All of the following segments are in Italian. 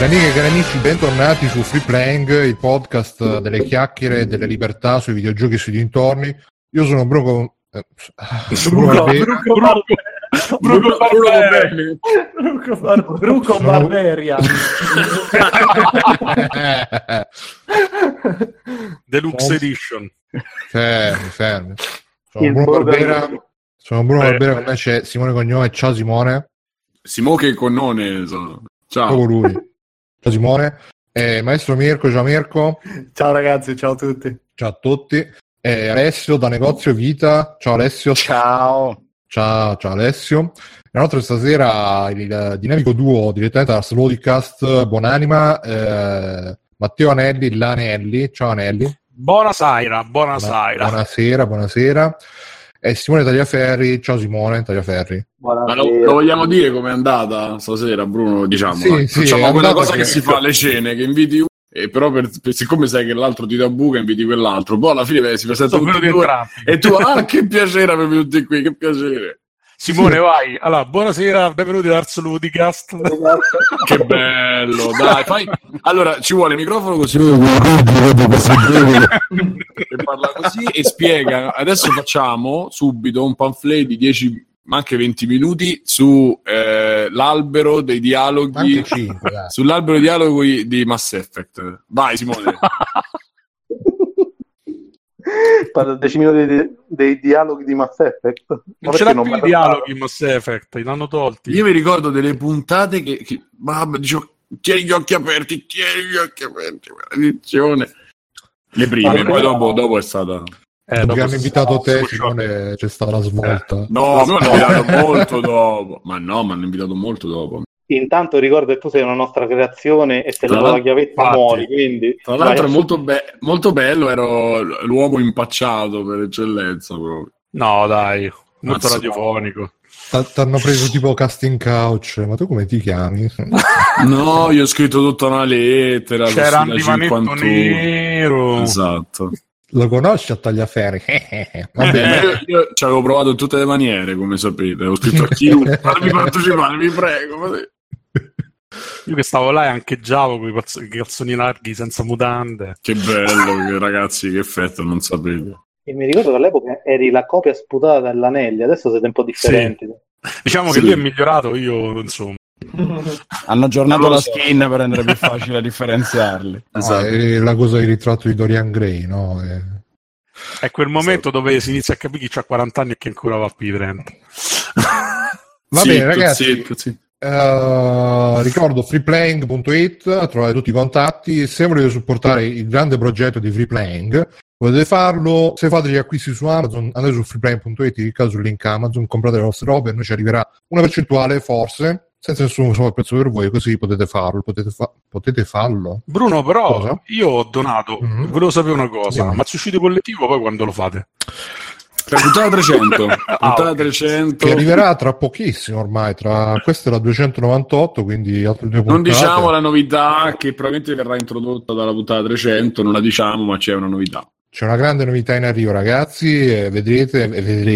Cari amiche e cari amici, bentornati su Free Playing, il podcast delle chiacchiere e delle libertà sui videogiochi e sui dintorni. Io sono Bruno Barberia. Deluxe Edition. Fermi. Sono Bruno Barbera, con me c'è Simone Cognome. Ciao Simone. Simone Cognome sono. Ciao. Proprio lui. Ciao Simone. Maestro Mirko, ciao Mirko. Ciao ragazzi, ciao a tutti. Ciao a tutti. Alessio da Negozio Vita. Ciao Alessio. Ciao Alessio. Inoltre stasera il dinamico duo direttamente dalla Slowcast, buonanima, Matteo Anelli, l'Anelli. Ciao Anelli. Buonasera. Buonasera. E Simone Tagliaferri. Ciao Simone Tagliaferri. Ma lo vogliamo dire com'è andata stasera, Bruno? Diciamo, sì, facciamo quella cosa che si fa alle cene, che inviti uno, e però siccome sai che l'altro ti dà buca, inviti quell'altro, poi alla fine si presenta tutti e due e tu, che piacere avervi tutti qui, che piacere. Simone, vai. Allora, buonasera, benvenuti ad Ars Ludicast. Che bello, dai, fai. Allora, ci vuole il microfono così che parla così e spiega. Adesso facciamo subito un pamphlet di 10, ma anche 20 minuti su l'albero dei dialoghi, 5, sull'albero dei dialoghi di Mass Effect. Vai Simone. Parla 10 minuti dei dialoghi di Mass Effect. Non ce l'ha più i dialoghi in Mass Effect, li hanno tolti. Io mi ricordo delle puntate che mamma, dicevo, tieni gli occhi aperti, maledizione. Le prime, poi dopo è stata... dopo che hanno invitato te, Simone, c'è stata la svolta. No, mi hanno invitato molto dopo. Ma no, mi hanno invitato molto dopo. Intanto ricordo che tu sei una nostra creazione e se la tua chiavetta muori, quindi... Tra l'altro è molto bello, ero l'uomo impacciato per eccellenza proprio. No dai, molto radiofonico. T'hanno preso tipo casting couch, ma tu come ti chiami? No, io ho scritto tutta una lettera. C'era un divanetto nero. Esatto. Lo conosci a Tagliaferri? Io ci avevo provato in tutte le maniere, come sapete. Ho scritto a chiunque, fatemi partecipare, vi prego. Io che stavo là e ancheggiavo con i calzoni larghi senza mutande. Che bello, ragazzi, che effetto, non sapete. E mi ricordo che all'epoca eri la copia sputata dell'Anelli, adesso siete un po' differenti. Sì. Diciamo che lui è migliorato, io insomma. Hanno aggiornato la skin per rendere più facile differenziarli. Esatto. È la cosa del ritratto di Dorian Gray, no? È quel momento dove si inizia a capire chi ha 40 anni e che ancora va più di 30. Va bene ragazzi, sì. Ricordo freeplaying.it, trovate tutti i contatti. Se volete supportare il grande progetto di Freeplaying potete farlo. Se fate gli acquisti su Amazon, andate su freeplaying.it, cliccate sul link Amazon, comprate le vostre robe e noi ci arriverà una percentuale, forse senza nessun prezzo per voi, così potete farlo. Potete farlo. Bruno, però cosa? Io ho donato, volevo sapere una cosa, ma se uscite collettivo poi quando lo fate? Per puntata 300, puntata 300 che arriverà tra pochissimo ormai, questa è la 298, quindi altre due puntate. Non diciamo la novità che probabilmente verrà introdotta dalla puntata 300, non la diciamo, ma c'è una novità. C'è una grande novità in arrivo, ragazzi, vedrete.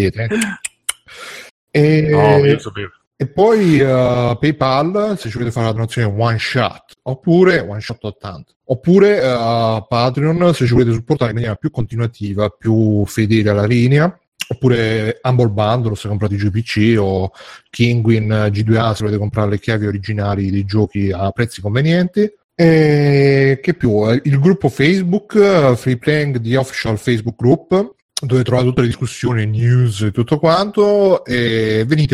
No, io sapevo. E poi PayPal, se ci volete fare la donazione one shot, oppure one shot 80, oppure Patreon, se ci volete supportare in maniera più continuativa, più fedele alla linea, oppure Humble Bundle se comprate GPC o Kinguin G2A se volete comprare le chiavi originali dei giochi a prezzi convenienti. E che più? Il gruppo Facebook Free Playing, the official Facebook group, dove trovate tutte le discussioni, news e tutto quanto. E venite.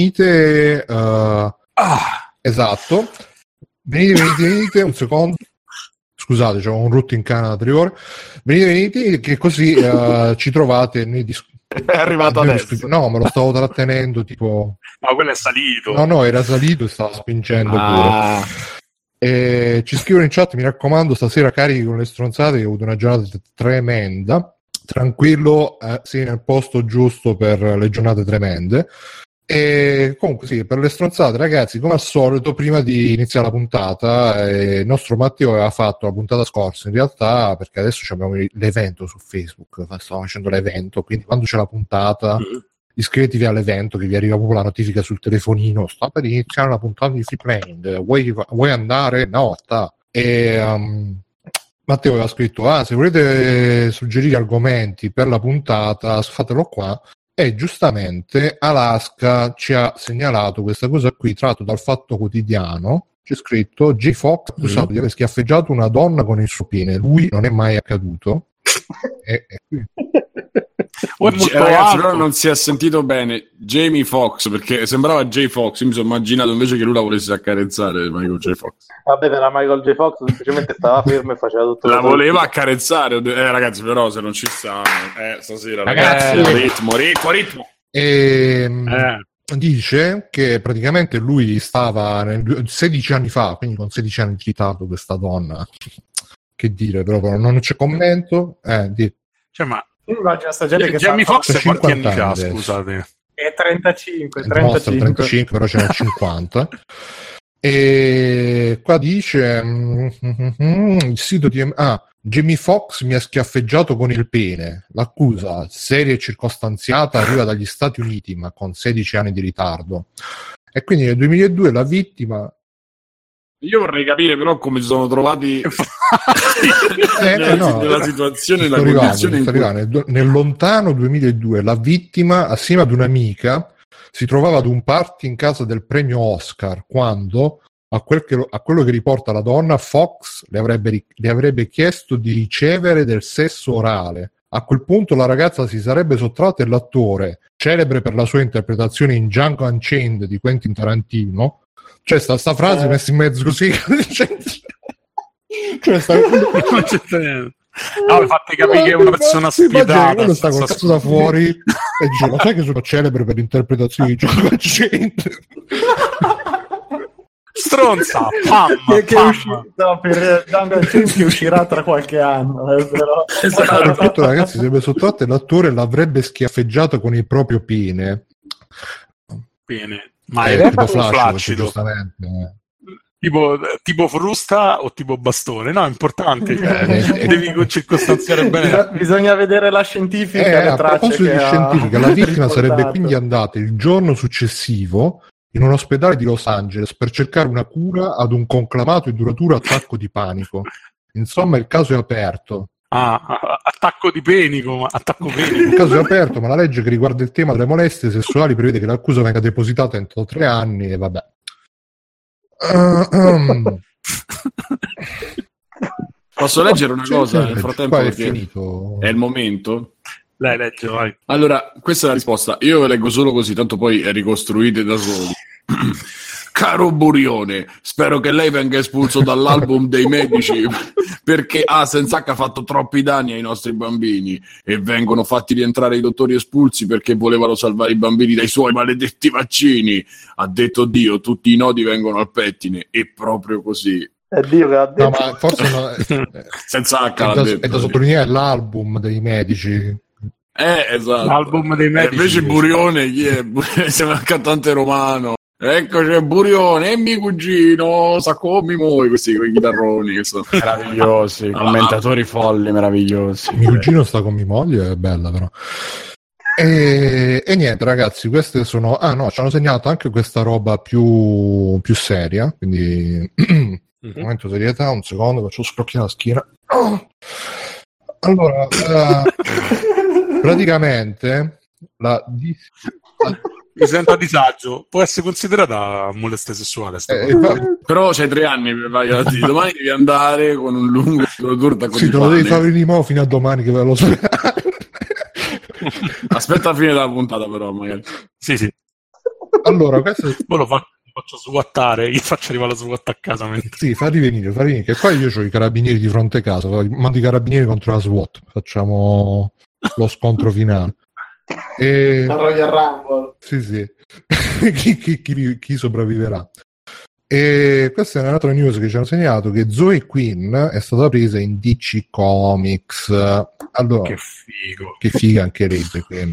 Esatto. Venite, un secondo. Scusate, c'ho un rutto in canna da 3 ore. Venite, che così ci trovate. È arrivato adesso. No, me lo stavo trattenendo, tipo... No, quello è salito. No, era salito e stava spingendo pure. E ci scrivono in chat, mi raccomando, stasera carichi con le stronzate, che ho avuto una giornata tremenda. Tranquillo, sei nel posto giusto per le giornate tremende. E comunque sì, per le stronzate, ragazzi, come al solito, prima di iniziare la puntata, il nostro Matteo aveva fatto la puntata scorsa, in realtà, perché adesso abbiamo l'evento su Facebook, stiamo facendo l'evento, quindi quando c'è la puntata iscrivetevi all'evento, che vi arriva proprio la notifica sul telefonino, sta per iniziare la puntata di Freeplane, vuoi andare? No, sta. E Matteo aveva scritto: se volete suggerire argomenti per la puntata, fatelo qua. E giustamente Alaska ci ha segnalato questa cosa qui, tratto dal Fatto Quotidiano. C'è scritto: J. Fox accusato di aver schiaffeggiato una donna con il suo pene, lui non è mai accaduto. Ragazzi, però non si è sentito bene Jamie Foxx, perché sembrava J. Fox. Io mi sono immaginato invece che lui la volesse accarezzare Michael J. Fox. Vabbè, era Michael J. Fox, semplicemente stava fermo e faceva tutto. La voleva accarezzare, ragazzi, però se non ci sta stasera, ragazzi, ritmo. Dice che praticamente lui stava 16 anni fa, quindi con 16 anni citato questa donna. Che dire, proprio non c'è commento. Cioè, ma sta gente che Jamie Foxx è quanti anni fa, adesso. scusate? È 35. 35, però c'era 50. E qua dice il sito di Jamie Foxx mi ha schiaffeggiato con il pene. L'accusa, seria e circostanziata, arriva dagli Stati Uniti, ma con 16 anni di ritardo. E quindi nel 2002 la vittima... Io vorrei capire però come si sono trovati nella situazione, nella condizione in cui... Nel lontano 2002 la vittima, assieme ad un'amica, si trovava ad un party in casa del premio Oscar, quando, a quello che riporta la donna, Fox le avrebbe chiesto di ricevere del sesso orale. A quel punto la ragazza si sarebbe sottratta e l'attore, celebre per la sua interpretazione in Django Unchained di Quentin Tarantino, cioè sta frase messa in mezzo così, cioè Non c'è niente. Fatti capire che è una persona spietata. Quello sta col cazzo da fuori e dice: ma sai che sono celebre per l'interpretazione di Django Unchained? Stronza, che è uscita per Django Unchained, che uscirà tra qualche anno, però. Esatto. Ragazzi, si sarebbe sottratto e l'attore l'avrebbe schiaffeggiato con il proprio pene. Ma è tipo flaccido, giustamente. Tipo frusta o tipo bastone? No, è importante. Devi circostanziare bene. Bisogna vedere la scientifica. Le a proposito di scientifica, la vittima sarebbe quindi andata il giorno successivo in un ospedale di Los Angeles per cercare una cura ad un conclamato e duraturo attacco di panico. Insomma, il caso è aperto. Attacco penico. Il caso è aperto, ma la legge che riguarda il tema delle molestie sessuali prevede che l'accusa venga depositata entro 3 anni e vabbè. Posso leggere una cosa nel frattempo? È finito. È il momento. Dai, legge, vai. Allora, questa è la risposta. Io ve leggo solo così, tanto poi ricostruite da soli. Caro Burione, spero che lei venga espulso dall'album dei medici perché senza H ha fatto troppi danni ai nostri bambini e vengono fatti rientrare i dottori espulsi perché volevano salvare i bambini dai suoi maledetti vaccini. Ha detto Dio, tutti i nodi vengono al pettine e proprio così. È Dio che ha detto. No, ma forse senza H è da sottolineare l'album dei medici. Esatto. L'album dei medici. Invece Burione, chi è? Sembra un cantante romano. Ecco c'è Burione e mio cugino Saccomi Moi, questi con i chitarroni che sono meravigliosi, commentatori folli meravigliosi. Mio cugino sta con mia moglie, è bella però. E niente ragazzi, queste sono ci hanno segnato anche questa roba più seria, quindi un momento serietà, un secondo, faccio scrocchiare la schiena. Allora praticamente mi sento a disagio, può essere considerata molestia sessuale però c'hai 3 anni per domani devi andare con un lungo torta con te lo devi fare venire fino a domani che ve lo so. Aspetta la fine della puntata però magari sì. Allora questo poi lo faccio svuottare, gli faccio arrivare la SWAT a casa sì, fa rivenire che poi io ho i carabinieri di fronte a casa, mando i carabinieri contro la SWAT, facciamo lo scontro finale. Royal Rumble. Sì. chi sopravviverà. E questa è un'altra news che ci hanno segnato, che Zoe Quinn è stata presa in DC Comics. Allora, che figa anche lei Zoe Quinn.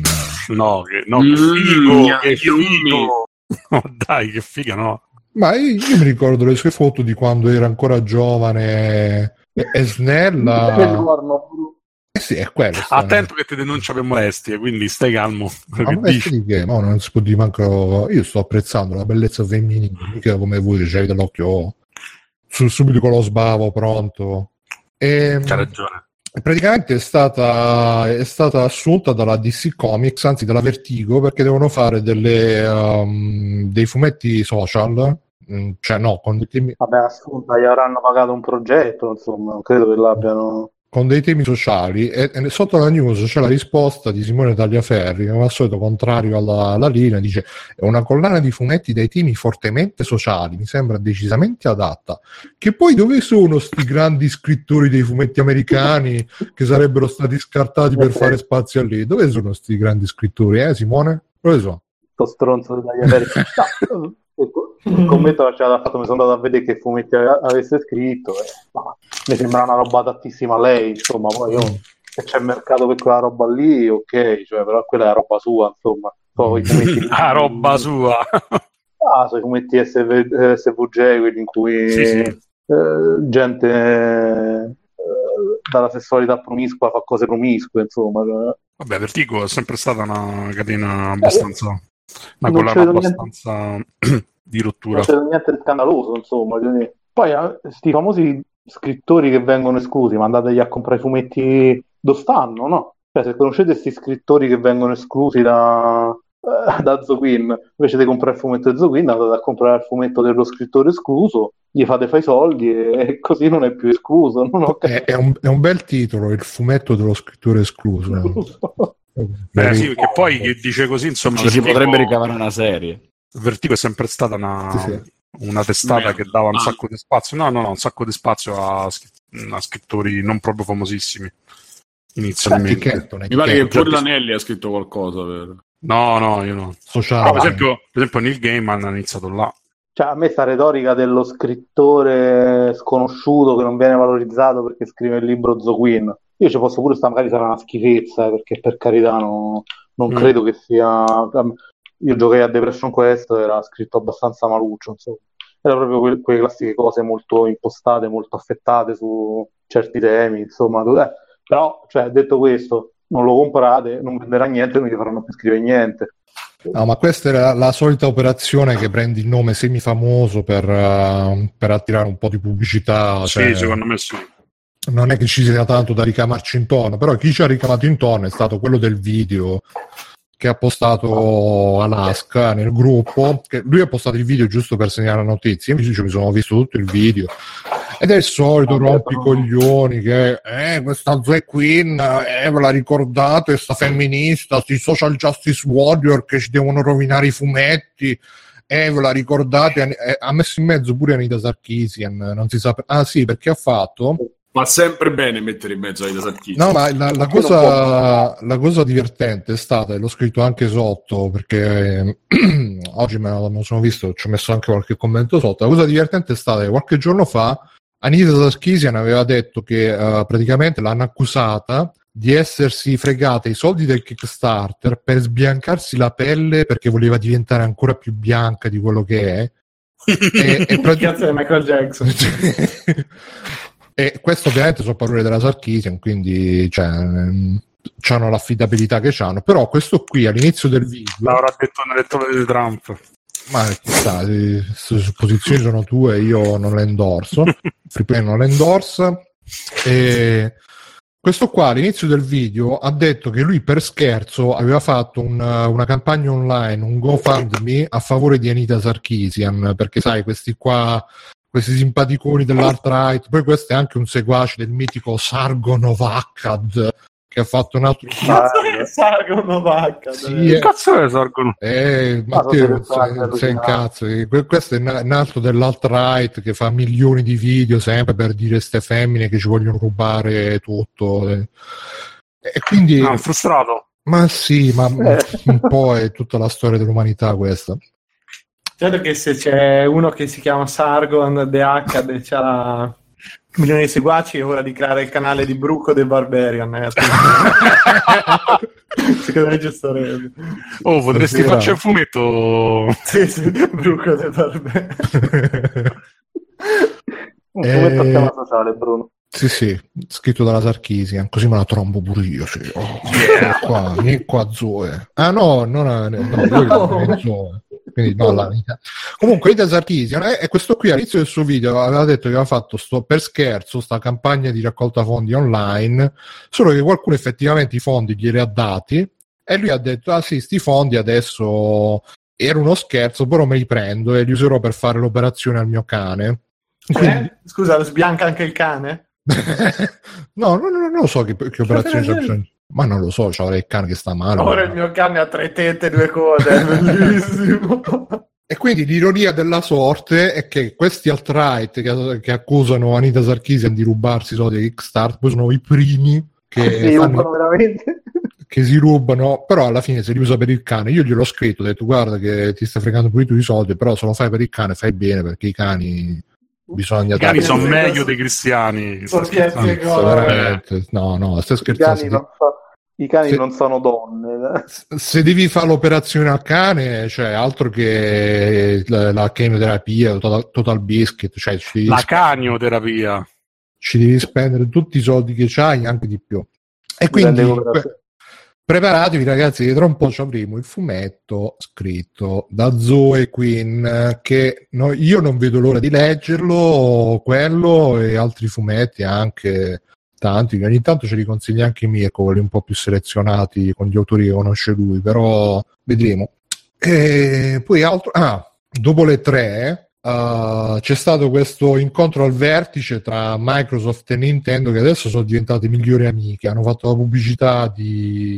Che figo. Oh, dai, che figa, no? Ma io mi ricordo le sue foto di quando era ancora giovane e snella. Sì, è quello. Attento che ti denuncia per molestie, quindi stai calmo. Ma di che? Ma non si può dire manco. Io sto apprezzando la bellezza femminile, mica come voi che c'avete l'occhio subito con lo sbavo pronto. C'ha ragione. Praticamente è stata assunta dalla DC Comics, anzi dalla Vertigo, perché devono fare dei fumetti social. Cioè no, vabbè, assunta, gli avranno pagato un progetto, insomma, non credo che l'abbiano con dei temi sociali e sotto la news c'è la risposta di Simone Tagliaferri, che come al solito contrario alla linea, dice: è una collana di fumetti dai temi fortemente sociali, mi sembra decisamente adatta. Che poi dove sono sti grandi scrittori dei fumetti americani che sarebbero stati scartati per fare spazio lì? Dove sono sti grandi scrittori, Simone? Dove sono? Sto stronzo di Tagliaferri. Il commento c'era fatto, mi sono andato a vedere che fumetti avesse scritto, mi sembra una roba adattissima a lei, insomma. Poi se c'è mercato per quella roba lì, ok, cioè, però quella è la roba sua, insomma. Poi i fumetti la roba sua. Sui fumetti SVG, quelli in cui gente dalla sessualità promiscua fa cose promiscue, insomma. Vabbè, Vertigo è sempre stata una catena abbastanza una collana abbastanza di rottura. Non c'è niente di scandaloso, insomma. Poi sti famosi scrittori che vengono esclusi, mandategli a comprare i fumetti dove stanno, no? Cioè, se conoscete questi scrittori che vengono esclusi da Zoquin, invece di comprare il fumetto di Zoquin, andate a comprare il fumetto dello scrittore escluso, gli fate fare i soldi e così non è più escluso. È un bel titolo, il fumetto dello scrittore escluso. Sì, perché poi che dice così, insomma, si potrebbe ricavare una serie. Vertigo è sempre stata una testata che dava un sacco di spazio, un sacco di spazio a scrittori non proprio famosissimi inizialmente. Mi pare che pure l'Anelli ha scritto qualcosa, vero? No, io no. Sociale. Per esempio Neil Gaiman ha iniziato là. Cioè, a me sta retorica dello scrittore sconosciuto che non viene valorizzato perché scrive il libro Zoquin. Io ci posso pure stare, magari sarà una schifezza, perché per carità non credo che sia. Io giocai a Depression Quest, era scritto abbastanza maluccio, insomma. Era proprio quelle classiche cose molto impostate, molto affettate su certi temi, insomma. Però, cioè, detto questo, non lo comprate, non venderà niente, non gli faranno più scrivere niente. No, ma questa è la solita operazione che prendi il nome semifamoso per attirare un po' di pubblicità. Sì, secondo me sì. Non è che ci sia tanto da ricamarci intorno, però chi ci ha ricamato intorno è stato quello del video che ha postato Alaska nel gruppo, che lui ha postato il video giusto per segnare la notizia. Io mi sono visto tutto il video ed è il solito rompicoglioni che questa Zoe Queen ve la ricordate, sta femminista, sti social justice warrior che ci devono rovinare i fumetti, ve la ricordate? Ha messo in mezzo pure Anita Sarkeesian, non si sa sì, perché ha fatto. Fa sempre bene mettere in mezzo ai Sarkeesian. No, ma la cosa divertente è stata, e l'ho scritto anche sotto, perché oggi me lo sono visto, ci ho messo anche qualche commento sotto. La cosa divertente è stata che qualche giorno fa Anita Sarkeesian aveva detto che praticamente l'hanno accusata di essersi fregata i soldi del Kickstarter per sbiancarsi la pelle perché voleva diventare ancora più bianca di quello che è. Cazzo di Michael Jackson. E questo ovviamente sono parole della Sarkeesian, quindi c'hanno l'affidabilità che c'hanno. Però questo qui all'inizio del video l'avrà detto nell'elettore di Trump. Ma chissà, le supposizioni sono tue, io non le endorso. Freeplay non le endorsa. E questo qua all'inizio del video ha detto che lui per scherzo aveva fatto una campagna online, un GoFundMe a favore di Anita Sarkeesian, perché sai, questi simpaticoni dell'alt-right, poi questo è anche un seguace del mitico Sargon of Akkad, che ha fatto un altro Sargon of Akkad. Sì, che cazzo è Sargon? Matteo, sei in cazzo. Questo è un altro dell'alt-right che fa milioni di video sempre per dire ste femmine che ci vogliono rubare tutto. E quindi è frustrato. Ma sì, ma un po' è tutta la storia dell'umanità questa. Certo che se c'è uno che si chiama Sargon The Akkad e c'ha milioni di seguaci, è ora di creare il canale di Bruco The Barbarian. Secondo me ci sarebbe. Potresti farci un fumetto. Sì, Bruco The Barbarian. Un fumetto a tema sociale, Bruno. Sì, scritto dalla Sarkisian, così me la trombo pure io. Sì. Vieni qua Zoe. Ah no, io Zoe. Quindi no, comunque Ida Sarkisian e questo qui all'inizio del suo video aveva detto che aveva fatto per scherzo sta campagna di raccolta fondi online, solo che qualcuno effettivamente i fondi glieli ha dati e lui ha detto ah sì, sti fondi adesso era uno scherzo, però me li prendo e li userò per fare l'operazione al mio cane. Quindi... Scusa, sbianca anche il cane? No, non lo so che operazione c'è bisogno. Ma non lo so, c'avrei il cane che sta male. Ora il mio cane ha 3 tette e 2 code, è bellissimo. E quindi l'ironia della sorte è che questi alt-right che accusano Anita Sarkeesian di rubarsi i soldi di Kickstarter poi sono i primi che rubano veramente. Che si rubano, però alla fine se li usa per il cane. Io gliel'ho scritto, ho detto guarda che ti stai fregando pure tu i soldi, però se lo fai per il cane fai bene, perché i cani bisogna... I cani sono meglio dei cristiani. Veramente. No, stai scherzando. I cani non sono donne. Se devi fare l'operazione al cane, cioè altro che la chemioterapia, total biscuit, cioè la canioterapia. Ci devi spendere tutti i soldi che c'hai, anche di più. E quindi preparatevi ragazzi, che tra un po' ci avremo il fumetto scritto da Zoe Quinn, che io non vedo l'ora di leggerlo, quello e altri fumetti anche tanti, ogni tanto ce li consiglia anche Mirko, quelli un po' più selezionati con gli autori che conosce lui, però vedremo. E poi altro, dopo le 3 c'è stato questo incontro al vertice tra Microsoft e Nintendo, che adesso sono diventate migliori amiche, hanno fatto la pubblicità di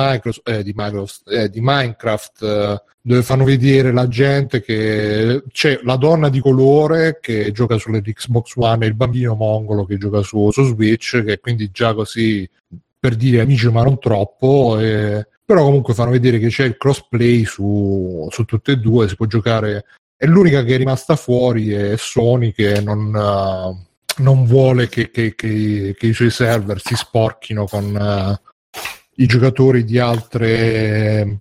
Minecraft, dove fanno vedere la gente che c'è la donna di colore che gioca sull'Xbox One e il bambino mongolo che gioca su Switch, che quindi già così per dire amici ma non troppo, però comunque fanno vedere che c'è il crossplay su tutte e due, si può giocare. E l'unica che è rimasta fuori è Sony, che non vuole che i suoi server si sporchino con i giocatori di altre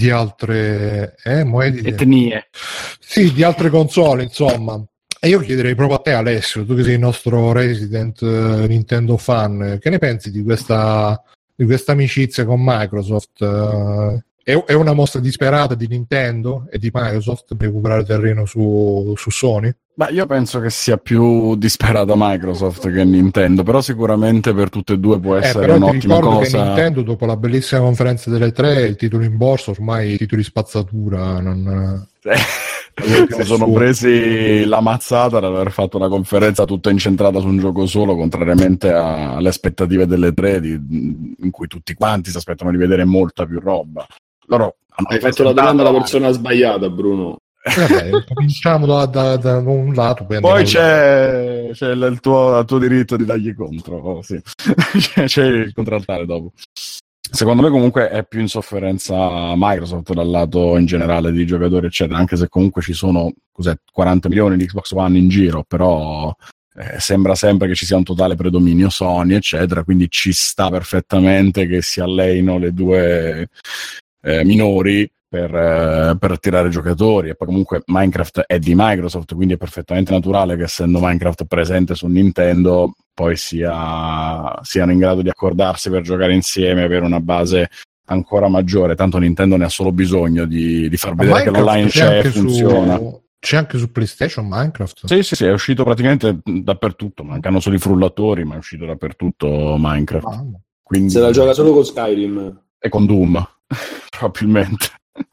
etnie. Sì, di altre console, insomma. E io chiederei proprio a te, Alessio, tu che sei il nostro resident Nintendo fan, che ne pensi di questa amicizia con Microsoft? È una mossa disperata di Nintendo e di Microsoft per recuperare terreno su Sony? Ma io penso che sia più disperata Microsoft che Nintendo, però sicuramente per tutte e due può essere un'ottima cosa. Che Nintendo, dopo la bellissima conferenza delle 3, il titolo in borsa, ormai i titoli spazzatura non... Si sono presi la mazzata ad aver fatto una conferenza tutta incentrata su un gioco solo, contrariamente alle aspettative delle 3 in cui tutti quanti si aspettano di vedere molta più roba. Hai fatto la domanda alla persona sbagliata, Bruno. Vabbè, cominciamo da un lato, poi c'è il tuo diritto di dargli contro, sì. C'è il contraltare dopo. Secondo me comunque è più in sofferenza Microsoft dal lato in generale di giocatori eccetera, anche se comunque ci sono 40 milioni di Xbox One in giro, però sembra sempre che ci sia un totale predominio Sony eccetera, quindi ci sta perfettamente che si alleino le due minori per attirare giocatori. E poi comunque Minecraft è di Microsoft, quindi è perfettamente naturale che essendo Minecraft presente su Nintendo poi siano in grado di accordarsi per giocare insieme, avere una base ancora maggiore, tanto Nintendo ne ha solo bisogno di far vedere che l'online c'è e funziona. C'è anche su PlayStation Minecraft? Sì, è uscito praticamente dappertutto, mancano solo i frullatori, ma è uscito dappertutto Minecraft. Quindi... Se la gioca solo con Skyrim. E con Doom, probabilmente.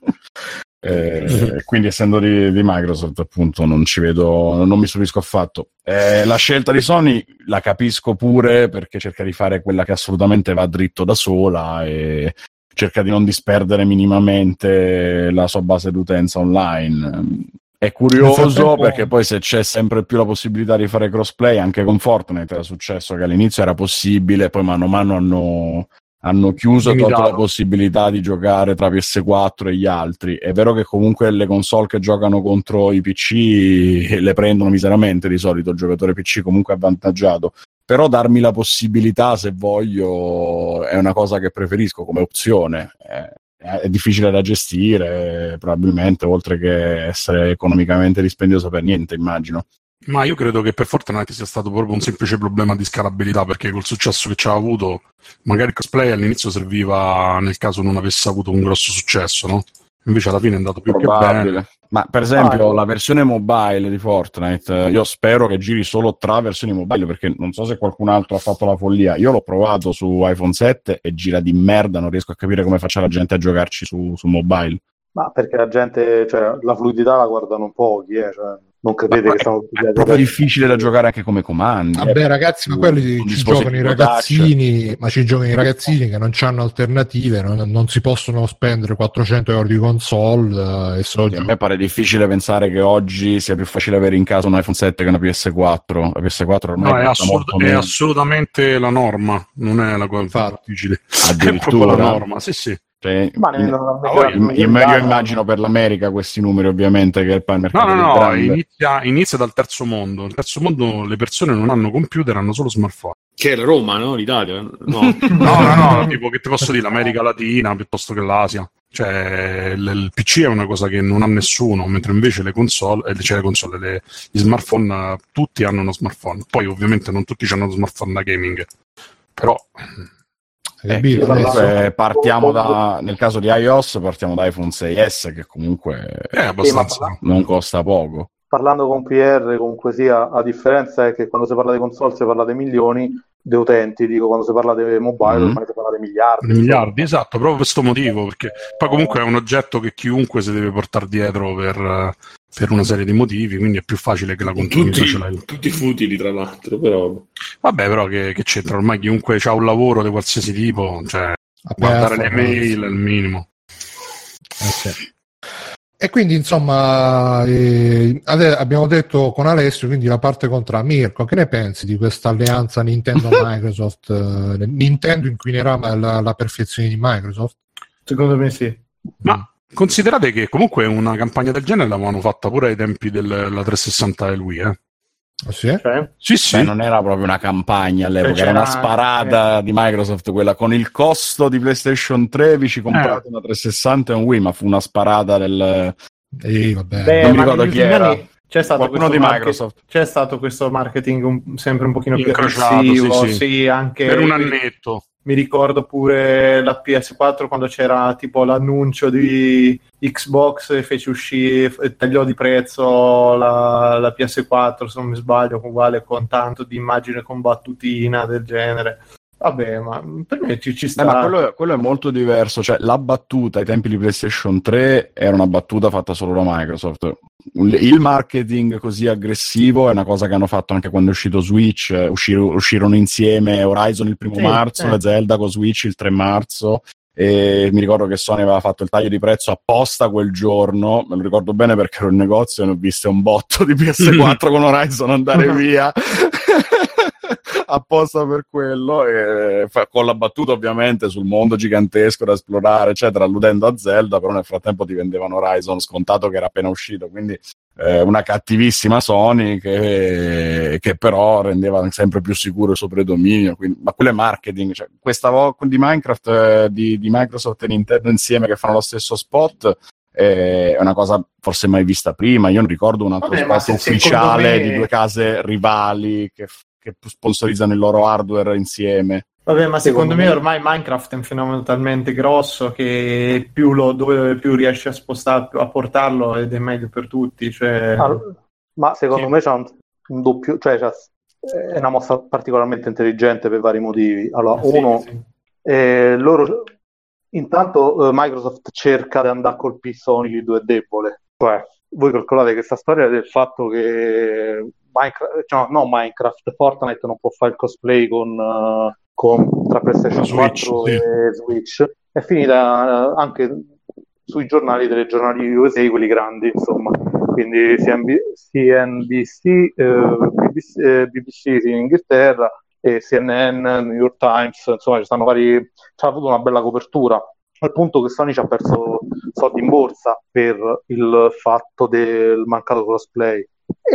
Quindi essendo di Microsoft appunto non mi stupisco affatto. La scelta di Sony la capisco pure, perché cerca di fare quella che assolutamente va dritto da sola e cerca di non disperdere minimamente la sua base d'utenza online. È curioso perché poi se c'è sempre più la possibilità di fare crossplay, anche con Fortnite era successo che all'inizio era possibile, poi mano a mano hanno chiuso e tolto la possibilità di giocare tra PS4 e gli altri. È vero che comunque le console che giocano contro i PC le prendono miseramente di solito, il giocatore PC comunque è avvantaggiato, però darmi la possibilità se voglio è una cosa che preferisco come opzione. È difficile da gestire probabilmente, oltre che essere economicamente dispendioso per niente, immagino. Ma io credo che per Fortnite sia stato proprio un semplice problema di scalabilità, perché col successo che ci ha avuto, magari il cosplay all'inizio serviva nel caso non avesse avuto un grosso successo, no? Invece alla fine è andato più che bene. Ma per esempio la versione mobile di Fortnite, io spero che giri solo tra versioni mobile, perché non so se qualcun altro ha fatto la follia. Io l'ho provato su iPhone 7 e gira di merda, non riesco a capire come faccia la gente a giocarci su mobile. Ma perché la gente, cioè, la fluidità la guardano pochi, cioè, non credete che stiamo è proprio difficile da giocare anche come comandi. Vabbè, ragazzi, ma quelli ci giocano i ragazzini, ma ci giocano i ragazzini che non hanno alternative, non si possono spendere 400 euro di console. A me pare difficile pensare che oggi sia più facile avere in casa un iPhone 7 che una PS4. La PS4 ormai è assolutamente la norma, non è la cosa difficile. È proprio la norma, sì. Cioè, io immagino per l'America questi numeri, ovviamente, che il mercato no, inizia dal terzo mondo. Il terzo mondo le persone non hanno computer, hanno solo smartphone. Che è la Roma, no? L'Italia? No. no, tipo che ti posso dire, l'America Latina piuttosto che l'Asia. Cioè il PC è una cosa che non ha nessuno, mentre invece gli smartphone, tutti hanno uno smartphone. Poi ovviamente non tutti hanno uno smartphone da gaming, però... partiamo nel caso di iOS partiamo da iPhone 6S, che comunque è abbastanza non costa poco. Parlando con PR, comunque sia, la differenza è che quando si parla di console si parla di milioni di utenti, dico, quando si parla di mobile ormai si parla di miliardi. Esatto, proprio per questo motivo, perché poi comunque è un oggetto che chiunque si deve portare dietro per una serie di motivi, quindi è più facile che la continuità ce l'hai. Tutti futili, tra l'altro, però... Vabbè, però che c'entra? Ormai chiunque ha un lavoro di qualsiasi tipo, cioè guardare le mail è il minimo. Sì. E quindi insomma abbiamo detto con Alessio, quindi la parte contraria. Mirko, che ne pensi di questa alleanza Nintendo-Microsoft? Nintendo inquinerà la perfezione di Microsoft? Secondo me sì. Ma considerate che comunque una campagna del genere l'avevano fatta pure ai tempi della 360 e Wii, Sì? Cioè? Sì. Non era proprio una campagna all'epoca, era una sparata di Microsoft, quella con il costo di PlayStation 3 vi ci comprate una 360 e un Wii, ma fu una sparata del... vabbè. Non mi ricordo chi era. C'è stato qualcuno di Microsoft. C'è stato questo marketing sempre un pochino più incrociato, aggressivo, sì, anche per un annetto. Mi ricordo pure la PS4 quando c'era tipo l'annuncio di Xbox e fece uscire, tagliò di prezzo la PS4, se non mi sbaglio, uguale, con tanto di immagine combattutina del genere. Vabbè, ma per me ci sta. Ma quello è molto diverso, cioè la battuta ai tempi di PlayStation 3 era una battuta fatta solo da Microsoft. Il marketing così aggressivo è una cosa che hanno fatto anche quando è uscito Switch, uscirono insieme Horizon il 1 marzo e Zelda con Switch il 3 marzo. E mi ricordo che Sony aveva fatto il taglio di prezzo apposta quel giorno, me lo ricordo bene perché ero in negozio e ne ho viste un botto di PS4 con Horizon andare via apposta per quello, e con la battuta ovviamente sul mondo gigantesco da esplorare eccetera, alludendo a Zelda, però nel frattempo ti vendevano Horizon scontato che era appena uscito, quindi una cattivissima Sony che però rendeva sempre più sicuro il suo predominio, quindi, ma quello è marketing, cioè, questa di Minecraft di Microsoft e Nintendo insieme che fanno lo stesso spot è una cosa forse mai vista prima. Io non ricordo un altro spot ufficiale di due case rivali che sponsorizzano il loro hardware insieme. Vabbè, ma secondo me ormai Minecraft è un fenomeno talmente grosso che dove più riesci a spostare, a portarlo, ed è meglio per tutti. Cioè... ma secondo me c'è un doppio, cioè è una mossa particolarmente intelligente per vari motivi. Allora, loro intanto Microsoft cerca di andare a colpire Sony, che due è debole. Cioè, voi calcolate che questa storia del fatto che Minecraft, Fortnite non può fare il cosplay tra PlayStation Switch, 4 e Switch è finita anche sui giornali, telegiornali USA, quelli grandi, insomma, quindi CNBC, BBC in Inghilterra e CNN, New York Times, insomma, c'ha avuto una bella copertura, al punto che Sony ci ha perso soldi in borsa per il fatto del mancato cosplay.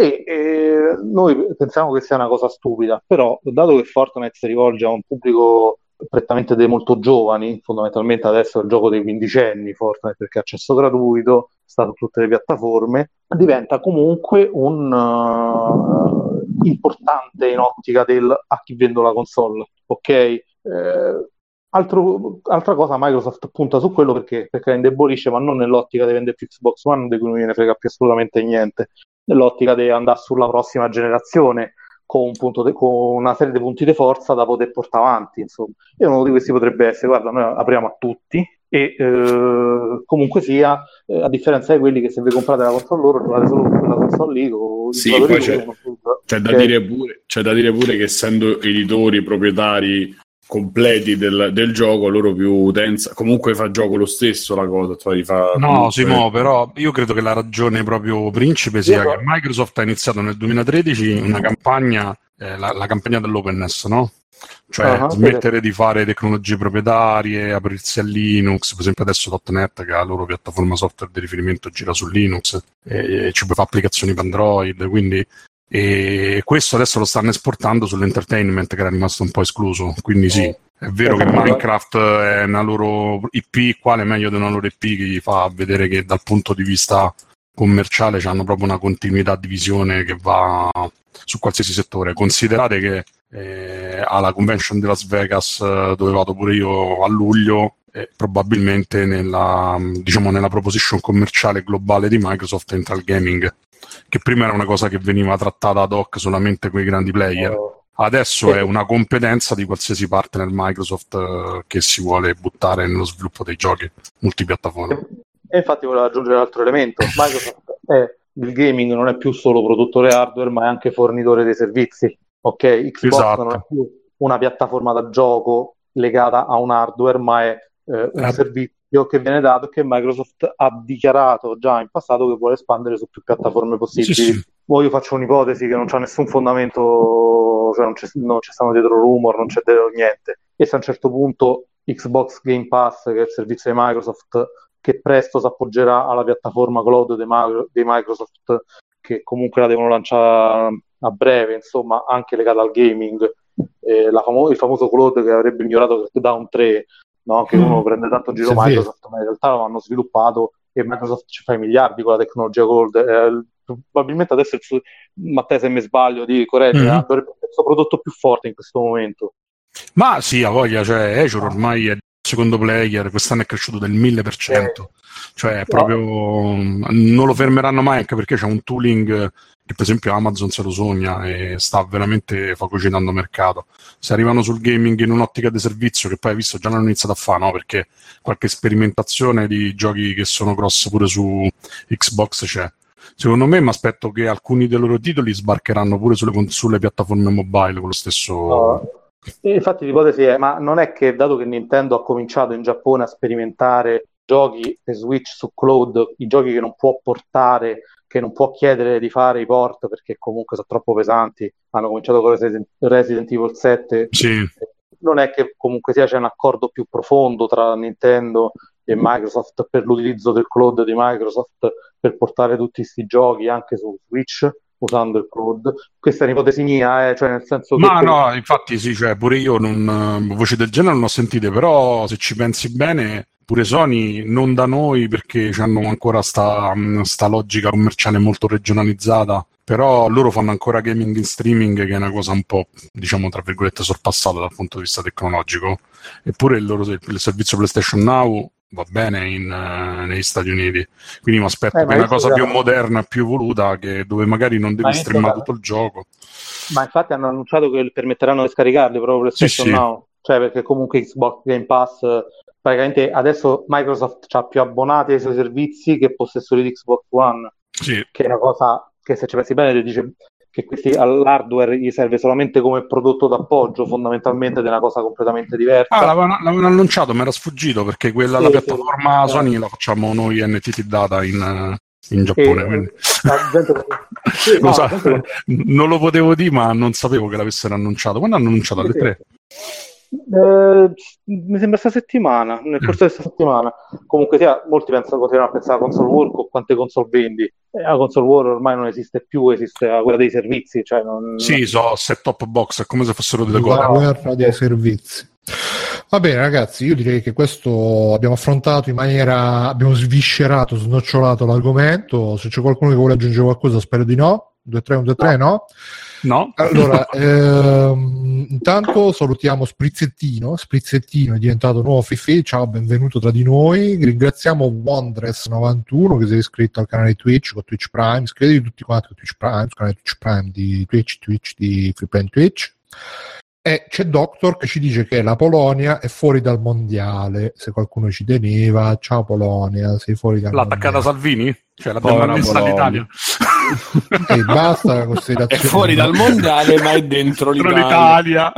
E noi pensiamo che sia una cosa stupida, però dato che Fortnite si rivolge a un pubblico prettamente dei molto giovani, fondamentalmente adesso è il gioco dei quindicenni Fortnite perché è accesso gratuito, sta su tutte le piattaforme, diventa comunque un importante in ottica a chi vendo la console, ok? Altra cosa, Microsoft punta su quello perché la indebolisce, ma non nell'ottica di vendere più Xbox One, di cui non gliene frega più assolutamente niente, nell'ottica di andare sulla prossima generazione con una serie di punti di forza da poter portare avanti, insomma. E uno di questi potrebbe essere, guarda, noi apriamo a tutti e comunque sia, a differenza di quelli che se vi comprate la console loro trovate solo quella console lì. Sì, poi c'è da dire pure che essendo editori proprietari completi del gioco, loro più utenza, comunque fa gioco lo stesso la cosa, Simo, però io credo che la ragione proprio principe sia che Microsoft ha iniziato nel 2013 una campagna, la campagna dell'openness, no? Cioè smettere di fare tecnologie proprietarie, aprirsi a Linux, per esempio adesso .NET, che è la loro piattaforma software di riferimento, gira su Linux e ci puoi fare applicazioni per Android, quindi e questo adesso lo stanno esportando sull'entertainment, che era rimasto un po' escluso, quindi sì, è vero che Minecraft è una loro IP, quale meglio di una loro IP, che gli fa vedere che dal punto di vista commerciale hanno proprio una continuità di visione che va su qualsiasi settore. Considerate che alla convention di Las Vegas, dove vado pure io a luglio, probabilmente nella proposition commerciale globale di Microsoft entra il gaming, che prima era una cosa che veniva trattata ad hoc solamente con i grandi player, adesso è una competenza di qualsiasi partner Microsoft che si vuole buttare nello sviluppo dei giochi multipiattaforma. E infatti volevo aggiungere un altro elemento: Microsoft il gaming non è più solo produttore hardware, ma è anche fornitore dei servizi, ok? Xbox non è più una piattaforma da gioco legata a un hardware, ma è un servizio che viene dato e che Microsoft ha dichiarato già in passato che vuole espandere su più piattaforme possibili. Sì. Io faccio un'ipotesi che non c'ha nessun fondamento, cioè non ci stanno dietro rumor, non c'è dietro niente, e se a un certo punto Xbox Game Pass, che è il servizio di Microsoft, che presto si appoggerà alla piattaforma cloud di Microsoft, che comunque la devono lanciare a breve, insomma, anche legata al gaming, il famoso cloud che avrebbe ignorato Down 3, no? Che uno prende tanto giro Microsoft, ma in realtà lo hanno sviluppato e Microsoft ci fa i miliardi con la tecnologia cloud. Probabilmente adesso, Matteo, se mi sbaglio, di Corea dovrebbe essere il suo prodotto più forte in questo momento. Ma sì, a voglia, cioè Azure ormai è il secondo player, quest'anno è cresciuto del 1000%, cioè proprio non lo fermeranno mai, anche perché c'è un tooling che per esempio Amazon se lo sogna e sta veramente fagocitando mercato. Se arrivano sul gaming in un'ottica di servizio, che poi hai visto già l'hanno iniziato a fare, no? Perché qualche sperimentazione di giochi che sono cross pure su Xbox c'è. Secondo me mi aspetto che alcuni dei loro titoli sbarcheranno pure sulle piattaforme mobile con lo stesso... Infatti l'ipotesi è, ma non è che dato che Nintendo ha cominciato in Giappone a sperimentare giochi per Switch su cloud, i giochi che non può portare, che non può chiedere di fare i port perché comunque sono troppo pesanti, hanno cominciato con Resident Evil 7, sì. Non è che comunque sia c'è un accordo più profondo tra Nintendo e Microsoft per l'utilizzo del cloud di Microsoft per portare tutti questi giochi anche su Switch usando il cloud. Questa è un'ipotesi mia, cioè nel senso che... no, infatti sì, cioè pure io voci del genere non ho sentite, però se ci pensi bene pure Sony, non da noi perché hanno ancora sta logica commerciale molto regionalizzata, però loro fanno ancora gaming in streaming, che è una cosa un po', diciamo, tra virgolette, sorpassata dal punto di vista tecnologico, eppure il servizio PlayStation Now va bene negli Stati Uniti, quindi mi aspetto che è una cosa più moderna, più evoluta, dove magari non devi streamare tutto il gioco. Ma infatti hanno annunciato che permetteranno di scaricarli proprio PlayStation Now, cioè perché comunque Xbox Game Pass, praticamente adesso Microsoft ha più abbonati ai suoi servizi che possessori di Xbox One, che è una cosa che se ci pensi bene dice che questi all'hardware gli serve solamente come prodotto d'appoggio fondamentalmente, ed è una cosa completamente diversa. L'avevano annunciato, mi era sfuggito perché quella la piattaforma Sony la facciamo noi NTT Data in Giappone, quindi non lo potevo dire, ma non sapevo che l'avessero annunciato. Quando hanno annunciato? Alle 3? Mi sembra sta settimana, nel corso di questa settimana. Comunque sia, molti continuano a pensare alla console war con quante console vendi. La console war ormai non esiste più, esiste quella dei servizi, cioè set top box, è come se fossero delle cose. La guerra dei servizi. Va bene ragazzi, io direi che questo abbiamo affrontato in maniera, abbiamo sviscerato, snocciolato l'argomento. Se c'è qualcuno che vuole aggiungere qualcosa, spero di no. 2-3 no? No. Allora, intanto salutiamo Sprizzettino è diventato nuovo Fifi, ciao, benvenuto tra di noi. Ringraziamo Wondress91 che si è iscritto al canale Twitch con Twitch Prime, iscrivetevi tutti quanti con Twitch Prime, il canale Twitch Prime di Twitch di Freeplay Twitch. E c'è Doctor che ci dice che la Polonia è fuori dal mondiale, se qualcuno ci teneva. Ciao Polonia, sei fuori dal L'ha mondiale. attaccata Salvini? Cioè l'abbiamo messa all'Italia? E basta la considerazione. È fuori dal mondiale ma è dentro l'Italia.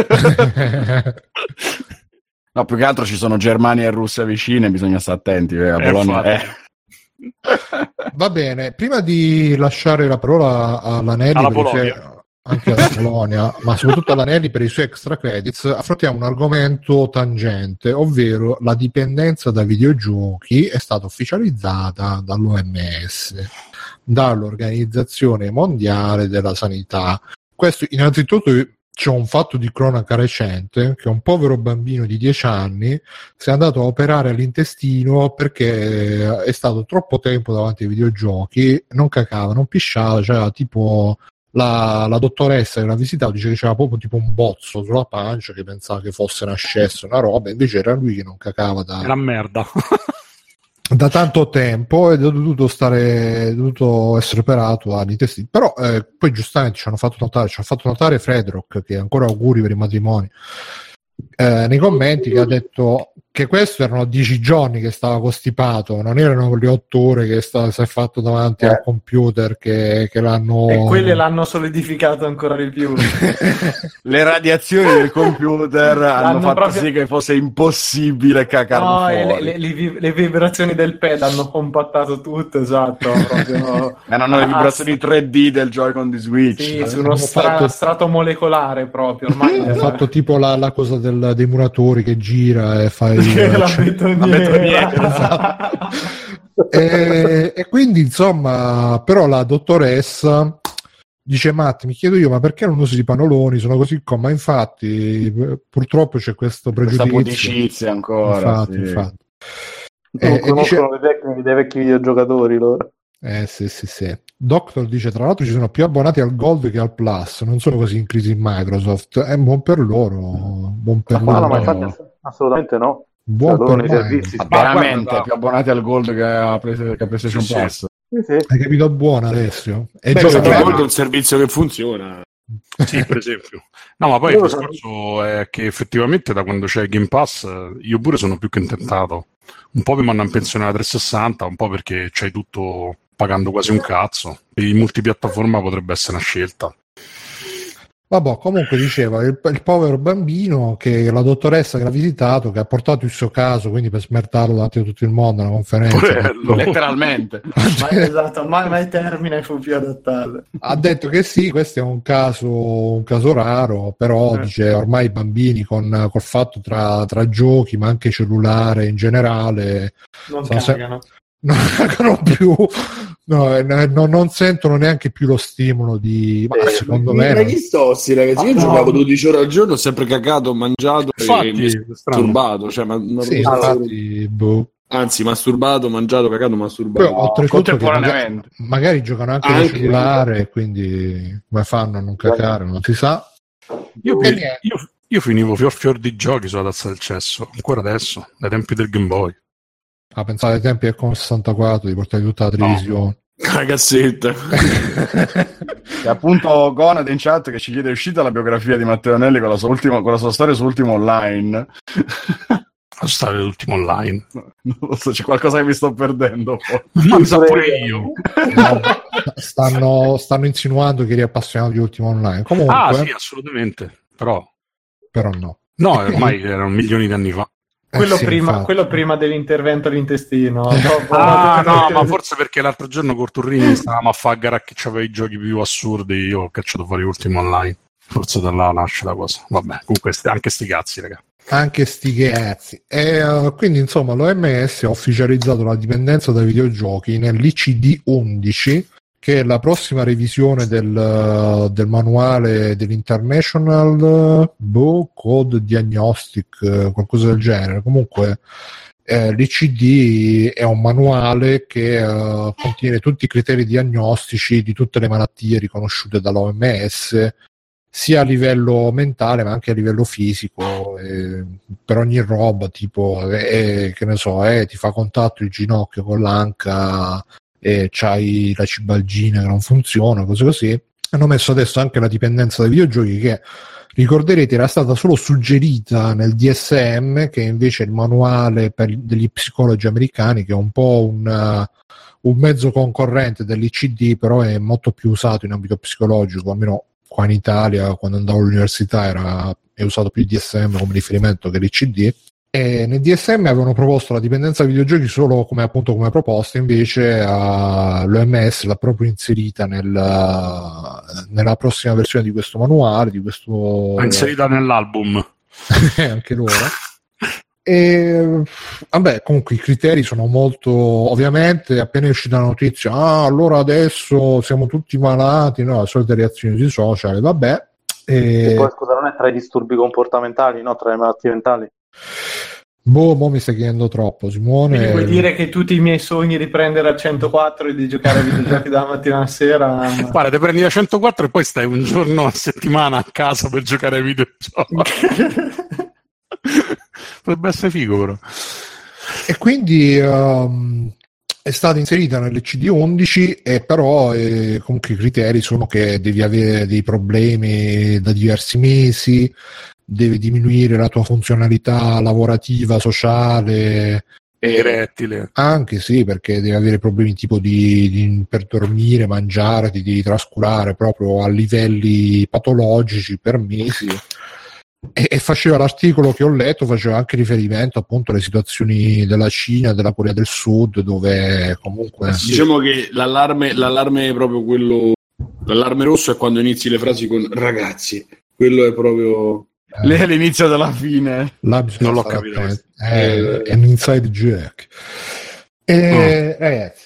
No, più che altro ci sono Germania e Russia vicine, bisogna stare attenti. La Polonia Va bene, prima di lasciare la parola all'Anelli alla per i Polonia. suoi, anche alla Polonia, ma soprattutto all'Anelli per i suoi extra credits, affrontiamo un argomento tangente, ovvero la dipendenza da videogiochi è stata ufficializzata dall'OMS, dall'Organizzazione Mondiale della Sanità. Questo innanzitutto c'è un fatto di cronaca recente che un povero bambino di 10 anni si è andato a operare all'intestino perché è stato troppo tempo davanti ai videogiochi, non cacava, non pisciava, cioè tipo la dottoressa che l'ha visitato dice che c'era proprio tipo un bozzo sulla pancia, che pensava che fosse un ascesso, una roba, invece era lui che non cacava Era merda. da tanto tempo ed è dovuto essere operato all'intestino. Però poi giustamente ci hanno fatto notare Fredrock, che ancora auguri per i matrimoni, nei commenti, che ha detto che questo erano 10 giorni che stava costipato, non erano le 8 ore che si è fatto davanti al computer che l'hanno... E quelle l'hanno solidificato ancora di più. Le radiazioni del computer hanno fatto proprio... sì che fosse impossibile cacarlo fuori. Le vibrazioni del pad hanno compattato tutto, esatto. Proprio... erano le vibrazioni 3D del Joy-Con di Switch. Sì, su uno strato molecolare proprio. Ormai hanno fatto tipo la cosa dei muratori che gira e fai la betoniera. E quindi insomma, però la dottoressa dice: Matti, mi chiedo io, ma perché non usi i pannoloni, sono così ma infatti purtroppo c'è questo pregiudizio, questa pudicizia ancora, infatti. Non conoscono le tecniche dei vecchi videogiocatori loro. Sì. Doctor dice: tra l'altro ci sono più abbonati al Gold che al Plus, non sono così in crisi in Microsoft, è buon per loro, No, ma infatti assolutamente no. Buon loro per nei servizi. veramente più abbonati al Gold che a PlayStation Plus. Sì. Hai capito buono Alessio? È un servizio che funziona. Sì, per esempio. No, ma poi il discorso è che effettivamente da quando c'è il Game Pass io pure sono più che intentato. Un po' mi mandano in pensione la 360, un po' perché c'hai tutto pagando quasi un cazzo. E in multipiattaforma potrebbe essere una scelta. Vabbè, comunque diceva il povero bambino che la dottoressa che l'ha visitato, che ha portato il suo caso, quindi per smertarlo davanti a tutto il mondo a una conferenza, letteralmente. Esatto, mai termine fu più adattato. Ha detto che sì, questo è un caso raro, però dice ormai i bambini col fatto tra giochi, ma anche cellulare in generale, non cagano. Non cagano più, non sentono neanche più lo stimolo di... Ma secondo me... Ma chi stossi, ragazzi? Io giocavo 12 ore al giorno, ho sempre cagato, ho mangiato e masturbato. Cioè, Anzi, masturbato, mangiato, cagato, masturbato. Poi, oltretutto che magari giocano anche nel cellulare, quindi come fanno a non cacare, non si sa. Io finivo fior di giochi sulla tazza del cesso, ancora adesso, dai tempi del Game Boy. Pensate ai tempi del Con 64 di portare tutta la televisione. La cassetta. E appunto Gonad in chat che ci chiede: è uscita la biografia di Matteo Anelli con la sua storia su Ultimo Online? La storia dell'Ultimo Online? Non lo so, c'è qualcosa che mi sto perdendo. Ma lo so pure io. No, stanno insinuando che eri appassionato di Ultimo Online. Comunque, sì, assolutamente. Però no. No, ormai erano milioni di anni fa. Quello prima dell'intervento all'intestino. Dopo, no, ma forse perché l'altro giorno con Turrini stavamo a fare a gara a chi aveva i giochi più assurdi. Io ho cacciato fuori Ultimo Online. Forse da là nasce la cosa. Vabbè, comunque anche sti cazzi, raga. Anche sti cazzi. Quindi insomma l'OMS ha ufficializzato la dipendenza dai videogiochi nell'ICD-11, che la prossima revisione del manuale dell'International Code Diagnostic, qualcosa del genere, comunque l'ICD è un manuale che contiene tutti i criteri diagnostici di tutte le malattie riconosciute dall'OMS, sia a livello mentale ma anche a livello fisico, per ogni roba, tipo che ne so, ti fa contatto il ginocchio con l'anca e c'hai la cibalgina che non funziona, cose così. Hanno messo adesso anche la dipendenza dai videogiochi, che ricorderete era stata solo suggerita nel DSM, che invece è il manuale degli psicologi americani, che è un po' un mezzo concorrente dell'ICD, però è molto più usato in ambito psicologico, almeno qua in Italia quando andavo all'università è usato più il DSM come riferimento che l'ICD. E nel DSM avevano proposto la dipendenza dai videogiochi solo come proposta, invece l'OMS l'ha proprio inserita nella prossima versione di questo manuale, L'ha inserita nell'album. Anche loro. E vabbè, comunque i criteri sono molto, ovviamente appena è uscita la notizia, allora adesso siamo tutti malati, no, le solite reazioni sui social, vabbè. E poi scusa, non è tra i disturbi comportamentali, no, tra le malattie mentali? Mo mi stai chiedendo troppo, Simone. Quindi vuoi dire che tutti i miei sogni di prendere a 104 e di giocare a videogiochi dalla mattina alla sera? Guarda, te prendi a 104 e poi stai un giorno a settimana a casa per giocare ai videogiochi. Potrebbe essere figo, però. E quindi è stata inserita nell'CD11, e però comunque i criteri sono che devi avere dei problemi da diversi mesi, devi diminuire la tua funzionalità lavorativa, sociale, erettile. Anche sì, perché devi avere problemi tipo per dormire, mangiare, ti devi trascurare proprio a livelli patologici per mesi. E faceva l'articolo che ho letto, faceva anche riferimento appunto alle situazioni della Cina, della Corea del Sud, dove comunque diciamo che l'allarme è proprio quello, l'allarme rosso è quando inizi le frasi con ragazzi, quello è proprio l'inizio della fine. Non l'ho capito, è un inside joke. Ragazzi,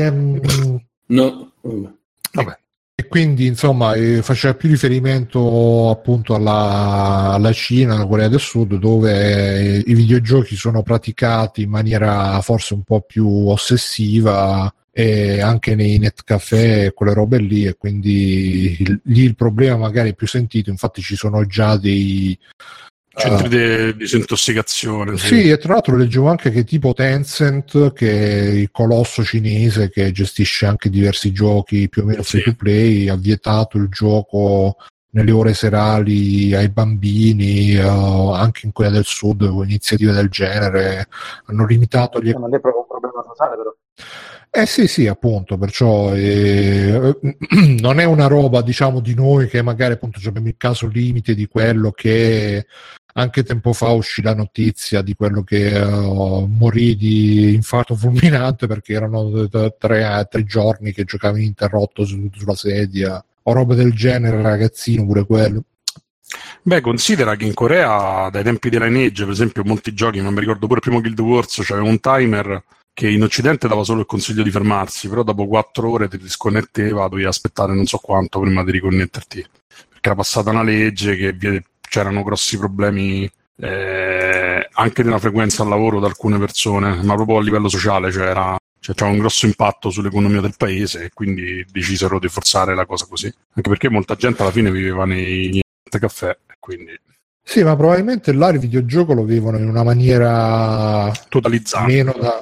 no, vabbè. E quindi insomma faceva più riferimento appunto alla Cina, alla Corea del Sud, dove i videogiochi sono praticati in maniera forse un po' più ossessiva, e anche nei netcafè e quelle robe lì, e quindi lì il problema magari è più sentito. Infatti ci sono già dei centri di disintossicazione. Sì, e tra l'altro leggevo anche che tipo Tencent, che è il colosso cinese che gestisce anche diversi giochi più o meno free to play, ha vietato il gioco nelle ore serali ai bambini, anche in Corea del Sud con iniziative del genere hanno limitato gli... Non è proprio un problema sociale, però. Sì, appunto, perciò non è una roba, diciamo, di noi che magari appunto abbiamo il caso limite di quello che anche tempo fa uscì la notizia di quello che morì di infarto fulminante perché erano 3 giorni che giocava ininterrotto sulla sedia o roba del genere, ragazzino pure quello. Beh, considera che in Corea dai tempi della Lineage, per esempio, molti giochi, non mi ricordo, pure il primo Guild Wars c'aveva un timer che in Occidente dava solo il consiglio di fermarsi, però dopo 4 ore ti disconnetteva, dovevi aspettare non so quanto prima di riconnetterti, perché era passata una legge che c'erano grossi problemi anche nella frequenza al lavoro da alcune persone, ma proprio a livello sociale, c'era un grosso impatto sull'economia del paese, e quindi decisero di forzare la cosa così, anche perché molta gente alla fine viveva nei caffè, quindi... Sì, ma probabilmente là il videogioco lo vivono in una maniera totalizzata, meno da...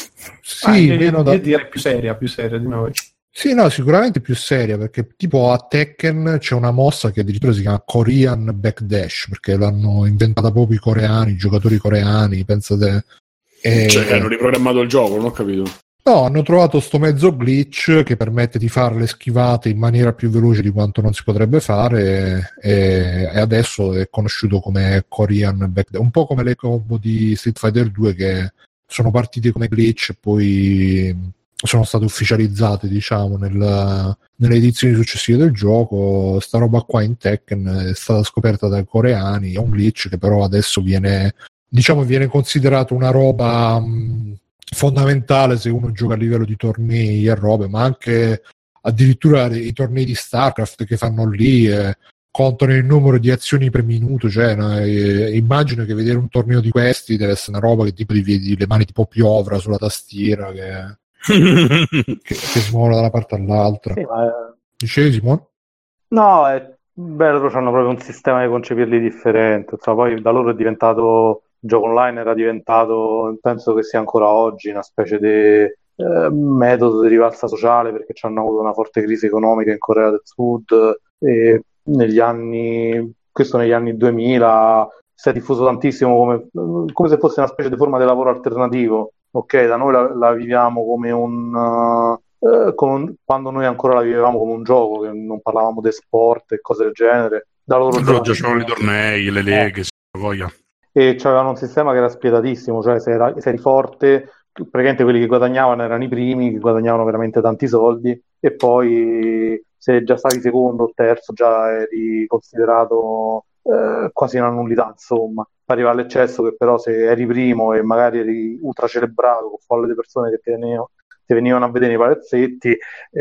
Sì, meno da... Io direi più seria di noi. Sì, no, sicuramente più seria, perché tipo a Tekken c'è una mossa che addirittura si chiama Korean Backdash, perché l'hanno inventata proprio i coreani, i giocatori coreani, pensate... Cioè, hanno riprogrammato il gioco, non ho capito. No, hanno trovato sto mezzo glitch che permette di fare le schivate in maniera più veloce di quanto non si potrebbe fare, e adesso è conosciuto come Korean Backdash, un po' come le combo di Street Fighter 2 che sono partite come glitch e poi sono state ufficializzate, diciamo, nelle edizioni successive del gioco. Sta roba qua in Tekken è stata scoperta dai coreani, è un glitch che però adesso viene considerato una roba fondamentale se uno gioca a livello di tornei e robe, ma anche addirittura i tornei di StarCraft che fanno lì contano il numero di azioni per minuto, cioè immagino che vedere un torneo di questi deve essere una roba che tipo ti vedi le mani tipo piovra sulla tastiera che si muovono da una parte all'altra. Sì, Dicevi, Simone? no, è bello, loro hanno proprio un sistema di concepirli differente. Insomma, poi da loro è diventato, il gioco online era diventato, penso che sia ancora oggi, una specie di metodo di rivalsa sociale, perché ci hanno avuto una forte crisi economica in Corea del Sud e negli anni 2000 si è diffuso tantissimo come se fosse una specie di forma di lavoro alternativo. Ok, da noi la viviamo come quando noi ancora la vivevamo come un gioco, che non parlavamo di sport e cose del genere. Da loro già c'erano i tornei, le leghe, voglia. E c'avevano un sistema che era spietatissimo, cioè se eri forte, praticamente quelli che guadagnavano erano i primi, che guadagnavano veramente tanti soldi, e poi se già stavi secondo o terzo già eri considerato quasi una nullità, insomma. Arriva all'eccesso che però se eri primo e magari eri ultra celebrato con folle di persone che ti venivano a vedere nei palazzetti,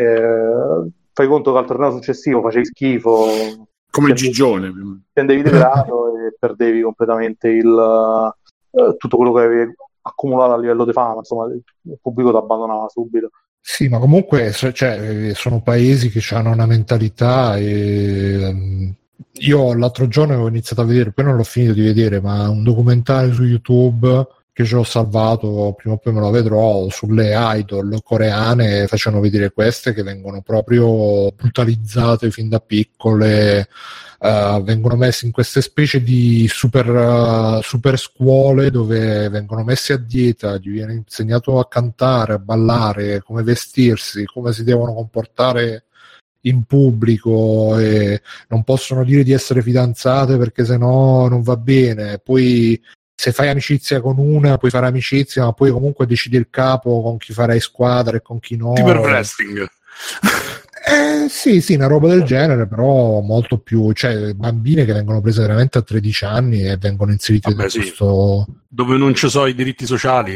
fai conto che al torneo successivo facevi schifo, come il Gigione, scendevi di grado e perdevi completamente tutto quello che avevi accumulato a livello di fama, insomma il pubblico ti abbandonava subito. Sì, ma comunque cioè, sono paesi che hanno una mentalità e io l'altro giorno avevo iniziato a vedere, poi non l'ho finito di vedere, ma un documentario su YouTube che ce l'ho salvato, prima o poi me lo vedrò, sulle idol coreane, facevano vedere queste che vengono proprio brutalizzate fin da piccole, vengono messe in queste specie di super scuole dove vengono messi a dieta, gli viene insegnato a cantare, a ballare, come vestirsi, come si devono comportare in pubblico, e non possono dire di essere fidanzate perché sennò non va bene. Poi se fai amicizia con una puoi fare amicizia, ma poi comunque decidi il capo con chi farai squadra e con chi no. Tipo il wrestling. Sì, una roba del genere, però molto più, cioè bambine che vengono prese veramente a 13 anni e vengono inserite in questo... Dove non ci sono i diritti sociali,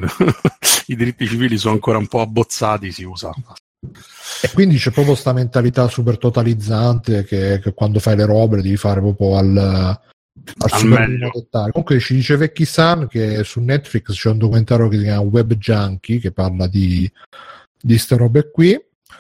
i diritti civili sono ancora un po' abbozzati, si usa. E quindi c'è proprio questa mentalità super totalizzante che quando fai le robe le devi fare proprio al super dettaglio. Comunque ci dice Vecchi-san che su Netflix c'è un documentario che si chiama Web Junkie, che parla di ste robe qui.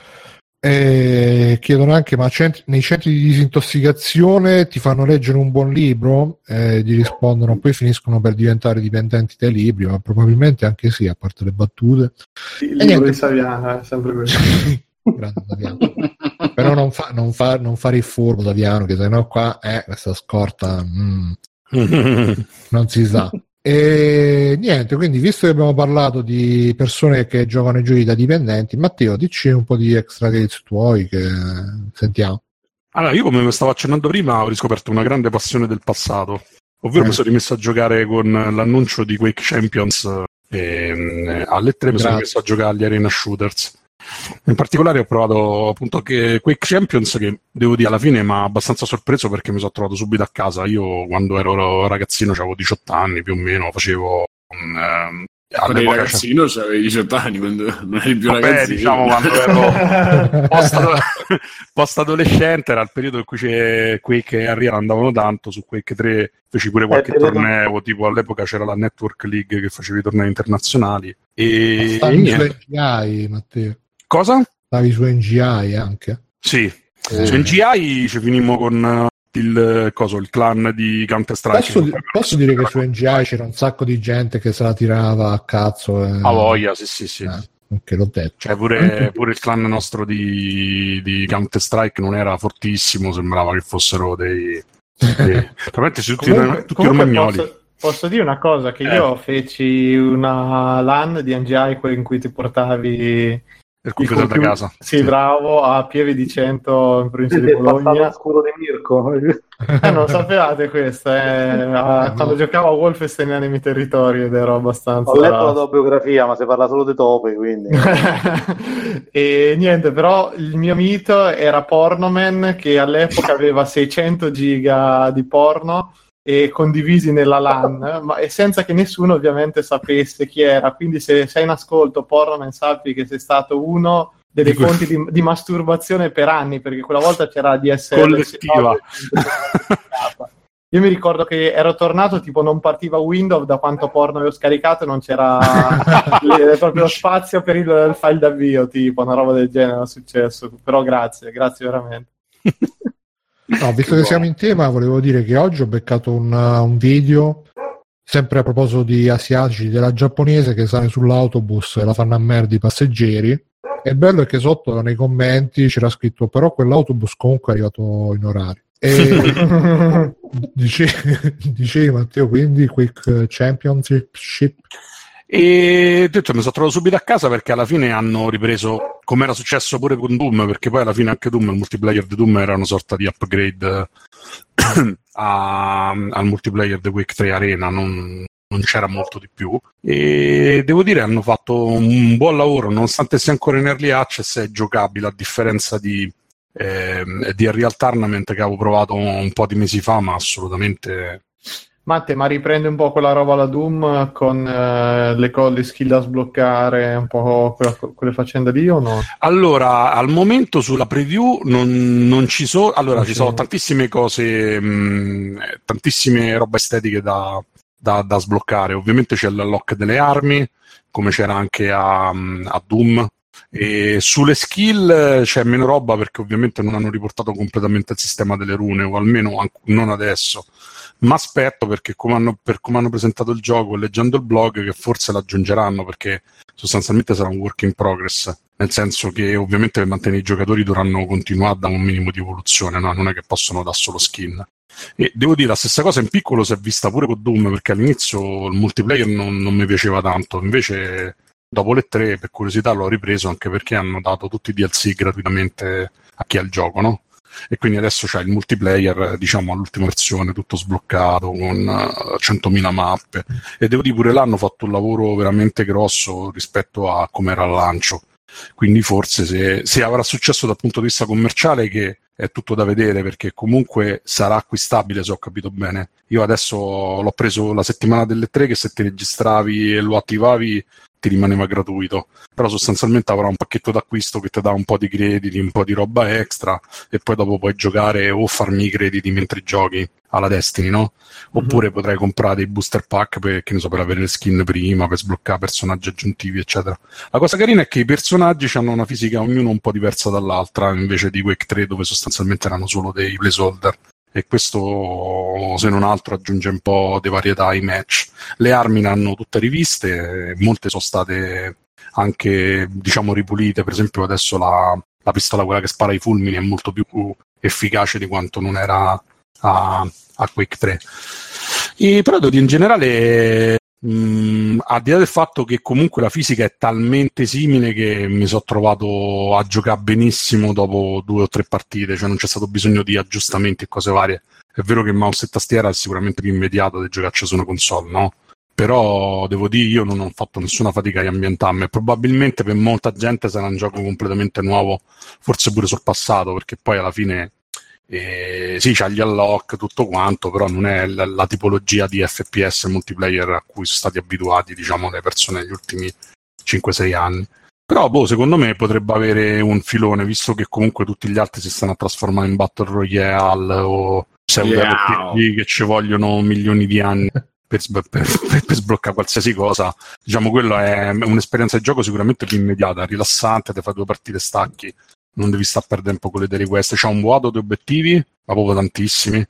E chiedono anche: ma nei centri di disintossicazione ti fanno leggere un buon libro? Gli rispondono: poi finiscono per diventare dipendenti dai libri, ma probabilmente anche sì, a parte le battute. Il libro di Saviano è sempre così. Grande Saviano. Però non fare il furbo, Saviano, che sennò qua questa scorta non si sa. E niente, quindi visto che abbiamo parlato di persone che giocano i giochi da dipendenti, Matteo, dici un po' di extra credits tuoi che sentiamo. Allora, io come stavo accennando prima ho riscoperto una grande passione del passato, ovvero mi sono rimesso a giocare con l'annuncio di Quake Champions e alle 3 mi sono rimesso a giocare agli Arena Shooters. In particolare ho provato appunto che Quake Champions, che devo dire alla fine mi ha abbastanza sorpreso perché mi sono trovato subito a casa. Io quando ero ragazzino avevo 18 anni più o meno, facevo quando eri ragazzino avevi 18 anni, quando non eri più ragazzino, diciamo quando ero post adolescente, era il periodo in cui Quake e Unreal andavano tanto. Su Quake 3 feci pure qualche torneo, tipo all'epoca c'era la Network League che faceva i tornei internazionali e stavi su NGI, Matteo? Cosa? Stavi su NGI anche? Sì, su NGI ci finimmo con il clan di Counter Strike. Posso dire che su NGI c'era un sacco di gente che se la tirava a cazzo. A voglia, sì. Che l'ho detto. Cioè pure il clan nostro di Counter Strike non era fortissimo, sembrava che fossero dei veramente tutti romagnoli. Posso dire una cosa, che io feci una LAN di NGI, quella in cui ti portavi il computer da casa. Sì, bravo, a Pieve di Cento in provincia di Bologna. Scuro di Mirko. Non sapevate questo, quando giocavo a Wolfenstein nei Enemy Territory ed ero abbastanza... Ho letto la tua biografia, ma si parla solo di topi, quindi... E niente, però il mio mito era Pornoman, che all'epoca aveva 600 giga di porno e condivisi nella LAN, ma senza che nessuno ovviamente sapesse chi era. Quindi se sei in ascolto, Pornoman, sappi che sei stato uno delle fonti di masturbazione per anni, perché quella volta c'era DSL collettiva. Io mi ricordo che ero tornato, tipo non partiva Windows da quanto porno avevo scaricato e non c'era proprio spazio per il file d'avvio, tipo una roba del genere è successo. Però grazie veramente. No, visto che siamo in tema, volevo dire che oggi ho beccato un video, sempre a proposito di asiatici, della giapponese che sale sull'autobus e la fanno a merda i passeggeri. E il bello è che sotto nei commenti c'era scritto: però quell'autobus comunque è arrivato in orario. E dicevi Matteo, quindi Quick Championship, e detto, mi sono trovato subito a casa perché alla fine hanno ripreso, come era successo pure con Doom, perché poi alla fine anche Doom, il multiplayer di Doom era una sorta di upgrade al multiplayer di Quake 3 Arena, non c'era molto di più, e devo dire hanno fatto un buon lavoro, nonostante sia ancora in early access, è giocabile, a differenza di Real Tournament che avevo provato un po' di mesi fa, ma assolutamente. Matte, ma riprende un po' quella roba alla Doom con le skill da sbloccare, un po' quelle faccende lì o no? Allora, al momento sulla preview non ci sono. Allora, ci sono tantissime cose, tantissime robe estetiche da sbloccare. Ovviamente c'è l'unlock delle armi, come c'era anche a Doom. E sulle skill c'è meno roba perché ovviamente non hanno riportato completamente il sistema delle rune, o almeno non adesso, ma aspetto, perché come hanno presentato il gioco e leggendo il blog, che forse l'aggiungeranno, perché sostanzialmente sarà un work in progress, nel senso che ovviamente per mantenere i giocatori dovranno continuare a dare un minimo di evoluzione, no? Non è che possono dare solo skin. E devo dire, la stessa cosa in piccolo si è vista pure con Doom, perché all'inizio il multiplayer non mi piaceva tanto, invece dopo le 3 per curiosità l'ho ripreso, anche perché hanno dato tutti i DLC gratuitamente a chi ha il gioco, no? E quindi adesso c'è il multiplayer, diciamo, all'ultima versione, tutto sbloccato con 100.000 mappe, e devo dire pure là hanno fatto un lavoro veramente grosso rispetto a come era al lancio, quindi forse se avrà successo dal punto di vista commerciale, che è tutto da vedere, perché comunque sarà acquistabile, se ho capito bene. Io adesso l'ho preso la settimana delle 3, che se ti registravi e lo attivavi ti rimaneva gratuito, però sostanzialmente avrà un pacchetto d'acquisto che ti dà un po' di crediti, un po' di roba extra, e poi dopo puoi giocare o farmi i crediti mentre giochi alla Destiny, no? Oppure potrai comprare dei booster pack per avere le skin prima, per sbloccare personaggi aggiuntivi, eccetera. La cosa carina è che i personaggi hanno una fisica ognuno un po' diversa dall'altra, invece di Quake 3 dove sostanzialmente erano solo dei placeholder, e questo, se non altro, aggiunge un po' di varietà ai match. Le armi ne hanno tutte riviste, molte sono state anche, diciamo, ripulite. Per esempio adesso la pistola, quella che spara i fulmini, è molto più efficace di quanto non era a Quake 3. Però in generale, al di là del fatto che comunque la fisica è talmente simile, che mi sono trovato a giocare benissimo dopo 2 o 3 partite, cioè non c'è stato bisogno di aggiustamenti e cose varie. È vero che mouse e tastiera è sicuramente più immediato di giocarci su una console, no? Però devo dire, io non ho fatto nessuna fatica a ambientarmi, e probabilmente per molta gente sarà un gioco completamente nuovo, forse pure sorpassato, perché poi alla fine sì, c'ha gli unlock, tutto quanto, però non è la tipologia di FPS multiplayer a cui sono stati abituati, diciamo, le persone negli ultimi 5-6 anni. Però secondo me potrebbe avere un filone, visto che comunque tutti gli altri si stanno a trasformare in Battle Royale o pseudo RPG, che ci vogliono milioni di anni per sbloccare qualsiasi cosa. Diciamo, quello è un'esperienza di gioco sicuramente più immediata, rilassante, ti fai 2 partite stacchi, non devi stare a perdere tempo con le request. C'ha un vuoto di obiettivi, ma proprio tantissimi,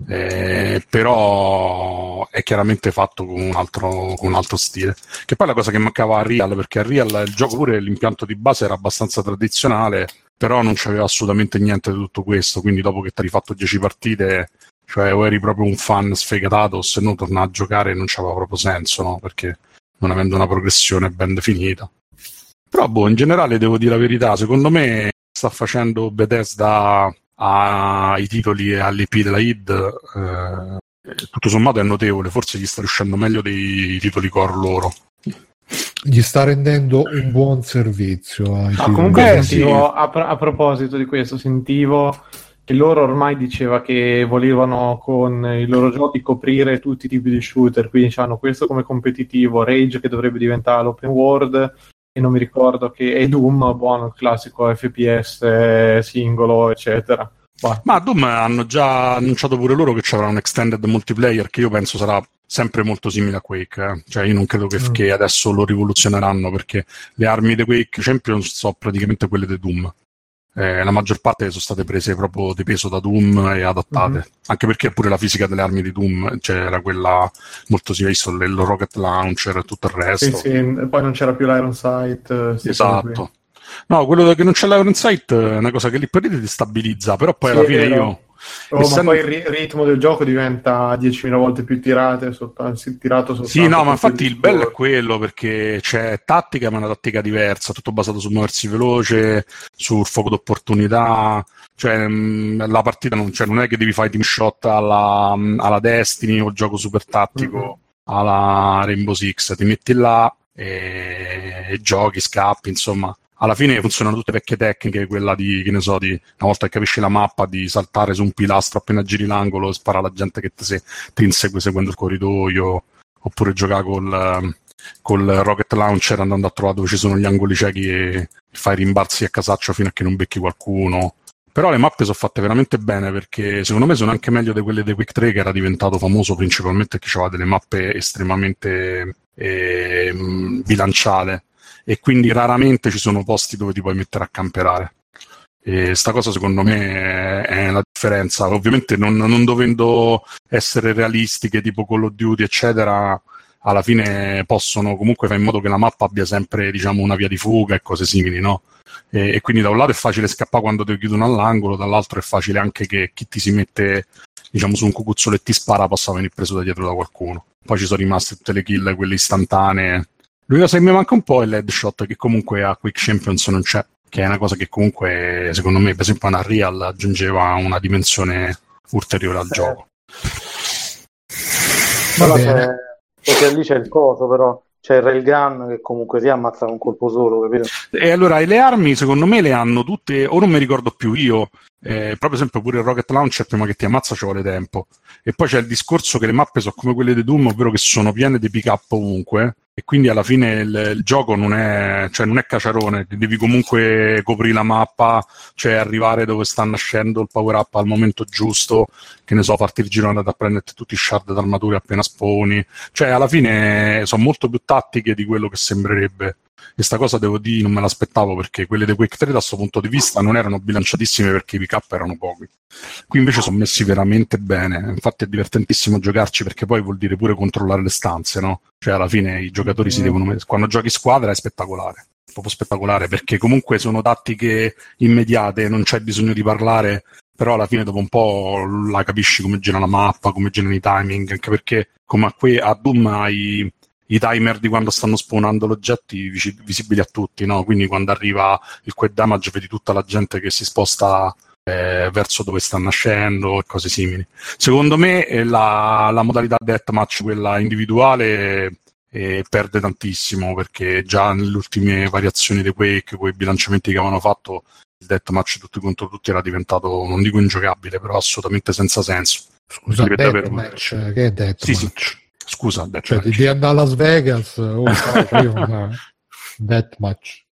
però è chiaramente fatto con un altro stile, che poi è la cosa che mancava a Real, perché a Real il gioco, pure l'impianto di base era abbastanza tradizionale, però non c'aveva assolutamente niente di tutto questo, quindi dopo che ti hai rifatto 10 partite, cioè o eri proprio un fan sfegatato, o se no tornare a giocare non c'aveva proprio senso, no? Perché non avendo una progressione ben definita. Però in generale devo dire la verità, secondo me sta facendo Bethesda ai titoli e all'IP della id, tutto sommato è notevole, forse gli sta riuscendo meglio dei titoli core loro. Gli sta rendendo un buon servizio ai titoli. Comunque sentivo, sì. A proposito di questo, sentivo che loro ormai diceva che volevano con i loro giochi coprire tutti i tipi di shooter, quindi hanno questo come competitivo, Rage che dovrebbe diventare l'open world, e non mi ricordo che è Doom, buono, il classico FPS singolo, eccetera. Ma Doom hanno già annunciato pure loro che c'avrà un extended multiplayer che io penso sarà sempre molto simile a Quake. Cioè io non credo che adesso lo rivoluzioneranno, perché le armi di Quake Champions sono praticamente quelle di Doom. La maggior parte sono state prese proprio di peso da Doom e adattate, anche perché pure la fisica delle armi di Doom, cioè era quella molto, si è visto il rocket launcher e tutto il resto. Sì, poi non c'era più l'Iron Sight. Esatto. No, quello che non c'è l'Iron Sight è una cosa che lì per lì ti stabilizza, però poi alla fine io... ma poi il ritmo del gioco diventa 10.000 volte più tirato soltanto. Sì, no, ma infatti il bello è quello, perché c'è tattica, ma è una tattica diversa, tutto basato sul muoversi veloce, sul fuoco d'opportunità, cioè la partita non è che devi fare team shot alla Destiny o il gioco super tattico alla Rainbow Six, ti metti là e giochi, scappi, insomma. Alla fine funzionano tutte vecchie tecniche, quella di, che ne so, di una volta che capisci la mappa, di saltare su un pilastro appena giri l'angolo e spara alla gente che ti insegue seguendo il corridoio, oppure giocare col rocket launcher andando a trovare dove ci sono gli angoli ciechi e fai rimbalzi a casaccio fino a che non becchi qualcuno. Però le mappe sono fatte veramente bene, perché secondo me sono anche meglio di quelle di Quake 3, che era diventato famoso principalmente perché aveva delle mappe estremamente bilanciate, e quindi raramente ci sono posti dove ti puoi mettere a camperare. E sta cosa secondo me è la differenza. Ovviamente non dovendo essere realistiche tipo Call of Duty eccetera, alla fine possono comunque fare in modo che la mappa abbia sempre, diciamo, una via di fuga e cose simili, no? E quindi da un lato è facile scappare quando ti chiudono all'angolo, dall'altro è facile anche che chi ti si mette, diciamo, su un cucuzzolo e ti spara possa venire preso da dietro da qualcuno. Poi ci sono rimaste tutte le kill, quelle istantanee. L'unica cosa che mi manca un po' è l'headshot, che comunque a Quake Champions non c'è, che è una cosa che comunque, secondo me, per esempio a Unreal aggiungeva una dimensione ulteriore al gioco. Però perché lì c'è il coso, però c'è il railgun che comunque si ammazza con un colpo solo, capito? E allora le armi secondo me le hanno tutte, o non mi ricordo più io, proprio esempio pure il rocket launcher prima che ti ammazza ci vuole tempo, e poi c'è il discorso che le mappe sono come quelle di Doom, ovvero che sono piene di pick up ovunque, e quindi alla fine il gioco non è caciarone, devi comunque coprire la mappa, cioè arrivare dove sta nascendo il power up al momento giusto, che ne so, farti il giro andare a prenderti tutti i shard d'armatura appena spawni, cioè alla fine sono molto più tattiche di quello che sembrerebbe. E sta cosa devo dire non me l'aspettavo, perché quelle di Quake 3 da questo punto di vista non erano bilanciatissime perché i pick up erano pochi. Qui invece sono messi veramente bene, infatti è divertentissimo giocarci, perché poi vuol dire pure controllare le stanze, no? Cioè alla fine i giocatori si devono quando giochi squadra è spettacolare, proprio spettacolare, perché comunque sono tattiche immediate, non c'è bisogno di parlare, però alla fine dopo un po' la capisci come gira la mappa, come girano i timing, anche perché come a Doom hai i timer di quando stanno spawnando gli oggetti visibili a tutti, no? Quindi quando arriva il quick damage vedi tutta la gente che si sposta verso dove sta nascendo e cose simili. Secondo me la modalità deathmatch, quella individuale, perde tantissimo, perché già nelle ultime variazioni di Quake, con i bilanciamenti che avevano fatto, il deathmatch tutti contro tutti era diventato, non dico ingiocabile, però assolutamente senza senso. Scusa, deathmatch, che è deathmatch? Sì. Scusa, cioè di andare a Las Vegas deathmatch.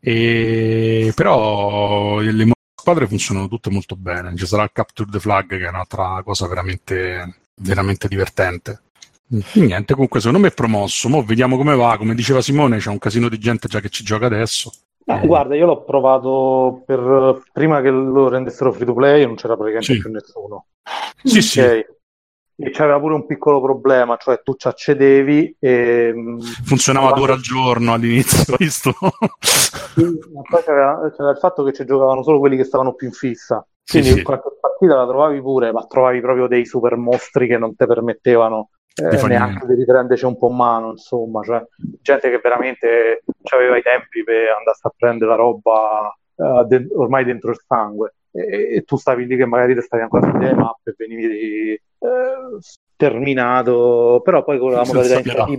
Però le squadre funzionano tutte molto bene. Ci sarà il Capture the Flag, che è un'altra cosa veramente, veramente divertente. Niente, comunque secondo me è promosso. Mo vediamo come va. Come diceva Simone, c'è un casino di gente già che ci gioca adesso. Guarda, io l'ho provato prima che lo rendessero free to play, non c'era praticamente più nessuno. Sì, sì. E c'aveva pure un piccolo problema, cioè tu ci accedevi e funzionava 2 ore al giorno all'inizio, visto? Sì, ma poi c'era il fatto che ci giocavano solo quelli che stavano più in fissa, quindi qualche partita la trovavi pure, ma trovavi proprio dei super mostri che non ti permettevano neanche di riprenderci un po' mano, insomma, cioè gente che veramente aveva i tempi per andare a prendere la roba ormai dentro il sangue, e tu stavi lì che magari ti stavi ancora a vedere le mappe e venivi terminato, però poi con la modalità iniziativa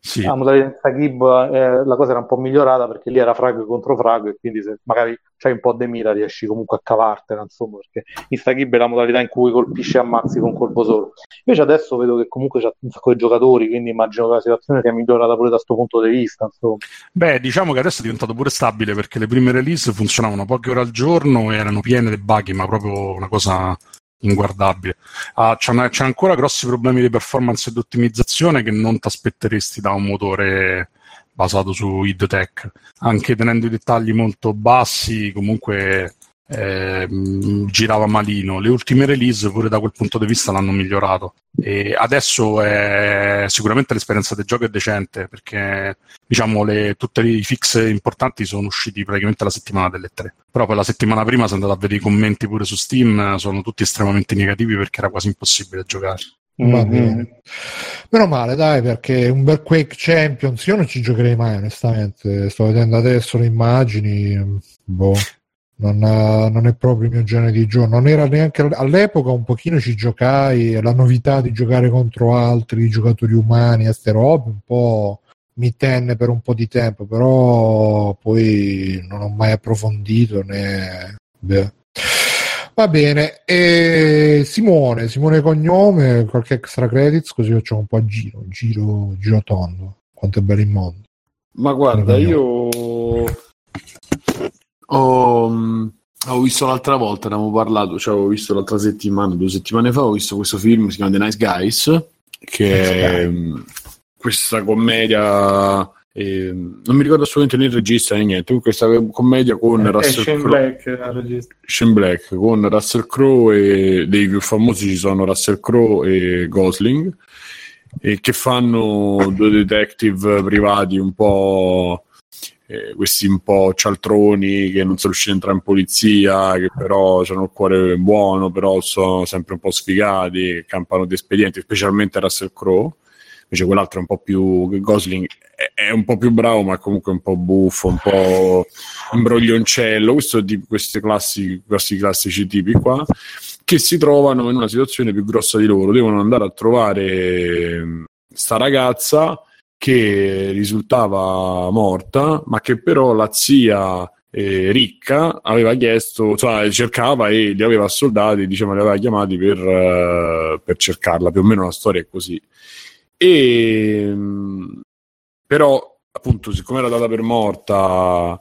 Sì. La modalità in Sagib la cosa era un po' migliorata perché lì era frag contro frag e quindi se magari c'hai un po' di mira riesci comunque a cavartela, insomma, perché in Sagib è la modalità in cui colpisci e ammazzi con colpo solo. Invece adesso vedo che comunque c'è un sacco di giocatori, quindi immagino che la situazione sia migliorata pure da questo punto di vista, insomma. Beh, diciamo che adesso è diventato pure stabile perché le prime release funzionavano poche ore al giorno e erano piene di bug, ma proprio una cosa inguardabile. C'è ancora grossi problemi di performance e di ottimizzazione che non ti aspetteresti da un motore basato su id Tech, anche tenendo i dettagli molto bassi comunque girava malino. Le ultime release pure da quel punto di vista l'hanno migliorato e adesso sicuramente l'esperienza del gioco è decente perché diciamo tutti i fix importanti sono usciti praticamente la settimana delle 3, però poi la settimana prima se andate a vedere i commenti pure su Steam sono tutti estremamente negativi perché era quasi impossibile giocare. Va bene, meno male dai, perché un bel Quake Champions io non ci giocherei mai onestamente, sto vedendo adesso le immagini, non è proprio il mio genere di gioco, non era neanche all'epoca, un pochino ci giocai, la novità di giocare contro altri giocatori umani e ste robe un po' mi tenne per un po' di tempo, però poi non ho mai approfondito né... Va bene, e Simone cognome, qualche extra credits così facciamo un po' a giro tondo, quanto è bello il mondo. Ma guarda, io ho visto l'altra volta, ne avevo parlato, cioè avevo visto l'altra settimana, 2 settimane fa, ho visto questo film, si chiama The Nice Guys, che è questa commedia, non mi ricordo assolutamente né il regista né niente, comunque questa commedia con Russell Crowe, Shane Black, con Russell Crowe e dei più famosi ci sono Russell Crowe e Gosling, e che fanno 2 detective privati un po' questi un po' cialtroni che non sono riusciti a entrare in polizia, che però hanno il cuore buono, però sono sempre un po' sfigati, campano di espedienti, specialmente Russell Crowe. Invece quell'altro è un po' più, Gosling è un po' più bravo, ma comunque un po' buffo, un po' imbroglioncello. Questo è di questi classici tipi qua, che si trovano in una situazione più grossa di loro, devono andare a trovare sta ragazza che risultava morta, ma che però la zia ricca aveva chiesto, cioè cercava e li aveva assoldati, diciamo, li aveva chiamati per cercarla. Più o meno la storia è così. E però appunto, siccome era data per morta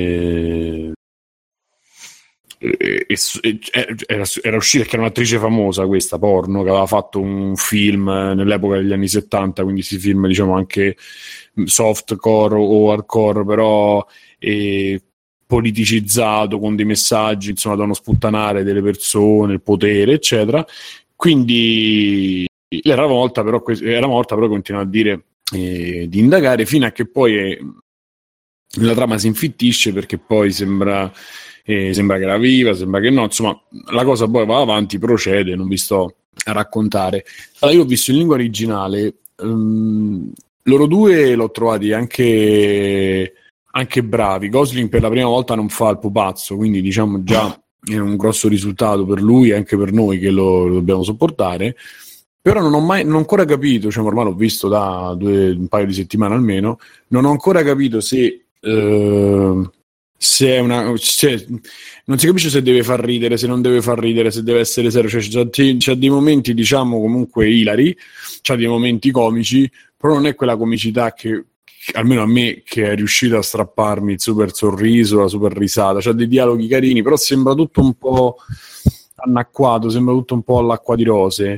era uscita, che era un'attrice famosa, questa porno, che aveva fatto un film nell'epoca degli anni 70, quindi si film diciamo anche softcore o hardcore, però politicizzato, con dei messaggi insomma da uno sputtanare delle persone, il potere eccetera. Quindi era morta, però continua a dire di indagare, fino a che poi la trama si infittisce, perché poi sembra che era viva, sembra che no, insomma la cosa poi va avanti, procede, non vi sto a raccontare. Allora, io ho visto in lingua originale, loro due l'ho trovati anche bravi. Gosling per la prima volta non fa il pupazzo, quindi diciamo già è un grosso risultato per lui e anche per noi che lo dobbiamo sopportare. Però non ho ancora capito, cioè ormai l'ho visto da un paio di settimane almeno, non ho ancora capito se non si capisce se deve far ridere, se non deve far ridere, se deve essere serio, cioè c'è dei momenti diciamo comunque ilari, c'ha dei momenti comici, però non è quella comicità che almeno a me, che è riuscita a strapparmi il super sorriso, la super risata. C'ha dei dialoghi carini, però sembra tutto un po' annacquato, sembra tutto un po' all'acqua di rose.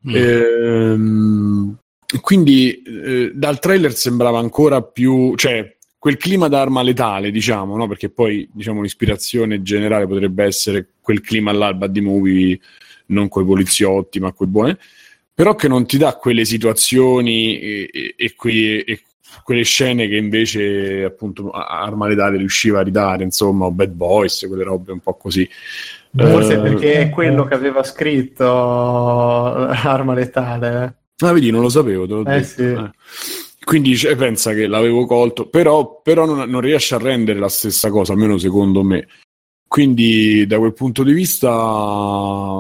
Quindi dal trailer sembrava ancora più, cioè quel clima da Arma Letale, diciamo, no? Perché poi diciamo l'ispirazione generale potrebbe essere quel clima all'Alba di Movie, non coi poliziotti ma coi buoni, però che non ti dà quelle situazioni e quelle scene che invece appunto Arma Letale riusciva a ridare, insomma, o Bad Boys, quelle robe un po' così. Forse perché è quello che aveva scritto Arma Letale. Ah, vedi, non lo sapevo, te l'ho detto. Sì. Quindi pensa che l'avevo colto, però non riesce a rendere la stessa cosa, almeno secondo me. Quindi da quel punto di vista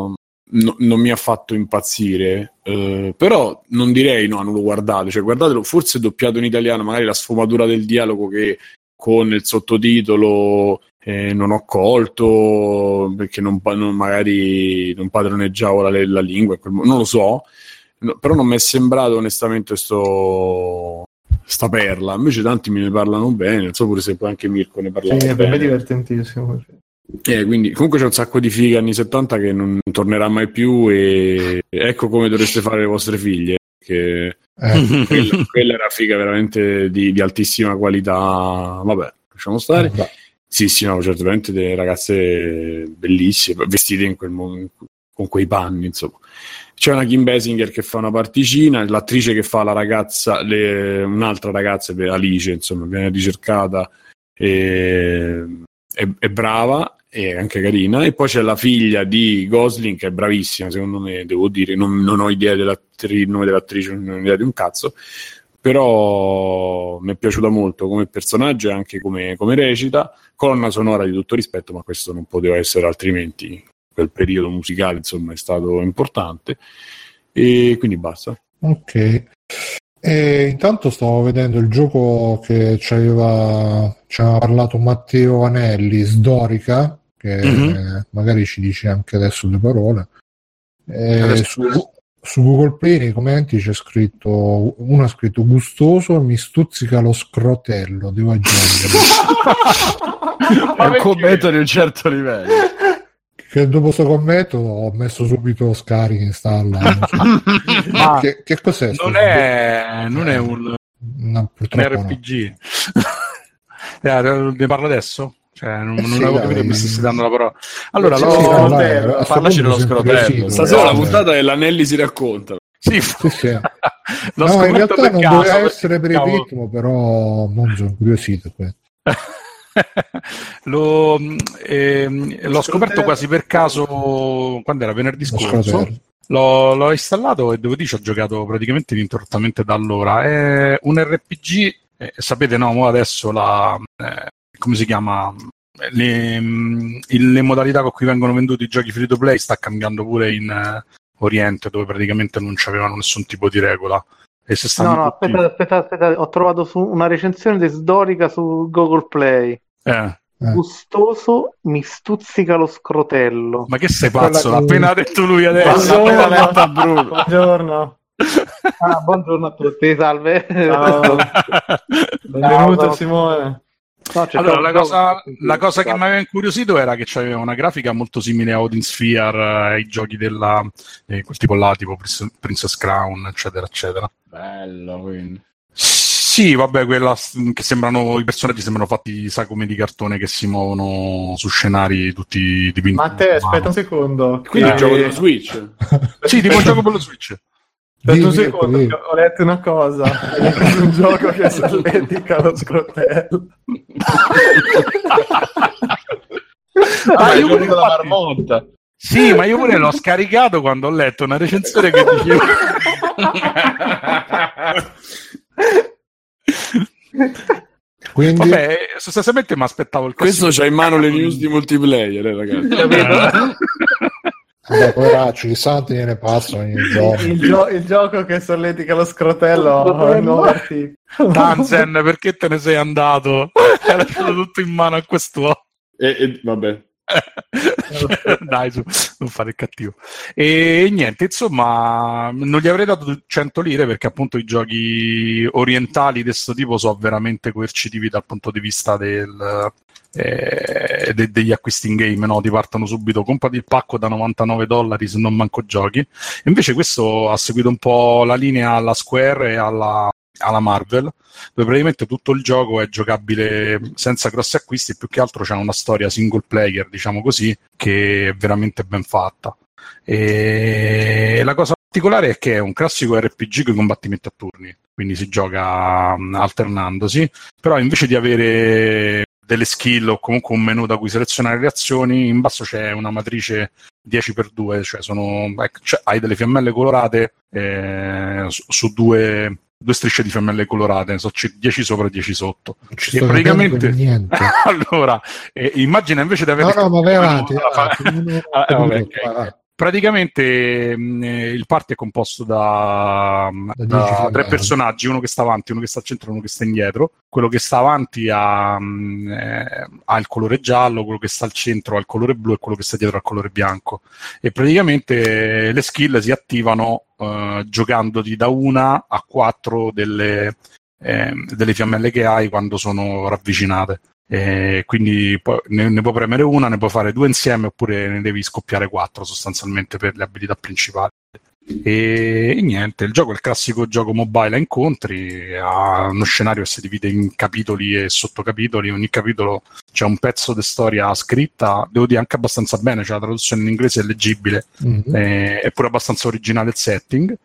non mi ha fatto impazzire, però non direi no, non lo guardate, cioè guardatelo, forse doppiato in italiano, magari la sfumatura del dialogo che con il sottotitolo non ho colto perché magari non padroneggiavo la lingua, non lo so, però non mi è sembrato onestamente sta perla. Invece tanti me ne parlano bene, non so pure se poi anche Mirko ne parlava sì, bene. per me è divertentissimo. Quindi comunque c'è un sacco di fighe anni 70 che non tornerà mai più, e ecco come dovreste fare le vostre figlie, che quella era figa veramente di altissima qualità. Vabbè, lasciamo stare. Sì, no, certamente delle ragazze bellissime, vestite in con quei panni, insomma. C'è una Kim Basinger che fa una particina, l'attrice che fa la ragazza, un'altra ragazza, Alice, insomma, viene ricercata, è brava e anche carina. E poi c'è la figlia di Gosling che è bravissima, secondo me, devo dire, non ho idea il nome dell'attrice, non ho idea di un cazzo, però mi è piaciuta molto come personaggio e anche come recita. Colonna sonora di tutto rispetto, ma questo non poteva essere altrimenti. Quel periodo musicale, insomma, è stato importante, e quindi basta. Ok. E intanto stavo vedendo il gioco che ci aveva parlato Matteo Vanelli, Sdorica, che magari ci dice anche adesso due parole. Su Google Play nei commenti c'è scritto, uno ha scritto gustoso, mi stuzzica lo scrotello, devo aggiungere. È un commento di un certo livello. Che dopo questo commento ho messo subito scarica, installa. Che cos'è? Non è un RPG. Ne parlo adesso? Cioè, non avevo capito che mi stessi dando la parola. Allora, parlaci dello scrotello. Stasera la puntata è l'Anelli si racconta. Sì. No, in realtà non doveva essere per il ritmo, però non sono incuriosito. L'ho scoperto quasi per caso quando era venerdì scorso. L'ho installato e devo dire ci ho giocato praticamente ininterrottamente da allora. È un RPG, sapete, no? Adesso come si chiama? Le modalità con cui vengono venduti i giochi free to play sta cambiando pure in Oriente, dove praticamente non c'avevano nessun tipo di regola. E se aspetta, ho trovato una recensione di Sdorica su Google Play. Gustoso, mi stuzzica lo scrotello. Ma che sei pazzo? L'ha appena detto lui adesso. Buongiorno. Buongiorno a tutti, salve. Ciao. Benvenuto Simone. No, allora, la cosa che mi aveva incuriosito era che c'aveva una grafica molto simile a Odin Sphere, ai giochi quel tipo là, tipo Princess Crown, eccetera, eccetera. Bello, quindi. Sì, vabbè, quella che i personaggi sembrano fatti, sa, come di cartone, che si muovono su scenari tutti dipinti. Ma te, aspetta un secondo. Quindi il gioco dello Switch? Sì, tipo un gioco per lo Switch. Aspetta un secondo, ho letto una cosa. È un gioco che solletica lo scrotello. Io pure la marmotta. Sì, ma io pure l'ho scaricato quando ho letto una recensione che diceva... Quindi... Vabbè, sostanzialmente mi aspettavo il questo c'ha in mano le news di multiplayer, ragazzi. Vabbè, poveracci, i santi ne passano ogni giorno. Il gioco che solletica lo scrotello. Tanzen, perché te ne sei andato? Hai lasciato tutto in mano a quest'uomo. Vabbè. Dai, non fare il cattivo. E niente, insomma, non gli avrei dato 100 lire perché appunto i giochi orientali di questo tipo sono veramente coercitivi dal punto di vista degli acquisti in game, no? Ti partono subito, comprati il pacco da $99 se non manco giochi. Invece questo ha seguito un po' la linea alla Square e alla Marvel, dove praticamente tutto il gioco è giocabile senza grossi acquisti, più che altro c'è una storia single player, diciamo così, che è veramente ben fatta. E la cosa particolare è che è un classico RPG con i combattimenti a turni, quindi si gioca alternandosi, però invece di avere delle skill o comunque un menu da cui selezionare le azioni, in basso c'è una matrice 10x2, cioè hai delle fiammelle colorate su due strisce di fiammelle colorate, 10 sopra e 10 sotto. E praticamente niente. Allora, immagina invece di avere no, ma vai avanti. Praticamente il party è composto da 3 personaggi, uno che sta avanti, uno che sta al centro e uno che sta indietro. Quello che sta avanti ha il colore giallo, quello che sta al centro ha il colore blu e quello che sta dietro ha il colore bianco. E praticamente le skill si attivano giocandoti da 1 a 4 delle fiammelle che hai quando sono ravvicinate. Quindi ne puoi premere una, ne puoi fare 2 insieme oppure ne devi scoppiare 4 sostanzialmente per le abilità principali. E niente, il gioco è il classico gioco mobile a incontri, ha uno scenario che si divide in capitoli e sottocapitoli. Ogni capitolo c'è un pezzo di storia scritta, devo dire anche abbastanza bene, c'è la traduzione in inglese è leggibile, è pure abbastanza originale il setting.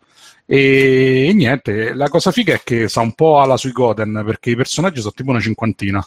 E niente, la cosa figa è che sa un po' alla Suikoden, perché i personaggi sono tipo una cinquantina.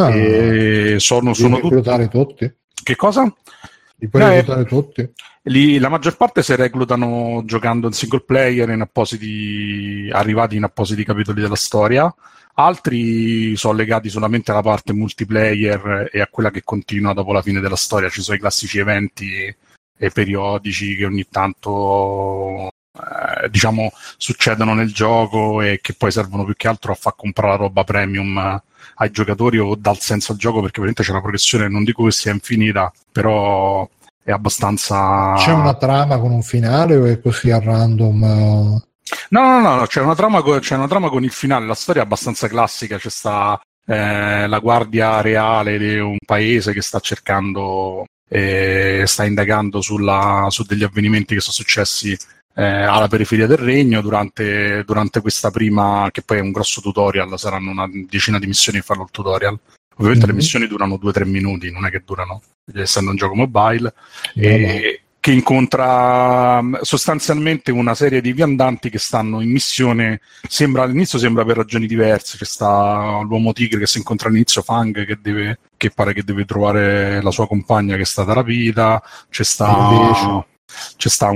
E sono tutti? Che cosa? Li puoi reclutare tutti? La maggior parte si reclutano giocando in single player arrivati in appositi capitoli della storia. Altri sono legati solamente alla parte multiplayer e a quella che continua dopo la fine della storia. Ci sono i classici eventi e periodici che ogni tanto succedono nel gioco e che poi servono più che altro a far comprare la roba premium ai giocatori o dal senso al gioco, perché veramente c'è una progressione, non dico che sia infinita, però è abbastanza... C'è una trama con un finale o è così a random? No, c'è una trama con il finale. La storia è abbastanza classica, c'è sta la guardia reale di un paese che sta cercando sta indagando su degli avvenimenti che sono successi alla periferia del regno durante questa prima, che poi è un grosso tutorial, saranno una decina di missioni che fanno il tutorial. Ovviamente le missioni durano 2-3 minuti, non è che durano, essendo un gioco mobile, che incontra sostanzialmente una serie di viandanti che stanno in missione. All'inizio sembra per ragioni diverse. C'è sta l'uomo tigre che si incontra all'inizio, Fang, che pare che deve trovare la sua compagna che è stata rapita. C'è sta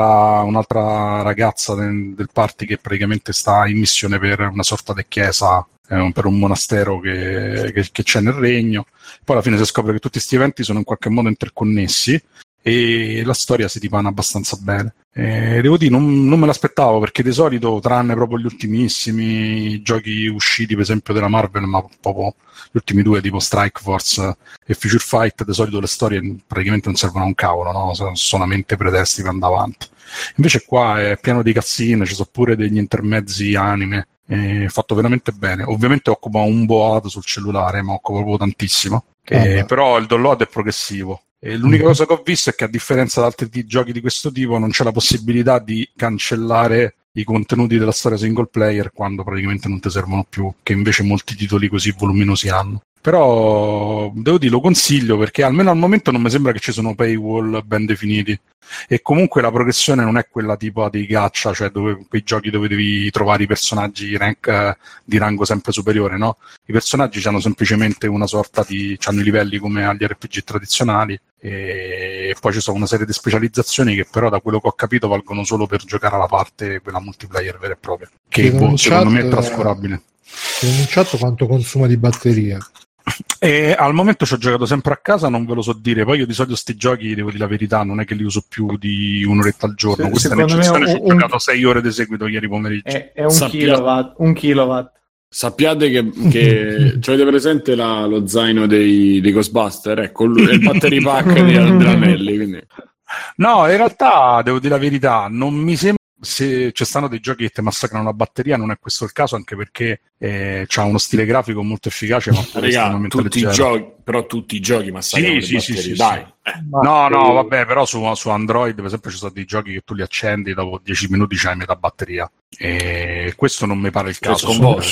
un'altra ragazza del party che praticamente sta in missione per una sorta di chiesa, per un monastero che c'è nel regno. Poi alla fine si scopre che tutti questi eventi sono in qualche modo interconnessi e la storia si dipana abbastanza bene. Devo dire, non me l'aspettavo, perché di solito, tranne proprio gli ultimissimi giochi usciti, per esempio della Marvel, ma proprio gli ultimi 2 tipo Strike Force e Future Fight, di solito le storie praticamente non servono a un cavolo, no? Sono solamente pretesti per andare avanti. Invece qua è pieno di cutscene, ci sono pure degli intermezzi anime, fatto veramente bene. Ovviamente occupa un boad sul cellulare, ma occupa proprio tantissimo. Però il download è progressivo. E l'unica cosa che ho visto è che, a differenza da altri giochi di questo tipo, non c'è la possibilità di cancellare i contenuti della storia single player quando praticamente non ti servono più, che invece molti titoli così voluminosi hanno. Però devo dire, lo consiglio, perché almeno al momento non mi sembra che ci sono paywall ben definiti, e comunque la progressione non è quella tipo dei gacha, cioè quei giochi dove devi trovare i personaggi di rango sempre superiore, no? I personaggi hanno semplicemente una sorta hanno i livelli come agli RPG tradizionali, e poi ci sono una serie di specializzazioni che però, da quello che ho capito, valgono solo per giocare alla parte quella multiplayer vera e propria, che secondo me è trascurabile. In chat quanto consuma di batteria? Al momento ci ho giocato sempre a casa, non ve lo so dire. Poi io di solito sti giochi, devo dire la verità, non è che li uso più di un'oretta al giorno. Questa è un'eccezione, ci ho giocato 6 ore di seguito ieri pomeriggio. È un kilowatt. Sappiate che avete presente lo zaino dei Ghostbuster? Ecco, il battery pack dell'anelli. Quindi. No, in realtà, devo dire la verità, non mi sembra. Se ci stanno dei giochi che ti massacrano la batteria, non è questo il caso, anche perché c'ha uno stile grafico molto efficace, ma estremamente leggero. Però tutti i giochi massacrano le batterie, dai. No, vabbè, però su Android, per esempio, ci sono dei giochi che tu li accendi, dopo 10 minuti c'hai metà batteria, e questo non mi pare il caso.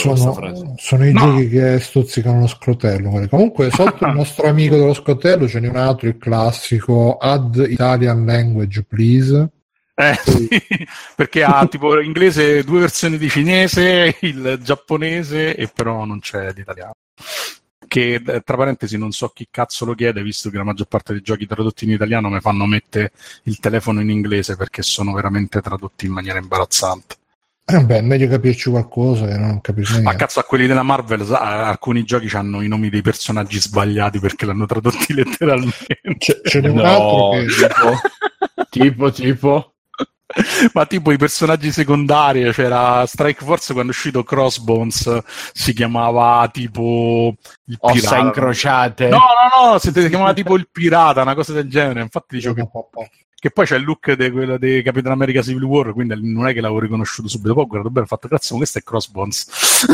Sono i giochi che stuzzicano lo scrotello. Comunque, sotto il nostro amico dello scrotello ce n'è un altro, il classico Add Italian Language Please. Sì, perché ha tipo inglese 2 versioni di cinese, il giapponese, e però non c'è l'italiano. Che, tra parentesi, non so chi cazzo lo chiede, visto che la maggior parte dei giochi tradotti in italiano mi fanno mettere il telefono in inglese, perché sono veramente tradotti in maniera imbarazzante. Beh, è meglio capirci qualcosa che non capirci niente. Ma cazzo, a quelli della Marvel, alcuni giochi hanno i nomi dei personaggi sbagliati perché l'hanno tradotti letteralmente. Ce n'è un altro che Tipo. Ma tipo i personaggi secondari, c'era Strike Force quando è uscito Crossbones, si chiamava tipo il Ossa pirata. incrociate. No, si chiamava tipo il pirata, una cosa del genere. Infatti dicevo che poi c'è il look di quello di Capitan America Civil War, quindi non è che l'avevo riconosciuto subito. Poi ho guardato bene, ho fatto cazzo, ma questo è Crossbones.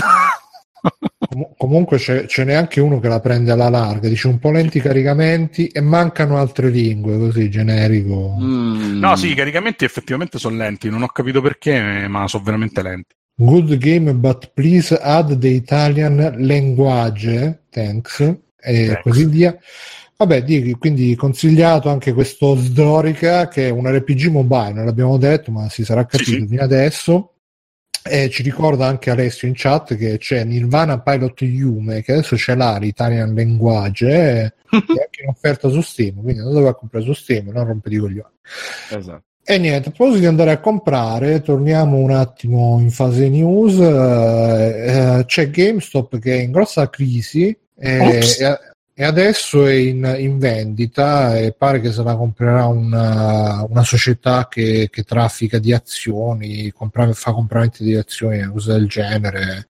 Comunque ce n'è anche uno che la prende alla larga, dice un po' lenti i caricamenti e mancano altre lingue, così generico. No, sì, i caricamenti effettivamente sono lenti, non ho capito perché, ma sono veramente lenti. Good game, but please add the Italian language, thanks, e così via. Vabbè, quindi consigliato anche questo Sdorica, che è un RPG mobile, non l'abbiamo detto, ma si sarà capito fino adesso. E ci ricorda anche Alessio in chat che c'è Nirvana Pilot Yume, che adesso c'è l'Italian Language, è anche in offerta su Steam, quindi non doveva comprare su Steam, non rompete i coglioni. Esatto. E niente, a proposito di andare a comprare, torniamo un attimo in fase news. C'è GameStop che è in grossa crisi e adesso è in vendita e pare che se la comprerà una società che traffica di azioni, fa compravendita di azioni, cose del genere.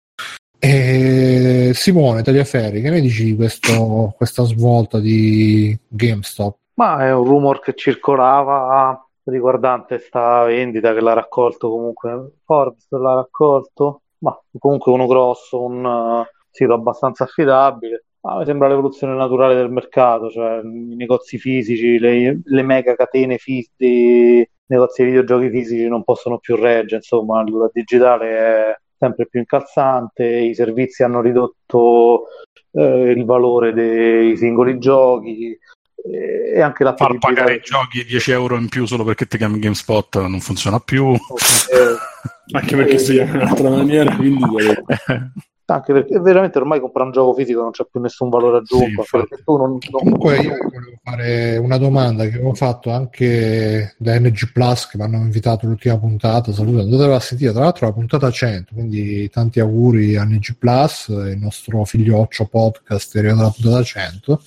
E Simone Tagliaferri, che ne dici di questa svolta di GameStop? Ma è un rumor che circolava riguardante sta vendita, che l'ha raccolto comunque Forbes, l'ha raccolto, ma comunque uno grosso, un sito abbastanza affidabile. Mi sembra l'evoluzione naturale del mercato, cioè i negozi fisici, le mega catene di negozi di videogiochi fisici non possono più reggere, insomma, il digitale è sempre più incalzante, i servizi hanno ridotto il valore dei singoli giochi e anche la far pagare i giochi 10 euro in più solo perché ti chiami GameSpot non funziona più. Anche perché si chiama in un'altra maniera, quindi anche perché veramente ormai comprare un gioco fisico non c'è più nessun valore aggiunto. Comunque io volevo fare una domanda che avevo fatto anche da NG Plus, che mi hanno invitato all'ultima puntata, saluto, andate a sentire, tra l'altro la puntata 100, quindi tanti auguri a NG Plus, il nostro figlioccio podcast è arrivato alla puntata 100.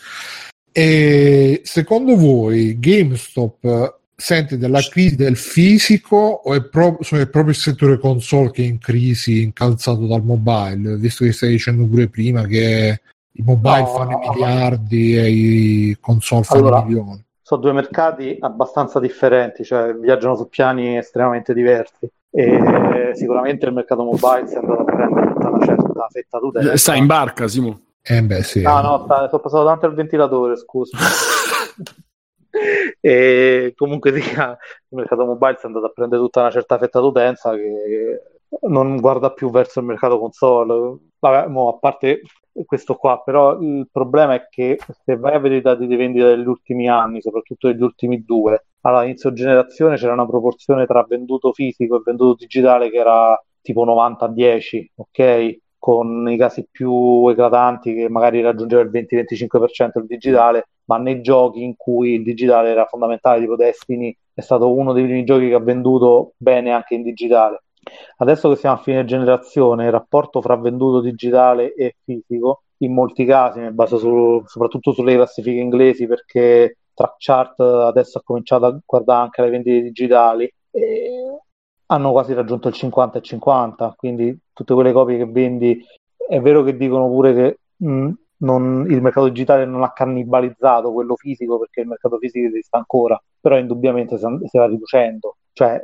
E secondo voi GameStop sente della crisi del fisico o è proprio il settore console che è in crisi, incalzato dal mobile, visto che stai dicendo pure prima che i mobile fanno i miliardi e i console fanno i milioni? Sono due mercati abbastanza differenti, cioè viaggiano su piani estremamente diversi e sicuramente il mercato mobile si è andato a prendere tutta una certa fetta d'utenza. Sta in barca, Simo? Sì. No, sono passato davanti al ventilatore, scusa. E comunque il mercato mobile si è andato a prendere tutta una certa fetta d'utenza che non guarda più verso il mercato console. Vabbè, a parte questo qua, però il problema è che se vai a vedere i dati di vendita degli ultimi anni, soprattutto degli ultimi 2, all'inizio generazione c'era una proporzione tra venduto fisico e venduto digitale che era tipo 90-10, ok? Con i casi più eclatanti che magari raggiungeva il 20-25% il digitale, ma nei giochi in cui il digitale era fondamentale, tipo Destiny è stato uno dei primi giochi che ha venduto bene anche in digitale. Adesso che siamo a fine generazione, il rapporto fra venduto digitale e fisico, in molti casi, mi baso soprattutto sulle classifiche inglesi, perché Trackchart adesso ha cominciato a guardare anche le vendite digitali, e hanno quasi raggiunto il 50-50, quindi tutte quelle copie che vendi, è vero che dicono pure che il mercato digitale non ha cannibalizzato quello fisico, perché il mercato fisico esiste ancora, però indubbiamente si va riducendo, cioè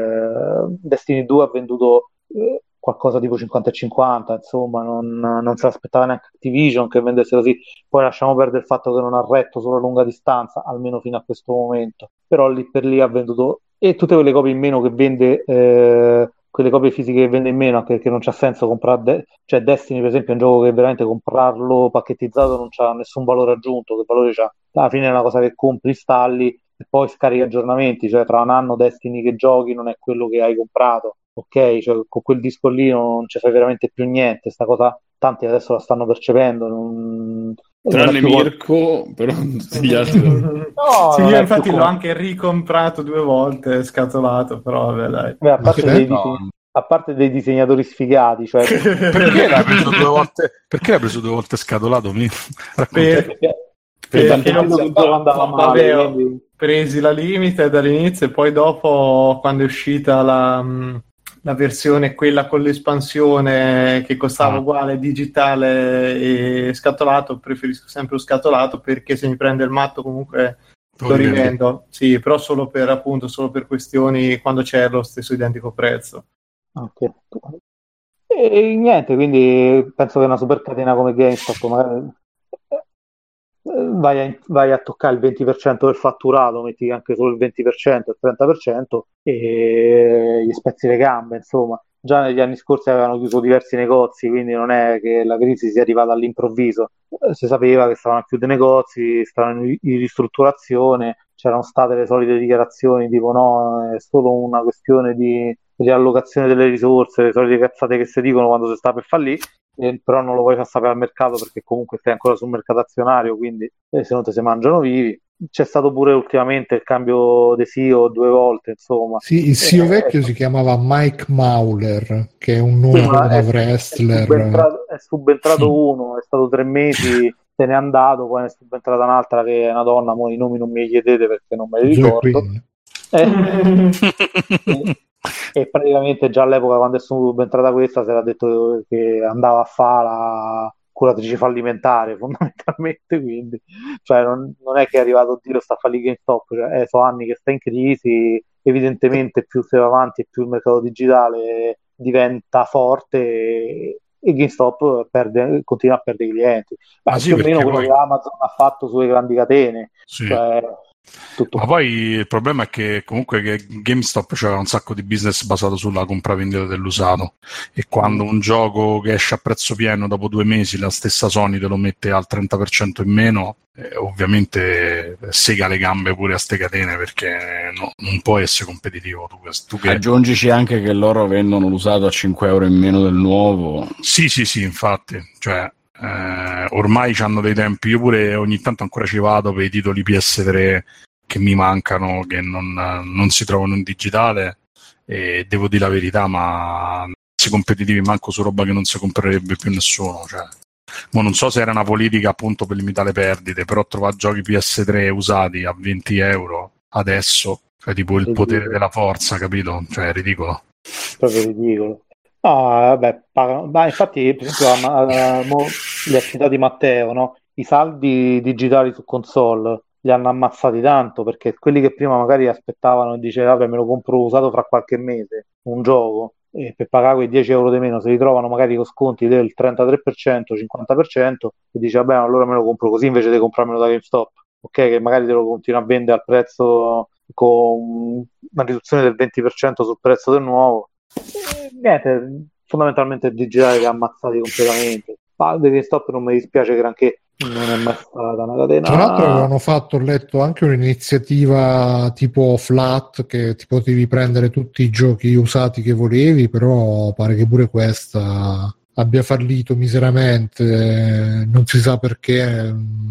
Destiny 2 ha venduto qualcosa tipo 50-50, insomma non se l'aspettava neanche Activision che vendesse così. Poi lasciamo perdere il fatto che non ha retto sulla lunga distanza, almeno fino a questo momento, però lì per lì ha venduto, e tutte quelle copie in meno che vende, quelle copie fisiche che vende in meno, anche perché non c'ha senso comprare, cioè Destiny per esempio è un gioco che veramente comprarlo pacchettizzato non c'ha nessun valore aggiunto, che valore c'ha? Alla fine è una cosa che compri, installi e poi scarichi aggiornamenti, cioè tra un anno Destiny che giochi non è quello che hai comprato, ok? Cioè con quel disco lì non ci fai veramente più niente, sta cosa tanti adesso la stanno percependo, tranne Mirko, però tutti gli altri no, sì, io infatti l'ho anche ricomprato 2 volte, scatolato, però vabbè, dai. Beh, a parte dei disegnatori sfigati, cioè perché l'hai preso 2 volte? Perché l'hai preso 2 volte scatolato? Perché non andava male, presi la Limited dall'inizio e poi dopo, quando è uscita la versione quella con l'espansione che costava uguale, digitale e scatolato, preferisco sempre lo scatolato, perché se mi prende il matto comunque lo rivendo. Sì, però solo per questioni quando c'è lo stesso identico prezzo. Ok. E niente, quindi penso che una super catena come GameStop magari vai a toccare il 20% del fatturato, metti anche solo il 20%, il 30% e gli spezzi le gambe, insomma. Già negli anni scorsi avevano chiuso diversi negozi, quindi non è che la crisi sia arrivata all'improvviso. Si sapeva che stavano a chiudere negozi, stavano in ristrutturazione, c'erano state le solite dichiarazioni tipo no, è solo una questione di riallocazione delle risorse, le solite cazzate che si dicono quando si sta per fallire. Però non lo vuoi far sapere al mercato perché comunque stai ancora sul mercato azionario, quindi se no te si mangiano vivi. C'è stato pure ultimamente il cambio di CEO 2 volte, insomma. Sì, il CEO vecchio si chiamava Mike Mauler, che è un nome da wrestler. È subentrato uno, è stato 3 mesi, se n'è andato, poi ne è subentrata un'altra che è una donna, mo i nomi non mi chiedete perché non me li ricordo. E praticamente già all'epoca, quando è subentrata questa, si era detto che andava a fare la curatrice fallimentare fondamentalmente, quindi cioè non è che è arrivato Dio sta a fare GameStop, cioè, sono anni che sta in crisi, evidentemente più si va avanti e più il mercato digitale diventa forte e GameStop continua a perdere clienti. Più o meno quello che Amazon ha fatto sulle grandi catene. Sì. Cioè, ma poi il problema è che comunque che GameStop c'era un sacco di business basato sulla compravendita dell'usato, e quando un gioco che esce a prezzo pieno dopo 2 mesi la stessa Sony te lo mette al 30% in meno, ovviamente sega le gambe pure a ste catene, perché non puoi essere competitivo tu che... Aggiungici anche che loro vendono l'usato a 5 euro in meno del nuovo. Sì, infatti, cioè ormai c'hanno dei tempi. Io pure ogni tanto ancora ci vado per i titoli PS3 che mi mancano, che non si trovano in digitale, e devo dire la verità, ma si competitivi manco su roba che non si comprerebbe più nessuno, cioè. Ma non so se era una politica appunto per limitare le perdite, però trovare giochi PS3 usati a 20 euro adesso, cioè tipo il potere della forza, capito? Cioè è ridicolo. Proprio ridicolo. Vabbè, ma infatti, per esempio, li ha citati Matteo, no? I saldi digitali su console li hanno ammazzati tanto, perché quelli che prima magari aspettavano e dicevano vabbè me lo compro usato fra qualche mese, un gioco, e per pagare quei 10 euro di meno, se li trovano magari con sconti del 33%, 50%, e dice vabbè allora me lo compro così invece di comprarmelo da GameStop, ok, che magari te lo continua a vendere al prezzo con una riduzione del 20% sul prezzo del nuovo. Niente, fondamentalmente il digitale li ha ammazzati completamente. Ma di GameStop non mi dispiace granché, non è mai stata una catena. Tra l'altro avevano fatto, ho letto, anche un'iniziativa tipo Flat, che ti potevi prendere tutti i giochi usati che volevi, però pare che pure questa abbia fallito miseramente, non si sa perché,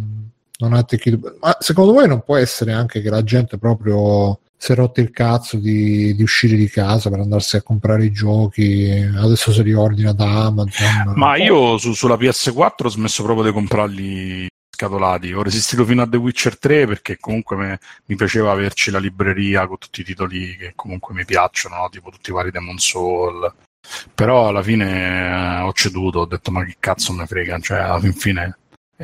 non ha attecchito. Ma secondo voi non può essere anche che la gente proprio si è rotto il cazzo di uscire di casa per andarsi a comprare i giochi, adesso si riordina da Amazon? Ma io sulla PS4 ho smesso proprio di comprarli scatolati, ho resistito fino a The Witcher 3 perché comunque mi piaceva averci la libreria con tutti i titoli che comunque mi piacciono, no? Tipo tutti i vari Demon Soul, però alla fine ho ceduto, ho detto ma che cazzo me frega, cioè alla fine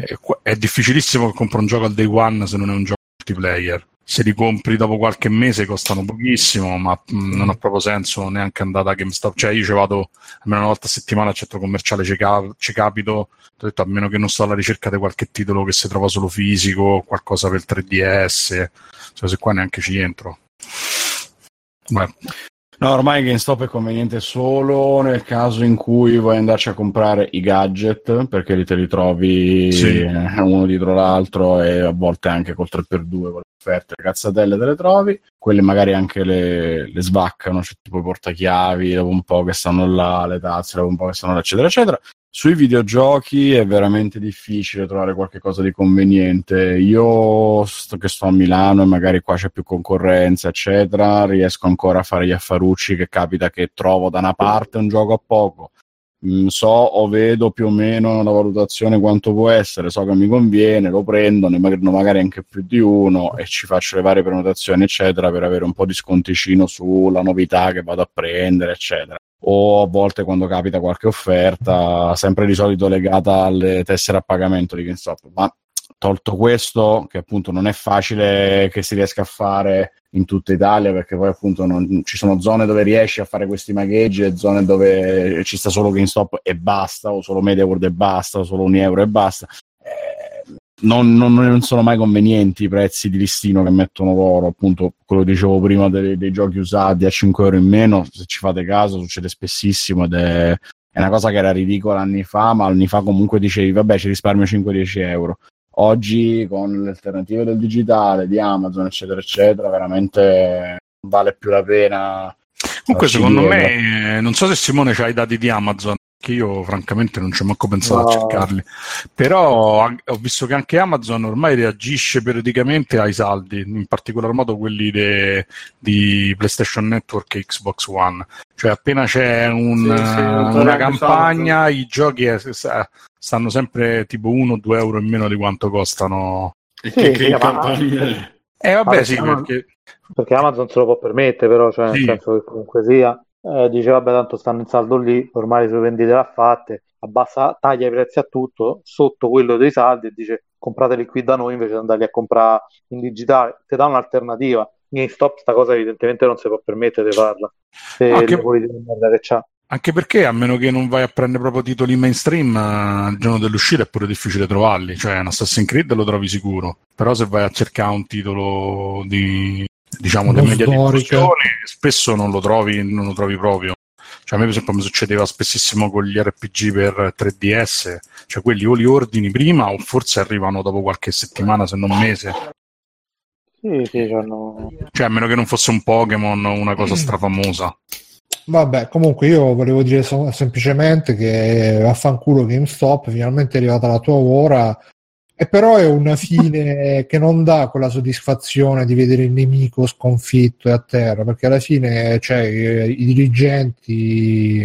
è difficilissimo che compro un gioco al day one se non è un gioco multiplayer. Se li compri dopo qualche mese costano pochissimo, ma non ha proprio senso neanche andare a GameStop. Cioè io ci vado almeno una volta a settimana al centro commerciale, ci capito, ho detto a meno che non sto alla ricerca di qualche titolo che si trova solo fisico, qualcosa per 3DS, cioè se qua neanche ci entro. Beh. No, ormai GameStop è conveniente solo nel caso in cui vuoi andarci a comprare i gadget, perché te li trovi uno dietro l'altro, e a volte anche col 3x2 con le offerte, le cazzatelle te le trovi, quelle magari anche le svaccano, cioè tipo i portachiavi, dopo un po' che stanno là, le tazze, dopo un po' che stanno là, eccetera, eccetera. Sui videogiochi è veramente difficile trovare qualche cosa di conveniente. Io che sto a Milano e magari qua c'è più concorrenza, eccetera, riesco ancora a fare gli affarucci che capita che trovo da una parte un gioco a poco, so o vedo più o meno la valutazione quanto può essere, so che mi conviene, lo prendo, ne prendo magari anche più di uno e ci faccio le varie prenotazioni eccetera per avere un po' di sconticino sulla novità che vado a prendere eccetera. O a volte quando capita qualche offerta, sempre di solito legata alle tessere a pagamento di GameStop. Ma tolto questo, che appunto non è facile che si riesca a fare in tutta Italia, perché poi appunto non, ci sono zone dove riesci a fare questi magheggi e zone dove ci sta solo GameStop e basta, o solo MediaWorld e basta, o solo €1 e basta. Non sono mai convenienti i prezzi di listino che mettono loro, appunto quello che dicevo prima dei giochi usati a €5 in meno, se ci fate caso succede spessissimo ed è una cosa che era ridicola anni fa, ma anni fa comunque dicevi vabbè ci risparmio 5-10 euro. Oggi con le alternative del digitale, di Amazon eccetera eccetera, veramente vale più la pena. Comunque secondo me, non so se Simone c'ha i dati di Amazon, che io francamente non ci ho manco pensato a cercarli, però ho visto che anche Amazon ormai reagisce periodicamente ai saldi, in particolar modo quelli di PlayStation Network e Xbox One, cioè appena c'è una campagna i giochi stanno sempre tipo 1-2 euro in meno di quanto costano. Che campagna è? Vabbè sì, perché Amazon se lo può permettere, però cioè, nel senso che comunque sia dice vabbè tanto stanno in saldo lì, ormai le sue vendite l'ha fatte, abbassa, taglia i prezzi a tutto sotto quello dei saldi e dice comprateli qui da noi invece di andarli a comprare in digitale, ti dà un'alternativa. GameStop sta cosa evidentemente non si può permettere di farla, se le politiche di merda che c'ha. Anche perché a meno che non vai a prendere proprio titoli mainstream, il giorno dell'uscita è pure difficile trovarli, cioè un Assassin's Creed lo trovi sicuro, però se vai a cercare un titolo di media diffusione spesso non lo trovi proprio. Cioè a me per esempio mi succedeva spessissimo con gli RPG per 3DS, cioè quelli o li ordini prima o forse arrivano dopo qualche settimana se non mese. Sì, cioè a meno che non fosse un Pokémon o una cosa strafamosa. Vabbè, comunque io volevo dire semplicemente che vaffanculo GameStop, finalmente è arrivata la tua ora. E però è una fine che non dà quella soddisfazione di vedere il nemico sconfitto e a terra, perché alla fine i dirigenti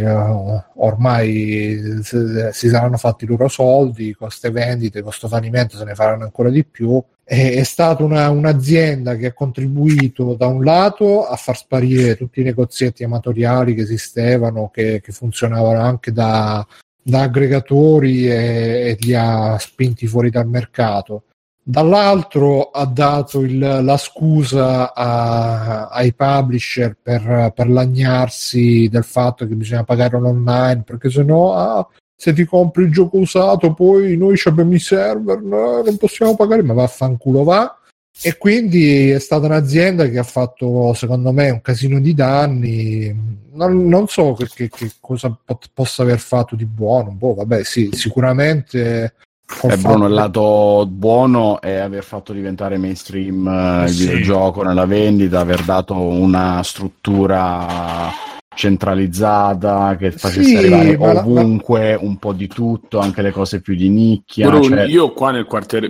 ormai si saranno fatti i loro soldi, con queste vendite, con questo fallimento se ne faranno ancora di più. È stata un'azienda che ha contribuito da un lato a far sparire tutti i negozietti amatoriali che esistevano, che funzionavano anche da aggregatori e li ha spinti fuori dal mercato. Dall'altro ha dato la scusa ai publisher per lagnarsi del fatto che bisogna pagare online, perché sennò se ti compri il gioco usato poi noi abbiamo i server, no, non possiamo pagare, ma vaffanculo va. E quindi è stata un'azienda che ha fatto secondo me un casino di danni, non so che cosa possa aver fatto di buono. Vabbè sì, sicuramente Bruno, il lato buono è aver fatto diventare mainstream il videogioco nella vendita, aver dato una struttura centralizzata che facesse arrivare ovunque un po' di tutto, anche le cose più di nicchia. Bruno, io qua nel quartiere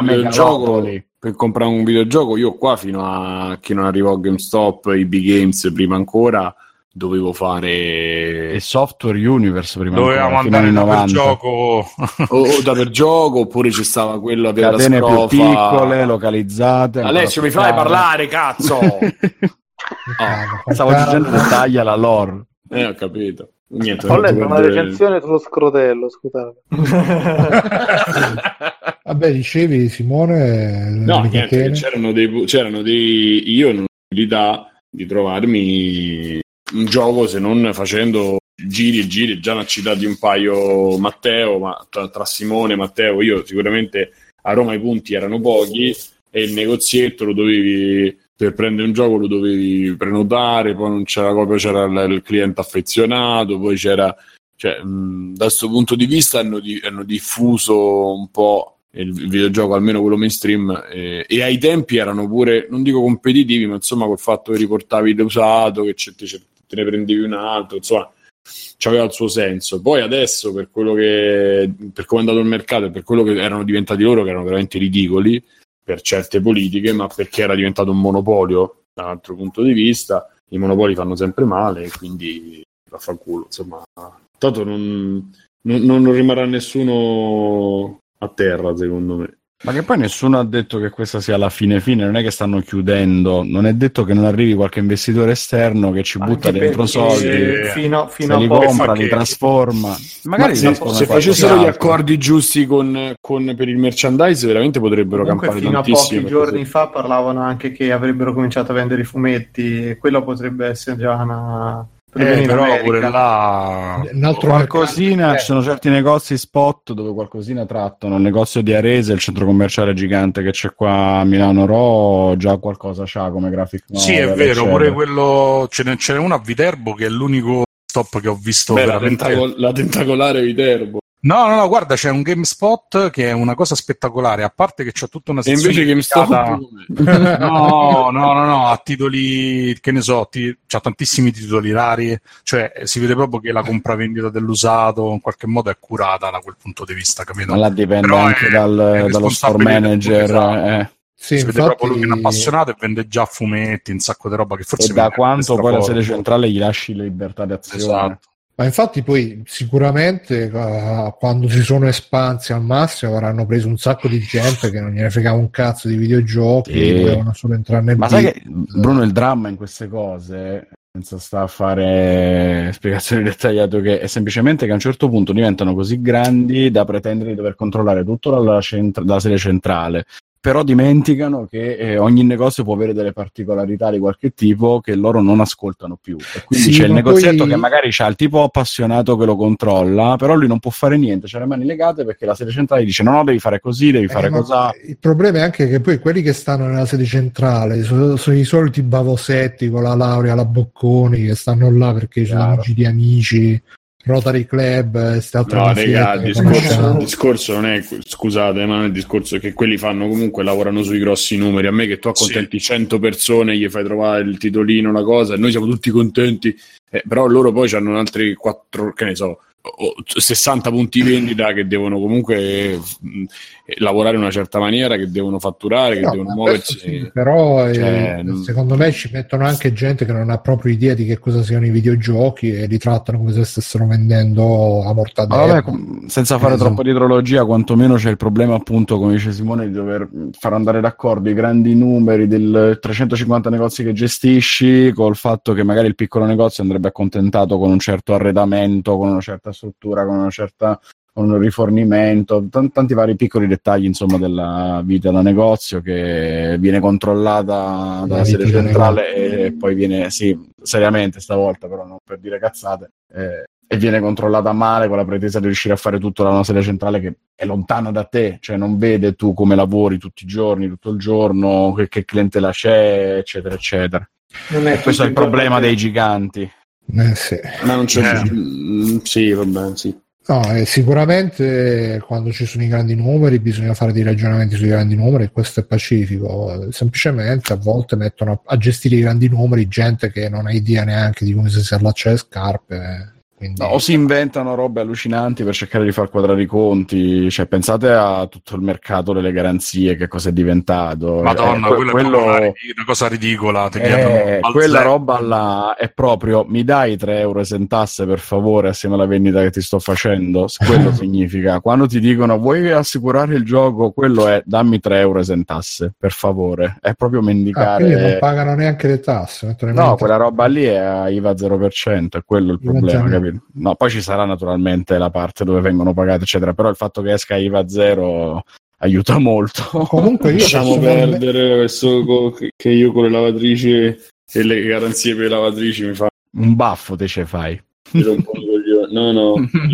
per comprare un videogioco, io qua fino a che non arrivò GameStop, EB Games prima ancora, dovevo fare il Software Universe prima, dovevamo andare da per gioco o da per gioco, oppure ci stava quello della catene più piccole, localizzate. Alessio, mi fai parlare, cazzo! Stavo dicendo taglia la lore. Ho capito. Niente, ho letto una recensione sullo scrotello, scusate. Vabbè, dicevi Simone, no, niente, c'erano dei io non ho l'abilità di trovarmi un gioco se non facendo giri e giri. Già ne ha citati un paio Matteo, ma tra Simone e Matteo io sicuramente a Roma i punti erano pochi e il negozietto lo dovevi, per prendere un gioco lo dovevi prenotare, poi non c'era copia, c'era il cliente affezionato, poi c'era, cioè da questo punto di vista hanno diffuso un po' il videogioco, almeno quello mainstream, e ai tempi erano pure, non dico competitivi, ma insomma col fatto che riportavi l'usato, che te ne prendevi un altro, insomma c'aveva il suo senso. Poi adesso per come è andato il mercato e per quello che erano diventati loro, che erano veramente ridicoli per certe politiche, ma perché era diventato un monopolio da un altro punto di vista, i monopoli fanno sempre male e quindi vaffanculo, insomma Tanto non rimarrà nessuno a terra, secondo me. Ma che poi nessuno ha detto che questa sia la fine, non è che stanno chiudendo, non è detto che non arrivi qualche investitore esterno che ci butta dentro soldi, fino se a li poco compra, che... li trasforma. Magari se facessero gli accordi giusti per il merchandise, veramente potrebbero campare fino tantissimo. A pochi giorni fa parlavano anche che avrebbero cominciato a vendere i fumetti, e quello potrebbe essere già una... però pure là un altro qualcosina, ci sono certi negozi spot dove qualcosina trattano. Il negozio di Arese, il centro commerciale gigante che c'è qua a Milano Ro, già qualcosa c'ha come graphic novel. Sì, è vero, eccetera. pure quello ce n'è uno a Viterbo che è l'unico stop che ho visto. Beh, veramente la tentacolare Viterbo. No, guarda, c'è un GameSpot che è una cosa spettacolare, a parte che c'è tutta una E sezione invece dedicata... No, a titoli, che ne so, c'ha tantissimi titoli rari, cioè si vede proprio che la compravendita dell'usato in qualche modo è curata da quel punto di vista, capito? Ma là dipende Però anche è dallo store manager. esatto. Sì, Si vede proprio lui che è un appassionato e vende già fumetti, un sacco di roba che forse... E da quanto poi la sede forte. centrale gli lasci libertà di azione. Esatto. Ma infatti poi sicuramente quando si sono espansi al massimo avranno preso un sacco di gente che non gliene fregava un cazzo di videogiochi, volevano solo entrare nel Ma sai che, Bruno, il dramma in queste cose, senza stare a fare spiegazioni dettagliate, che è semplicemente che a un certo punto diventano così grandi da pretendere di dover controllare tutto dalla sede centrale. Però dimenticano che ogni negozio può avere delle particolarità di qualche tipo che loro non ascoltano più, e quindi c'è il negozietto che magari c'ha il tipo appassionato che lo controlla, però lui non può fare niente, c'ha le mani legate perché la sede centrale dice no, devi fare così, devi fare cos'ha. Il problema è anche che poi quelli che stanno nella sede centrale sono i soliti bavosetti con la laurea alla Bocconi che stanno là perché ci sono amici di amici, Rotary Club, no, raga, il discorso non è, scusate, ma il discorso è che quelli fanno comunque, lavorano sui grossi numeri. A me che tu accontenti 100 persone, gli fai trovare il titolino, la cosa, e noi siamo tutti contenti, però loro poi hanno altri 4, che ne so, 60 punti vendita che devono comunque lavorare in una certa maniera, che devono fatturare, che devono muoversi. Sì, però secondo me ci mettono anche gente che non ha proprio idea di che cosa siano i videogiochi e li trattano come se stessero vendendo a mortadella. Senza fare troppo dietrologia, quantomeno c'è il problema, appunto, come dice Simone, di dover far andare d'accordo i grandi numeri del 350 negozi che gestisci col fatto che magari il piccolo negozio andrebbe accontentato con un certo arredamento, con una certa struttura, con un rifornimento, tanti vari piccoli dettagli, insomma, della vita da negozio che viene controllata dalla sede centrale e poi viene, seriamente stavolta, però non per dire cazzate, e viene controllata male con la pretesa di riuscire a fare tutto da una sede centrale che è lontana da te, cioè non vede tu come lavori tutti i giorni, tutto il giorno, che clientela c'è, eccetera, eccetera. Questo è il problema dei giganti. Sì. Ma non c'è sì, vabbè, sì. No, sicuramente quando ci sono i grandi numeri bisogna fare dei ragionamenti sui grandi numeri, e questo è pacifico. Semplicemente a volte mettono a gestire i grandi numeri gente che non ha idea neanche di come si allaccia le scarpe. Quindi... No, o si inventano robe allucinanti per cercare di far quadrare i conti, cioè pensate a tutto il mercato delle garanzie, che cosa è diventato. Madonna, quello è una cosa ridicola. Quella roba là è proprio mi dai 3 euro esentasse per favore assieme alla vendita che ti sto facendo. Quello significa, quando ti dicono vuoi assicurare il gioco, quello è dammi 3 euro esentasse per favore, è proprio mendicare. Quindi non pagano neanche le tasse. No, quella roba lì è a IVA 0%, è quello il problema, capito? No, poi ci sarà naturalmente la parte dove vengono pagate, eccetera, però il fatto che esca IVA 0 aiuta molto. Comunque io lasciamo perdere questo che io con le lavatrici e le garanzie per le lavatrici mi fa un baffo, te ce fai. No,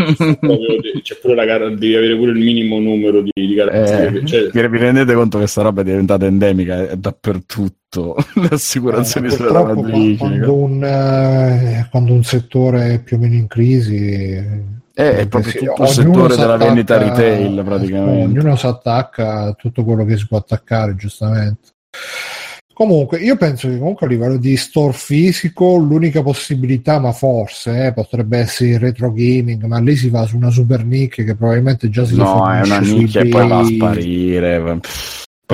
c'è pure la devi avere pure il minimo numero di garanzie. Vi rendete conto che sta roba è diventata endemica, è dappertutto, le assicurazioni sulle lavatrici. Quando un settore è più o meno in crisi è proprio tutto il settore della vendita retail, praticamente. Ognuno si attacca a tutto quello che si può attaccare, giustamente. Comunque, io penso che comunque a livello di store fisico l'unica possibilità, ma forse potrebbe essere il retro gaming, ma lì si va su una super nicchia che probabilmente già si è una nicchia e poi va a sparire.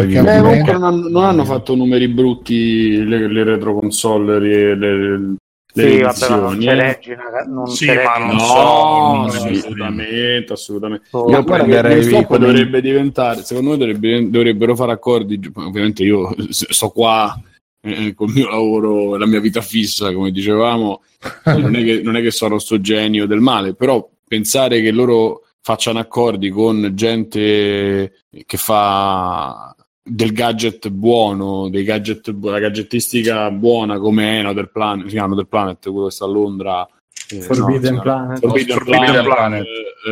Comunque non hanno fatto numeri brutti le retro console Sì, vabbè, ma non c'è leggi, non Sì, c'è ma leggi. non No, so, assolutamente. Oh, Io Ma guarda che prenderei GameStop come- dovrebbe diventare, secondo me dovrebbero fare accordi. Ovviamente io sto qua col mio lavoro, la mia vita fissa, come dicevamo, non è che sono sto genio del male, però pensare che loro facciano accordi con gente che fa del gadget buono, la gadgetistica buona come Another Planet, si chiama Another Planet, quello che sta a Londra, Forbidden Planet. Forbidden Forbidden Planet,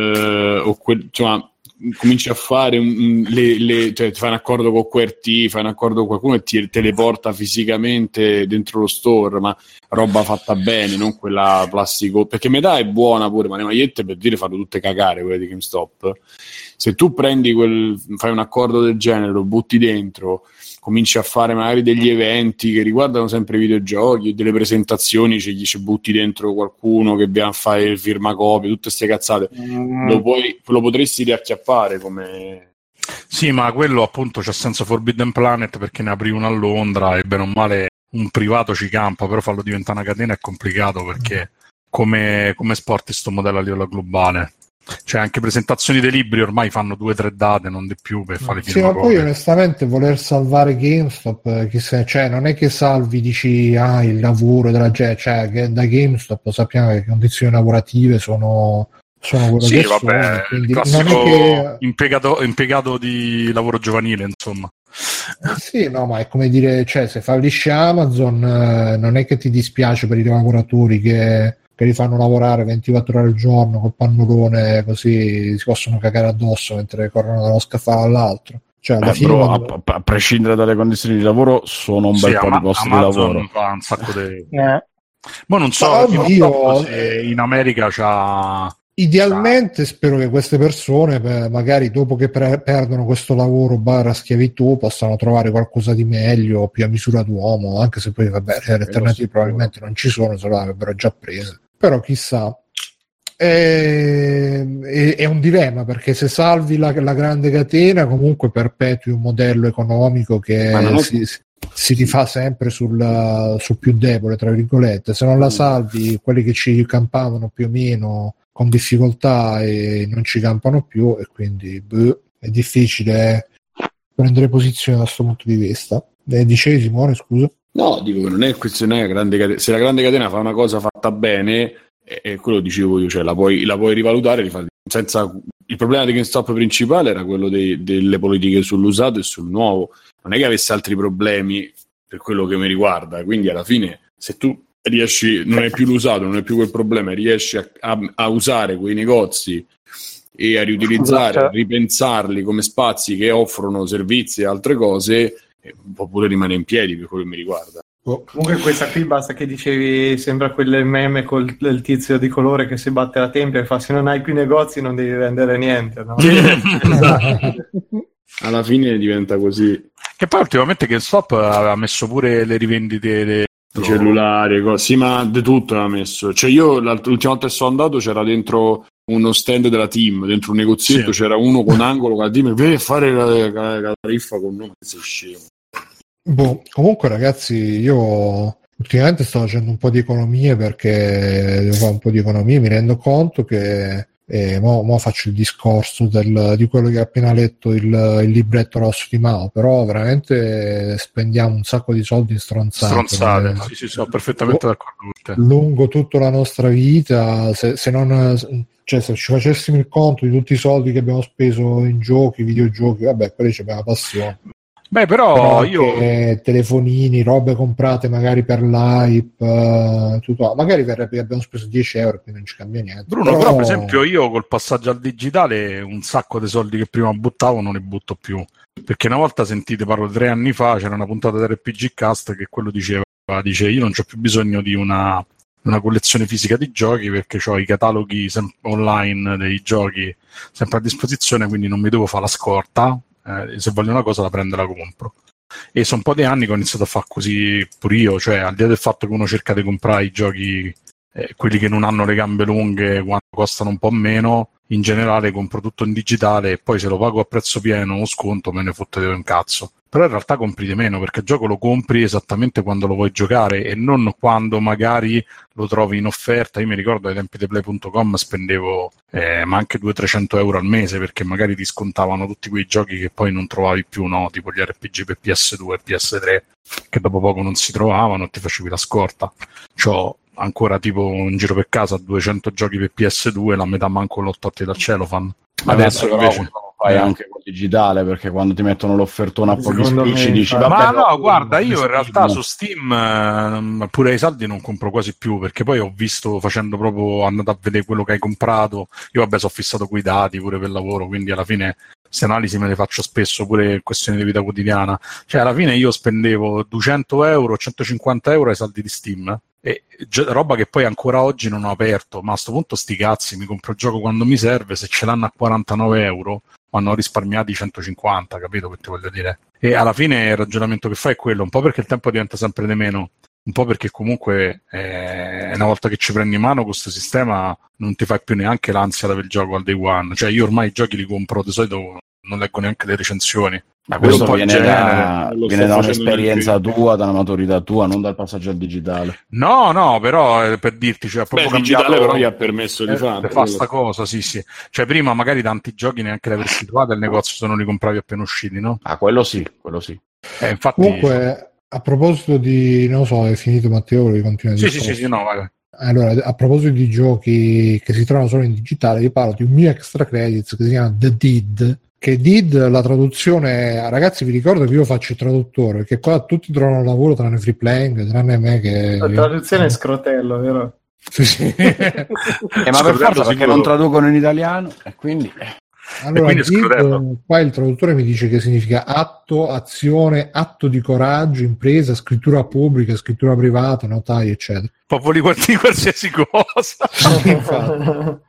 insomma, cominci a fare cioè, fai un accordo con QWERTY, fai un accordo con qualcuno e ti teleporta fisicamente dentro lo store, ma roba fatta bene, non quella plastico, perché metà è buona pure, ma le magliette per dire fanno tutte cagare quelle di GameStop. Se tu prendi fai un accordo del genere, lo butti dentro, cominci a fare magari degli eventi che riguardano sempre i videogiochi, delle presentazioni, ci butti dentro qualcuno che viene a fare il firmacopie, tutte ste cazzate, lo potresti riacchiappare come... Sì, ma quello appunto c'ha senso Forbidden Planet perché ne apri uno a Londra e bene o male un privato ci campa, però farlo diventare una catena è complicato perché come sporti sto modello a livello globale. Cioè anche presentazioni dei libri ormai fanno 2 o 3 date, non di più, per fare Sì, ma poi onestamente voler salvare GameStop, cioè non è che salvi, dici il lavoro della gente, cioè che da GameStop sappiamo che le condizioni lavorative sono quello sì, che vabbè, sono, quindi il classico non è che... impiegato di lavoro giovanile, insomma. Sì, no, ma è come dire, cioè se fallisce Amazon non è che ti dispiace per i lavoratori che li fanno lavorare 24 ore al giorno col pannolone, così si possono cagare addosso mentre corrono da uno scaffale all'altro. Cioè, alla fine però, a prescindere dalle condizioni di lavoro, sono un bel po' di posti di lavoro. Fa un sacco di... Ma non so, in America c'ha... Idealmente spero che queste persone magari dopo che perdono questo lavoro / schiavitù possano trovare qualcosa di meglio, più a misura d'uomo, anche se poi vabbè le alternative probabilmente non ci sono, se lo avrebbero già prese, però chissà. È un dilemma perché se salvi la grande catena comunque perpetui un modello economico che si rifà sempre sul più debole, tra virgolette. Se non la salvi, quelli che ci campavano più o meno con difficoltà e non ci campano più, e quindi è difficile prendere posizione da questo punto di vista. Dicevi, Simone, scusa? No, dico che non è questione della grande catena. Se la grande catena fa una cosa fatta bene, e quello dicevo io, cioè la puoi rivalutare, senza... Il problema di GameStop principale era quello delle politiche sull'usato e sul nuovo. Non è che avesse altri problemi per quello che mi riguarda, quindi alla fine se tu riesci, non è più l'usato, non è più quel problema, riesci a usare quei negozi e a riutilizzare, a ripensarli come spazi che offrono servizi e altre cose, può pure rimanere in piedi per quello che mi riguarda. Comunque questa qui basta che dicevi, sembra quel meme col il tizio di colore che si batte la tempia e fa: se non hai più negozi non devi vendere niente, no? Esatto. Alla fine diventa così. Che poi ultimamente GameStop aveva messo pure le rivendite cellulari, sì, ma di tutto aveva messo. Cioè io l'ultima volta che sono andato c'era dentro uno stand della Team, dentro un negozietto, sì. C'era uno con angolo con la Team, vieni a fare la tariffa con noi, sei scemo. Comunque ragazzi, io ultimamente sto facendo un po' di economie perché devo fare un po' di economie, mi rendo conto che mo faccio il discorso di quello che ho appena letto, il libretto rosso di Mao, però veramente spendiamo un sacco di soldi in stronzate. Sì, sono perfettamente d'accordo con te. Lungo tutta la nostra vita, se ci facessimo il conto di tutti i soldi che abbiamo speso in giochi, videogiochi, vabbè, quelli ci abbiamo passione. Beh, però io telefonini, robe comprate magari per l'hype, tutto. Magari abbiamo speso 10 euro e quindi non ci cambia niente. Bruno, però per esempio io col passaggio al digitale un sacco di soldi che prima buttavo non li butto più, perché una volta parlo di 3 anni fa, c'era una puntata di RPG Cast che quello dice io non c'ho più bisogno di una collezione fisica di giochi perché ho i cataloghi online dei giochi sempre a disposizione, quindi non mi devo fare la scorta. Se voglio una cosa la prendo e la compro, e sono un po' di anni che ho iniziato a fare così pure io, cioè al di là del fatto che uno cerca di comprare i giochi quelli che non hanno le gambe lunghe quando costano un po' meno, in generale compro tutto in digitale e poi se lo pago a prezzo pieno o sconto me ne fottevo un cazzo, Però in realtà compri di meno, perché il gioco lo compri esattamente quando lo vuoi giocare e non quando magari lo trovi in offerta. Io mi ricordo ai tempi di Play.com spendevo ma anche 200-300 euro al mese, perché magari ti scontavano tutti quei giochi che poi non trovavi più, no? Tipo gli RPG per PS2 e PS3, che dopo poco non si trovavano e ti facevi la scorta. C'ho ancora tipo in giro per casa 200 giochi per PS2, la metà manco l'ho tolti dal cellophane. Adesso invece fai anche col digitale, perché quando ti mettono l'offertona a pochi spicci dici vabbè, ma no, guarda, io in realtà su Steam pure i saldi non compro quasi più, perché poi ho visto, facendo proprio, andato a vedere quello che hai comprato, io vabbè sono fissato coi dati pure per lavoro, quindi alla fine queste analisi me le faccio spesso pure in questioni di vita quotidiana, cioè alla fine io spendevo 200 euro, 150 euro ai saldi di Steam, e roba che poi ancora oggi non ho aperto, ma a sto punto sti cazzi, mi compro il gioco quando mi serve, se ce l'hanno a 49 euro hanno risparmiati 150, capito che ti voglio dire? E alla fine il ragionamento che fai è quello, un po' perché il tempo diventa sempre di meno, un po' perché comunque una volta che ci prendi in mano questo sistema non ti fai più neanche l'ansia di avere il gioco al day one, cioè io ormai i giochi li compro di solito, non leggo neanche le recensioni. Ma questo viene da un'esperienza tua, da una maturità tua, non dal passaggio al digitale. No, però per dirti, cioè, proprio il digitale però gli ha permesso di fare sta cosa, sì. Cioè prima magari tanti giochi neanche li avresti trovati al negozio se non li compravi appena usciti, no? Ah, quello sì. Infatti... Comunque, a proposito di, non so, è finito Matteo, volevi continuare? Sì, no, vai. Allora, a proposito di giochi che si trovano solo in digitale, vi parlo di un mio extra credits che si chiama The Deed, che Did, la traduzione, ragazzi vi ricordo che io faccio il traduttore, che qua tutti trovano lavoro tranne Free Playing, tranne me che... La traduzione è scrotello, vero? Sì. Ma per forza perché non traducono in italiano e quindi... Allora, Did, qua il traduttore mi dice che significa atto, azione, atto di coraggio, impresa, scrittura pubblica, scrittura privata, notai, eccetera. Popoli di qualsiasi cosa. Infatti.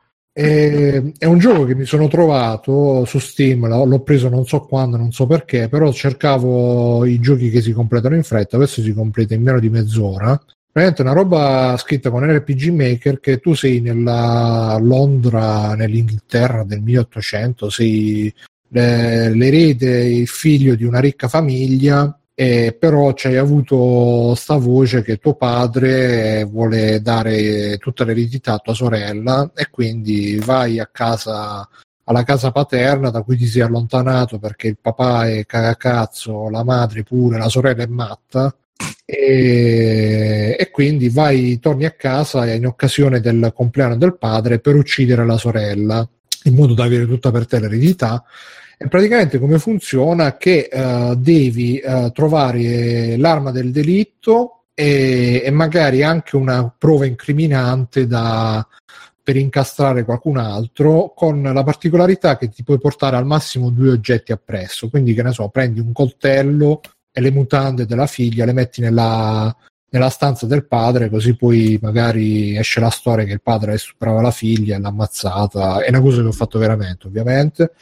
È un gioco che mi sono trovato su Steam, l'ho preso non so quando, non so perché, però cercavo i giochi che si completano in fretta, adesso si completa in meno di mezz'ora. Praticamente una roba scritta con RPG Maker, che tu sei nella Londra, nell'Inghilterra del 1800, sei l'erede, il figlio di una ricca famiglia, però c'hai avuto sta voce che tuo padre vuole dare tutta l'eredità a tua sorella e quindi vai a casa, alla casa paterna da cui ti sei allontanato perché il papà è cagacazzo, la madre pure, la sorella è matta e quindi torni a casa in occasione del compleanno del padre per uccidere la sorella in modo da avere tutta per te l'eredità. E praticamente come funziona? Che devi trovare l'arma del delitto e magari anche una prova incriminante per incastrare qualcun altro, con la particolarità che ti puoi portare al massimo 2 oggetti appresso. Quindi, che ne so, prendi un coltello e le mutande della figlia, le metti nella stanza del padre, così poi magari esce la storia che il padre stuprava la figlia e l'ha ammazzata. È una cosa che ho fatto veramente, ovviamente.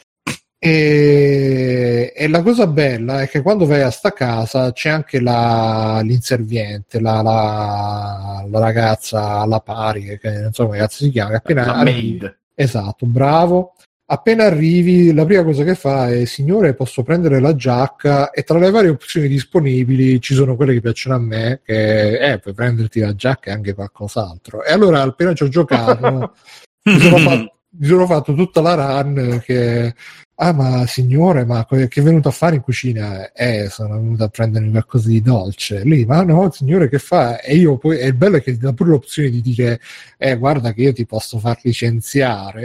E la cosa bella è che quando vai a sta casa c'è anche l'inserviente, la ragazza alla pari, che non so come cazzo si chiama, appena maid. Esatto, bravo. Appena arrivi, la prima cosa che fa è: signore, posso prendere la giacca? E tra le varie opzioni disponibili ci sono quelle che piacciono a me, che puoi prenderti la giacca e anche qualcos'altro. E allora appena ci ho giocato mi sono fatto tutta la run che... Ah, ma signore, ma che è venuto a fare in cucina? Sono venuto a prendermi qualcosa di dolce. Lì, ma no, signore, che fa? E io poi, è bello che ti dà pure l'opzione di dire, guarda che io ti posso far licenziare.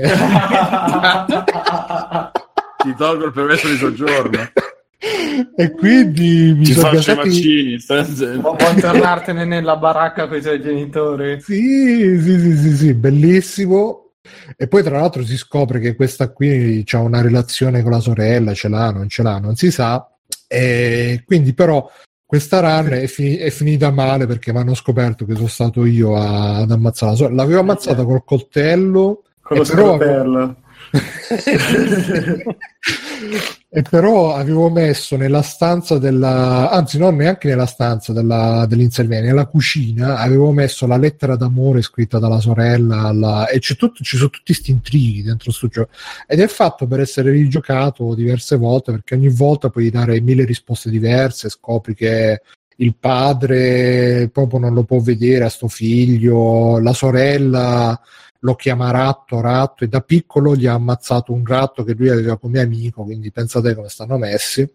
Ti tolgo il permesso di soggiorno. E quindi mi sono faccio i vaccini. Vuoi tornartene nella baracca con i tuoi genitori? Sì, bellissimo. E poi tra l'altro si scopre che questa qui c'ha una relazione con la sorella, ce l'ha, non ce l'ha, non si sa, e quindi però questa run è finita male perché mi hanno scoperto che sono stato io ad ammazzare la sorella. L'avevo ammazzata col coltello, con lo scrotello. E però avevo messo nella stanza anzi non neanche nella stanza dell'infermiera, nella cucina avevo messo la lettera d'amore scritta dalla sorella e ci sono tutti sti intrighi dentro sto gioco, ed è fatto per essere rigiocato diverse volte, perché ogni volta puoi dare 1000 risposte diverse, scopri che il padre proprio non lo può vedere a sto figlio, la sorella lo chiama ratto, e da piccolo gli ha ammazzato un gatto che lui aveva come amico, quindi pensate come stanno messi.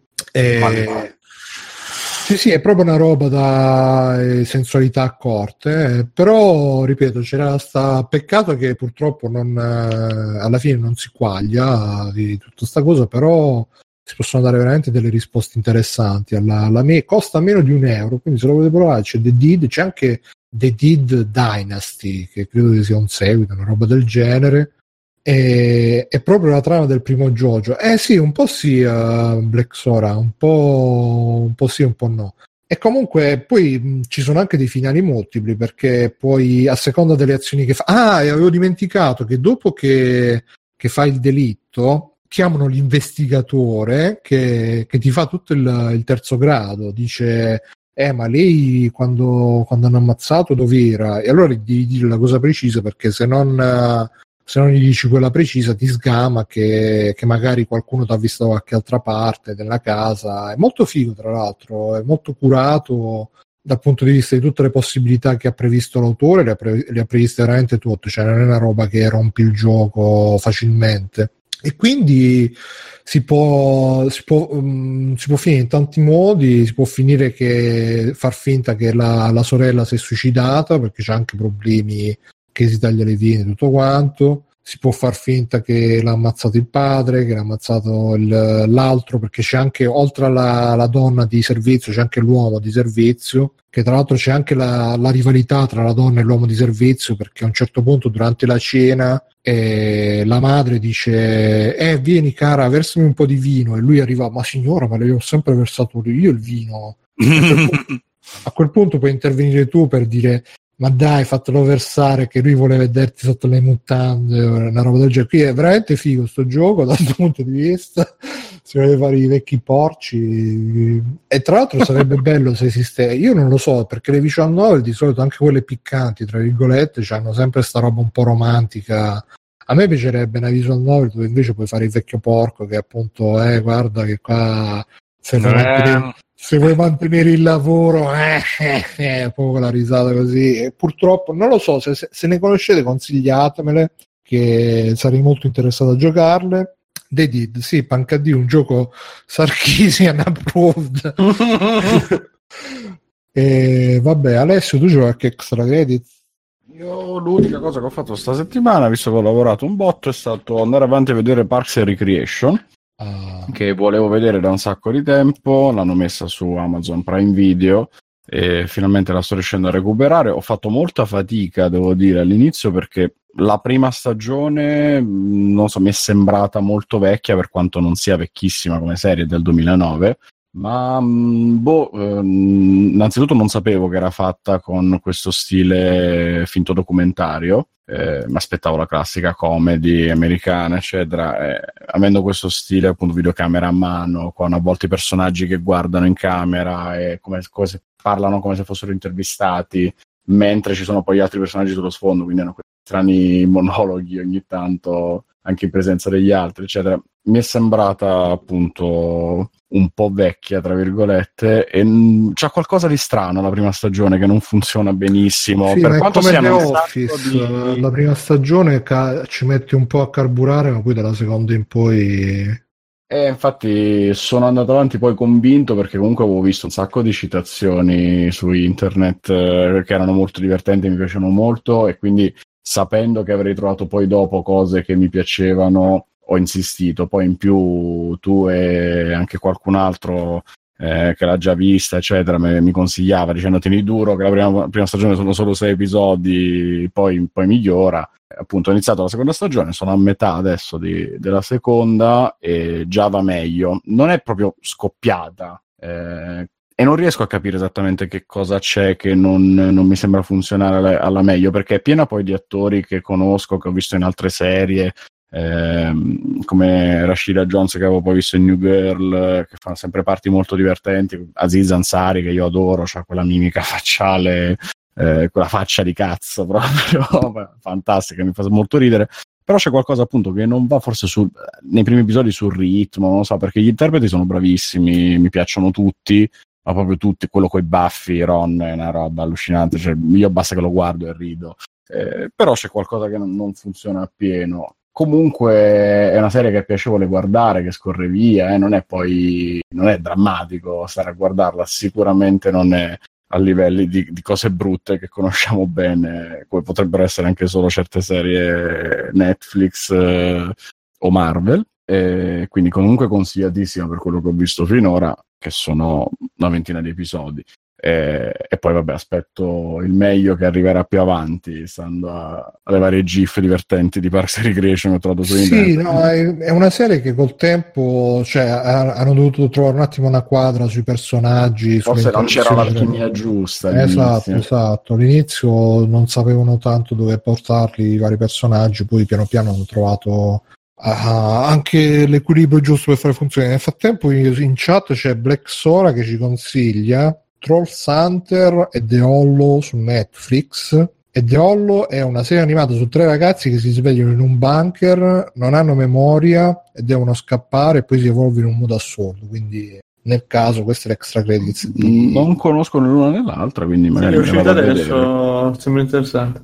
Sì, è proprio una roba da sensualità accorte, però ripeto, peccato che purtroppo alla fine non si quaglia di tutta sta cosa, però si possono dare veramente delle risposte interessanti. Costa meno di €1, quindi se lo volete provare c'è The Deed, c'è anche The Deed Dynasty, che credo che sia un seguito, una roba del genere. È proprio la trama del primo JoJo. Sì, un po' sì, Black Sora, un po' sì, un po' no. E comunque poi ci sono anche dei finali multipli, perché poi a seconda delle azioni che fa... e avevo dimenticato che dopo che fa il delitto chiamano l'investigatore che ti fa tutto il terzo grado, dice ma lei quando hanno ammazzato dov'era? E allora devi dire la cosa precisa, perché se non gli dici quella precisa ti sgama che magari qualcuno ti ha visto da qualche altra parte della casa. È molto figo, tra l'altro, è molto curato dal punto di vista di tutte le possibilità che ha previsto l'autore, le ha previste veramente tutte, cioè non è una roba che rompi il gioco facilmente. E quindi si può finire in tanti modi. Si può finire che far finta che la sorella si è suicidata, perché c'ha anche problemi che si taglia le vene, tutto quanto. Si può far finta che l'ha ammazzato il padre, che l'ha ammazzato l'altro, perché c'è anche, oltre alla donna di servizio, c'è anche l'uomo di servizio, che tra l'altro c'è anche la rivalità tra la donna e l'uomo di servizio, perché a un certo punto durante la cena la madre dice vieni cara, versami un po' di vino, e lui arriva, ma signora, ma le ho sempre versato io il vino. A quel punto puoi intervenire tu per dire ma dai, fatelo versare, che lui vuole vederti sotto le mutande, una roba del genere. Qui è veramente figo sto gioco dal punto di vista, si vuole fare i vecchi porci, e tra l'altro sarebbe bello se esiste, io non lo so, perché le visual novel di solito, anche quelle piccanti tra virgolette, hanno sempre sta roba un po' romantica. A me piacerebbe una visual novel dove invece puoi fare il vecchio porco, che appunto guarda che qua se vuoi mantenere il lavoro proprio la risata così. E purtroppo non lo so, se ne conoscete consigliatemele, che sarei molto interessato a giocarle. The Deed, sì, Pancadì, un gioco Sarkisian approved. E vabbè, Alessio, tu giochi qualche extra credit? Io l'unica cosa che ho fatto sta settimana, visto che ho lavorato un botto, è stato andare avanti a vedere Parks and Recreation, che volevo vedere da un sacco di tempo. L'hanno messa su Amazon Prime Video e finalmente la sto riuscendo a recuperare. Ho fatto molta fatica, devo dire, all'inizio, perché la prima stagione, non so, mi è sembrata molto vecchia, per quanto non sia vecchissima come serie, del 2009. Ma innanzitutto non sapevo che era fatta con questo stile finto documentario. Mi aspettavo la classica comedy americana, eccetera. Avendo questo stile, appunto, videocamera a mano, con a volte i personaggi che guardano in camera e come parlano come se fossero intervistati, mentre ci sono poi altri personaggi sullo sfondo, quindi hanno questi strani monologhi ogni tanto, anche in presenza degli altri, eccetera. Mi è sembrata appunto un po' vecchia, tra virgolette, e c'ha qualcosa di strano la prima stagione, che non funziona benissimo. Sì, per quanto come sia The Office, la prima stagione ci metti un po' a carburare, ma poi dalla seconda in poi... infatti sono andato avanti poi convinto, perché comunque avevo visto un sacco di citazioni su internet che erano molto divertenti, mi piacevano molto, e quindi, sapendo che avrei trovato poi dopo cose che mi piacevano, ho insistito. Poi in più tu e anche qualcun altro che l'ha già vista, eccetera, mi consigliava, dicendo tieni duro che la prima stagione sono solo 6 episodi, poi migliora. Appunto ho iniziato la seconda stagione, sono a metà adesso della seconda e già va meglio. Non è proprio scoppiata e non riesco a capire esattamente che cosa c'è che non mi sembra funzionare alla meglio, perché è piena poi di attori che conosco, che ho visto in altre serie, come Rashida Jones che avevo poi visto in New Girl, che fanno sempre parti molto divertenti. Aziz Ansari, che io adoro, c'ha quella mimica facciale, quella faccia di cazzo proprio fantastica, mi fa molto ridere. Però c'è qualcosa appunto che non va forse nei primi episodi sul ritmo, non lo so, perché gli interpreti sono bravissimi, mi piacciono tutti, ma proprio tutti. Quello coi baffi, Ron, è una roba allucinante, cioè io basta che lo guardo e rido. Però c'è qualcosa che non funziona appieno. Comunque è una serie che è piacevole guardare, che scorre via, non è drammatico stare a guardarla, sicuramente non è a livelli di cose brutte che conosciamo bene, come potrebbero essere anche solo certe serie Netflix o Marvel, quindi comunque consigliatissima per quello che ho visto finora, che sono una ventina di episodi. E poi vabbè, aspetto il meglio che arriverà più avanti, stando alle varie gif divertenti di Parks and Recreation che ho trovato su internet. Sì, no, è una serie che col tempo, cioè, hanno dovuto trovare un attimo una quadra sui personaggi, forse non c'era l'alchimia giusta. Esatto, all'inizio non sapevano tanto dove portarli i vari personaggi, poi piano piano hanno trovato anche l'equilibrio giusto per fare funzionare. Nel frattempo in chat c'è Black Sora che ci consiglia Trolls Hunter e The Hollow su Netflix. E The Hollow è una serie animata su 3 ragazzi che si svegliano in un bunker, non hanno memoria e devono scappare e poi si evolvono in un modo assurdo. Quindi nel caso questo è l'extra credits non conosco né l'una né l'altra, quindi magari è uscita adesso, sembra interessante.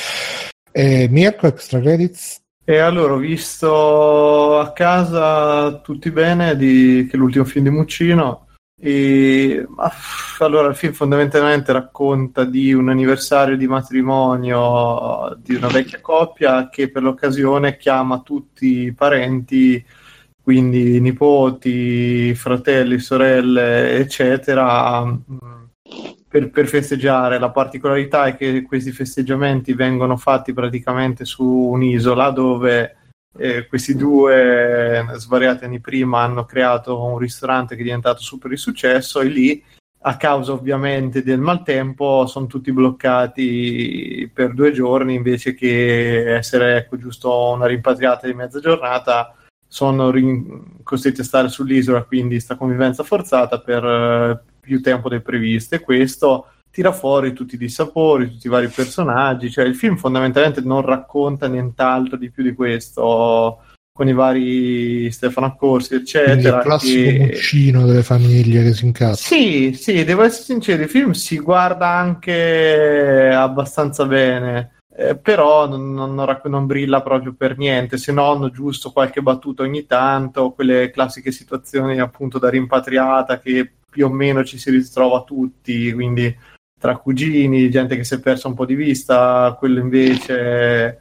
Mirko, extra credits? E allora ho visto A casa tutti bene, che è l'ultimo film di Muccino. Allora il film fondamentalmente racconta di un anniversario di matrimonio di una vecchia coppia che per l'occasione chiama tutti i parenti, quindi nipoti, fratelli, sorelle eccetera, per festeggiare. La particolarità è che questi festeggiamenti vengono fatti praticamente su un'isola dove questi due svariati anni prima hanno creato un ristorante che è diventato super di successo, e lì, a causa ovviamente del maltempo, sono tutti bloccati per 2 giorni invece che essere giusto una rimpatriata di mezza giornata. Sono costretti a stare sull'isola, quindi sta convivenza forzata per più tempo del previsto, e questo tira fuori tutti i dissapori, tutti i vari personaggi. Cioè il film fondamentalmente non racconta nient'altro di più di questo, con i vari Stefano Accorsi eccetera. Quindi il classico Muccino delle famiglie che si incazza. Sì, devo essere sincero, il film si guarda anche abbastanza bene, però non brilla proprio per niente, se non giusto qualche battuta ogni tanto, quelle classiche situazioni appunto da rimpatriata che più o meno ci si ritrova tutti, quindi tra cugini, gente che si è persa un po' di vista, quello invece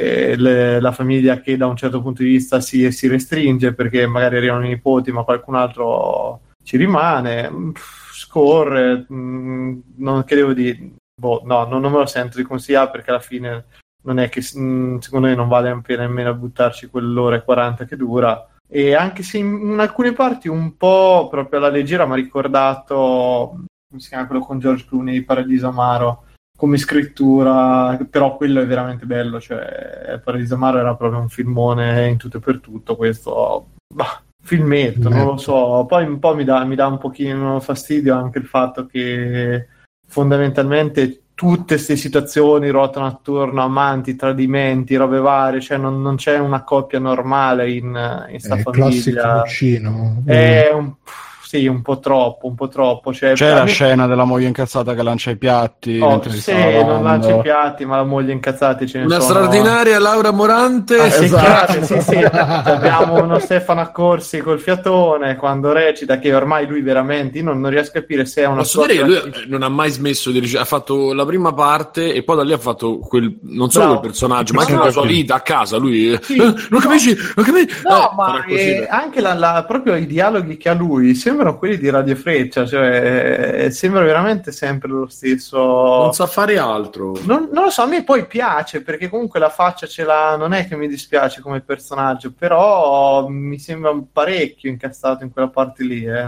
la famiglia che da un certo punto di vista si restringe perché magari arrivano i nipoti ma qualcun altro ci rimane, scorre, non credevo di non me lo sento di consigliare, perché alla fine non è che secondo me non vale la pena nemmeno buttarci quell'ora e 40 che dura. E anche se in alcune parti un po' proprio alla leggera mi ha ricordato, come si chiama quello con George Clooney, Paradiso Amaro, come scrittura, però quello è veramente bello, cioè Paradiso Amaro era proprio un filmone in tutto e per tutto, questo filmetto, non lo so. Poi un po' mi dà un pochino fastidio anche il fatto che fondamentalmente tutte queste situazioni ruotano attorno a amanti, tradimenti, robe varie, cioè non c'è una coppia normale in sta famiglia. Muccino. È un po' troppo. Cioè, c'è la scena della moglie incazzata che lancia i piatti. Non lancia i piatti, ma la moglie incazzata ce ne una sono. Straordinaria Laura Morante. Esatto. Sì. Abbiamo uno Stefano Accorsi col fiatone quando recita, che ormai lui veramente, io non riesco a capire se è una Posso dire che lui non ha mai smesso di recitare, ha fatto la prima parte e poi da lì ha fatto non solo quel personaggio, ma anche la sua vita a casa. Lui non capisci? No, ma anche proprio i dialoghi che ha lui sembrano quelli di Radio Freccia, cioè sembra veramente sempre lo stesso. Non sa fare altro. Non lo so, a me poi piace perché comunque la faccia ce l'ha, non è che mi dispiace come personaggio, però mi sembra parecchio incastrato in quella parte lì.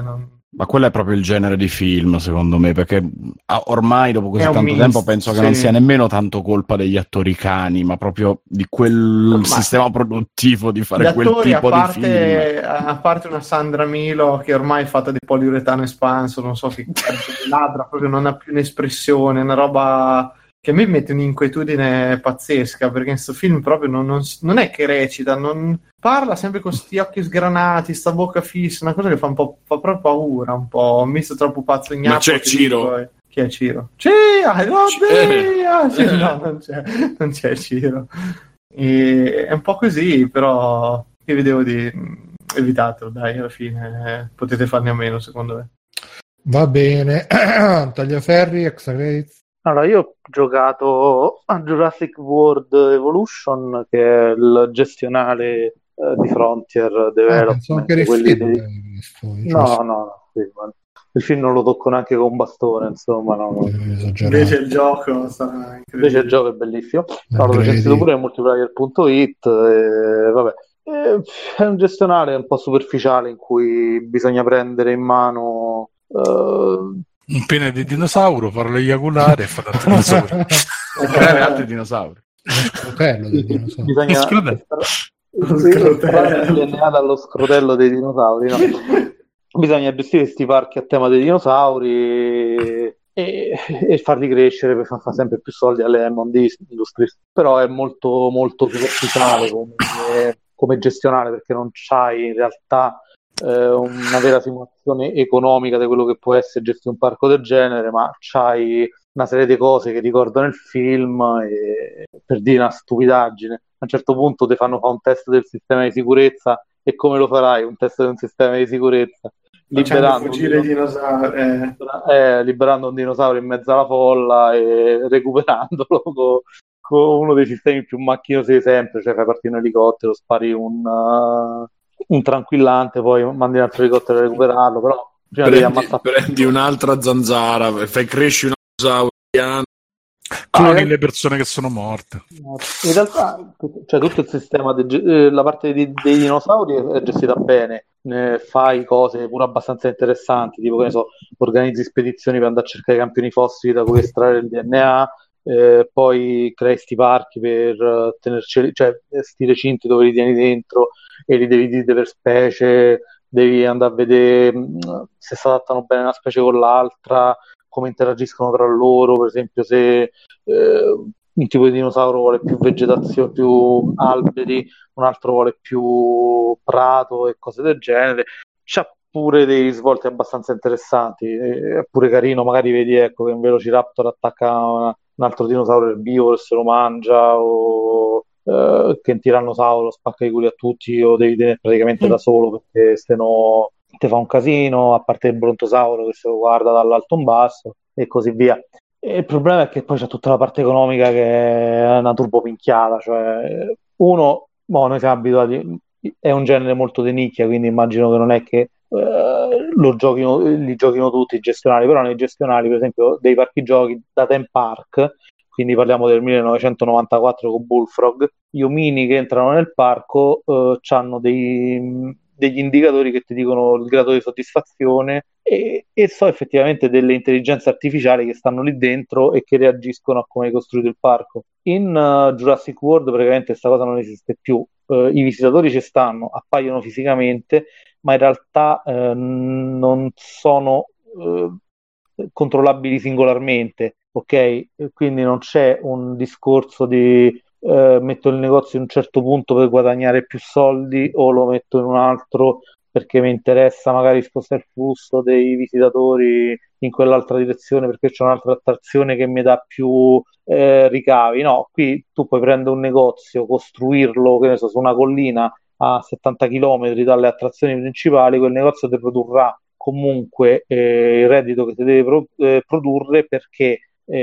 Ma quello è proprio il genere di film, secondo me, perché ormai dopo così È un tanto mix, tempo penso che sì. non sia nemmeno tanto colpa degli attori cani, ma proprio di quel Ma sistema produttivo di gli fare quel attori, tipo di film. a parte una Sandra Milo che ormai è fatta di poliuretano espanso, non so che cazzo di labbra, proprio non ha più un'espressione, una roba che a me mette un'inquietudine pazzesca, perché in questo film proprio non è che recita, non parla sempre con sti occhi sgranati, sta bocca fissa, una cosa che fa proprio paura, un po'. Ho visto troppo pazzo ignappo. Ma c'è che Ciro? dico, chi è Ciro? I love me! Sì, no, non c'è Ciro. E è un po' così, però che vi devo dire? Evitatelo, dai, alla fine potete farne a meno, secondo me. Va bene. Tagliaferri, extra credits. Allora, io ho giocato a Jurassic World Evolution, che è il gestionale di Frontier Pensavo che Development. era il Quelli film. dei... No, sì, ma il film non lo tocco neanche con bastone, insomma. No. Invece il gioco sarà incredibile. Invece il gioco è bellissimo. L'ho recensito pure a multiplayer.it. Vabbè. È un gestionale un po' superficiale in cui bisogna prendere in mano... un pene di dinosauro, farlo eiaculare e fare altri dinosauri. Creare altri dinosauri. Lo scrotello del dinosauro. Bisogna estrarre il DNA dallo scrotello dei dinosauri, no? Bisogna gestire questi parchi a tema dei dinosauri e farli crescere per far sempre più soldi alle Lemon Industries. Però è molto molto superficiale come gestionale, perché non c'hai in realtà una vera simulazione economica di quello che può essere gestire un parco del genere, ma c'hai una serie di cose che ricordano il film, e per dire una stupidaggine, a un certo punto ti fanno fare un test del sistema di sicurezza. E come lo farai un test di un sistema di sicurezza? Liberando un dinosauro in mezzo alla folla e recuperandolo con uno dei sistemi più macchinosi di sempre, cioè fai partire un elicottero, spari un tranquillante, poi mandi un altro elicottero a recuperarlo, però prima prendi un'altra zanzara, fai crescere una dinosauro, cloni le persone che sono morte. In realtà, cioè, tutto il sistema, la parte dei dinosauri è gestita bene. Fai cose pure abbastanza interessanti, tipo che ne so, organizzi spedizioni per andare a cercare i campioni fossili da cui estrarre il DNA, poi crei sti parchi per tenerci, cioè sti recinti dove li tieni dentro e li devi dividere per specie, devi andare a vedere se si adattano bene una specie con l'altra, come interagiscono tra loro, per esempio se un tipo di dinosauro vuole più vegetazione, più alberi, un altro vuole più prato e cose del genere. C'ha pure dei risvolti abbastanza interessanti, è pure carino, magari vedi ecco che un Velociraptor attacca un altro dinosauro erbivoro e se lo mangia, o che un tirannosauro spacca i culi a tutti, o devi tenere praticamente da solo perché se no te fa un casino, a parte il brontosauro che se lo guarda dall'alto in basso e così via. E il problema è che poi c'è tutta la parte economica che è una turbopinchiata, cioè noi siamo abituati, è un genere molto di nicchia, quindi immagino che non è che li giochino tutti i gestionali, però nei gestionali per esempio dei parchi giochi da Theme Park, quindi parliamo del 1994 con Bullfrog, gli omini che entrano nel parco hanno degli indicatori che ti dicono il grado di soddisfazione e so effettivamente delle intelligenze artificiali che stanno lì dentro e che reagiscono a come hai costruito il parco. In Jurassic World praticamente questa cosa non esiste più. I visitatori ci stanno, appaiono fisicamente, ma in realtà non sono controllabili singolarmente, ok? Quindi non c'è un discorso di metto il negozio in un certo punto per guadagnare più soldi o lo metto in un altro perché mi interessa magari spostare il flusso dei visitatori in quell'altra direzione perché c'è un'altra attrazione che mi dà più ricavi. No, qui tu puoi prendere un negozio, costruirlo, che ne so, su una collina a 70 km dalle attrazioni principali, quel negozio ti produrrà comunque il reddito che ti deve produrre perché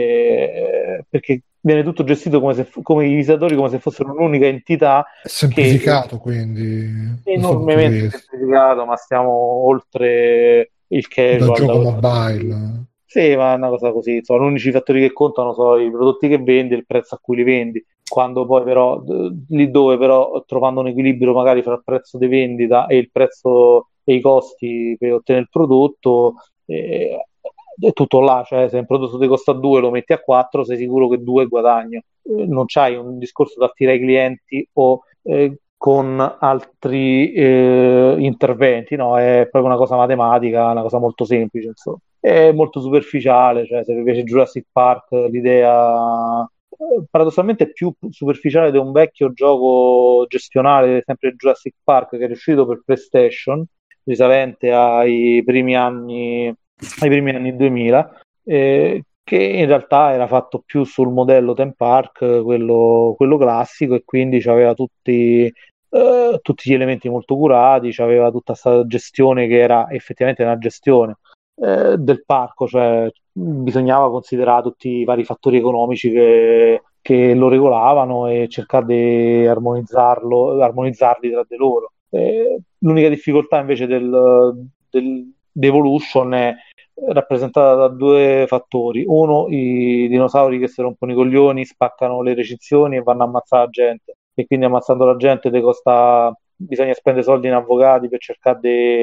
viene tutto gestito come i visitatori, come se fossero un'unica entità. Semplificato, quindi enormemente semplificato, ma stiamo oltre il casual. Da gioco mobile. Sì, ma è una cosa così. Sono gli unici fattori che contano sono i prodotti che vendi e il prezzo a cui li vendi. Quando poi però, lì dove però trovando un equilibrio magari fra il prezzo di vendita e il prezzo e i costi per ottenere il prodotto, è tutto là, cioè se un prodotto ti costa 2 lo metti a 4, sei sicuro che 2 guadagno. Non c'hai un discorso da attirare i clienti o con altri interventi, no? È proprio una cosa matematica, una cosa molto semplice, insomma. È molto superficiale, cioè se vi piace Jurassic Park, l'idea paradossalmente è più superficiale di un vecchio gioco gestionale, sempre Jurassic Park, che è uscito per PlayStation, risalente ai primi anni 2000, che in realtà era fatto più sul modello Theme Park, quello classico, e quindi aveva tutti gli elementi molto curati, aveva tutta questa gestione che era effettivamente una gestione del parco, cioè bisognava considerare tutti i vari fattori economici che lo regolavano e cercare di armonizzarli tra di loro. L'unica difficoltà invece dell'Evolution è rappresentata da 2 fattori. Uno, i dinosauri che si rompono i coglioni, spaccano le recinzioni e vanno a ammazzare la gente, e quindi ammazzando la gente bisogna spendere soldi in avvocati per cercare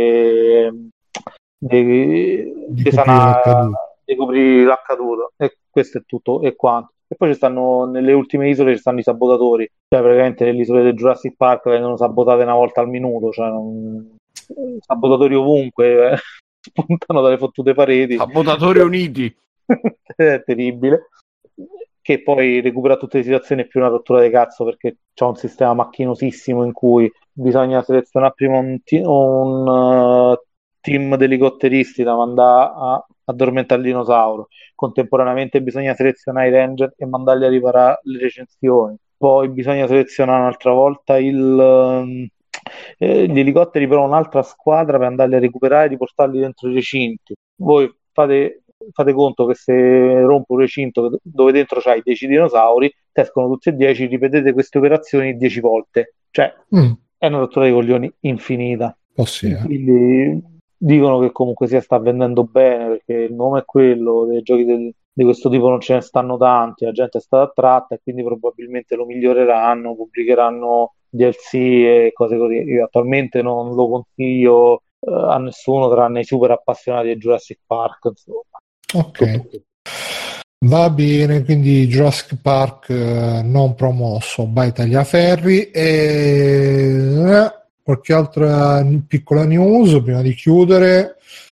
di coprire l'accaduto, e questo è tutto e quanto. E poi nelle ultime isole ci stanno i sabotatori, cioè praticamente nelle isole del Jurassic Park vengono sabotate una volta al minuto, cioè sabotatori ovunque, spuntano dalle fottute pareti. Sabotatori uniti. È terribile. Che poi recupera tutte le situazioni, è più una rottura di cazzo, perché c'è un sistema macchinosissimo in cui bisogna selezionare prima un team di elicotteristi da mandare a addormentare il dinosauro, contemporaneamente bisogna selezionare i ranger e mandarli a riparare le recinzioni, poi bisogna selezionare un'altra volta gli elicotteri, però un'altra squadra per andarli a recuperare e riportarli dentro i recinti. Voi fate conto che se rompo un recinto dove dentro c'hai 10 dinosauri, escono tutti e 10, ripetete queste operazioni 10 volte, cioè è una rottura di coglioni infinita. Quindi dicono che comunque sta vendendo bene, perché il nome è quello, dei giochi di questo tipo non ce ne stanno tanti, la gente è stata attratta e quindi probabilmente lo miglioreranno, pubblicheranno DLC e cose così. Io attualmente non lo consiglio a nessuno tranne i super appassionati di Jurassic Park, insomma. Ok, va bene, quindi Jurassic Park non promosso, by Tagliaferri. E qualche altra piccola news prima di chiudere.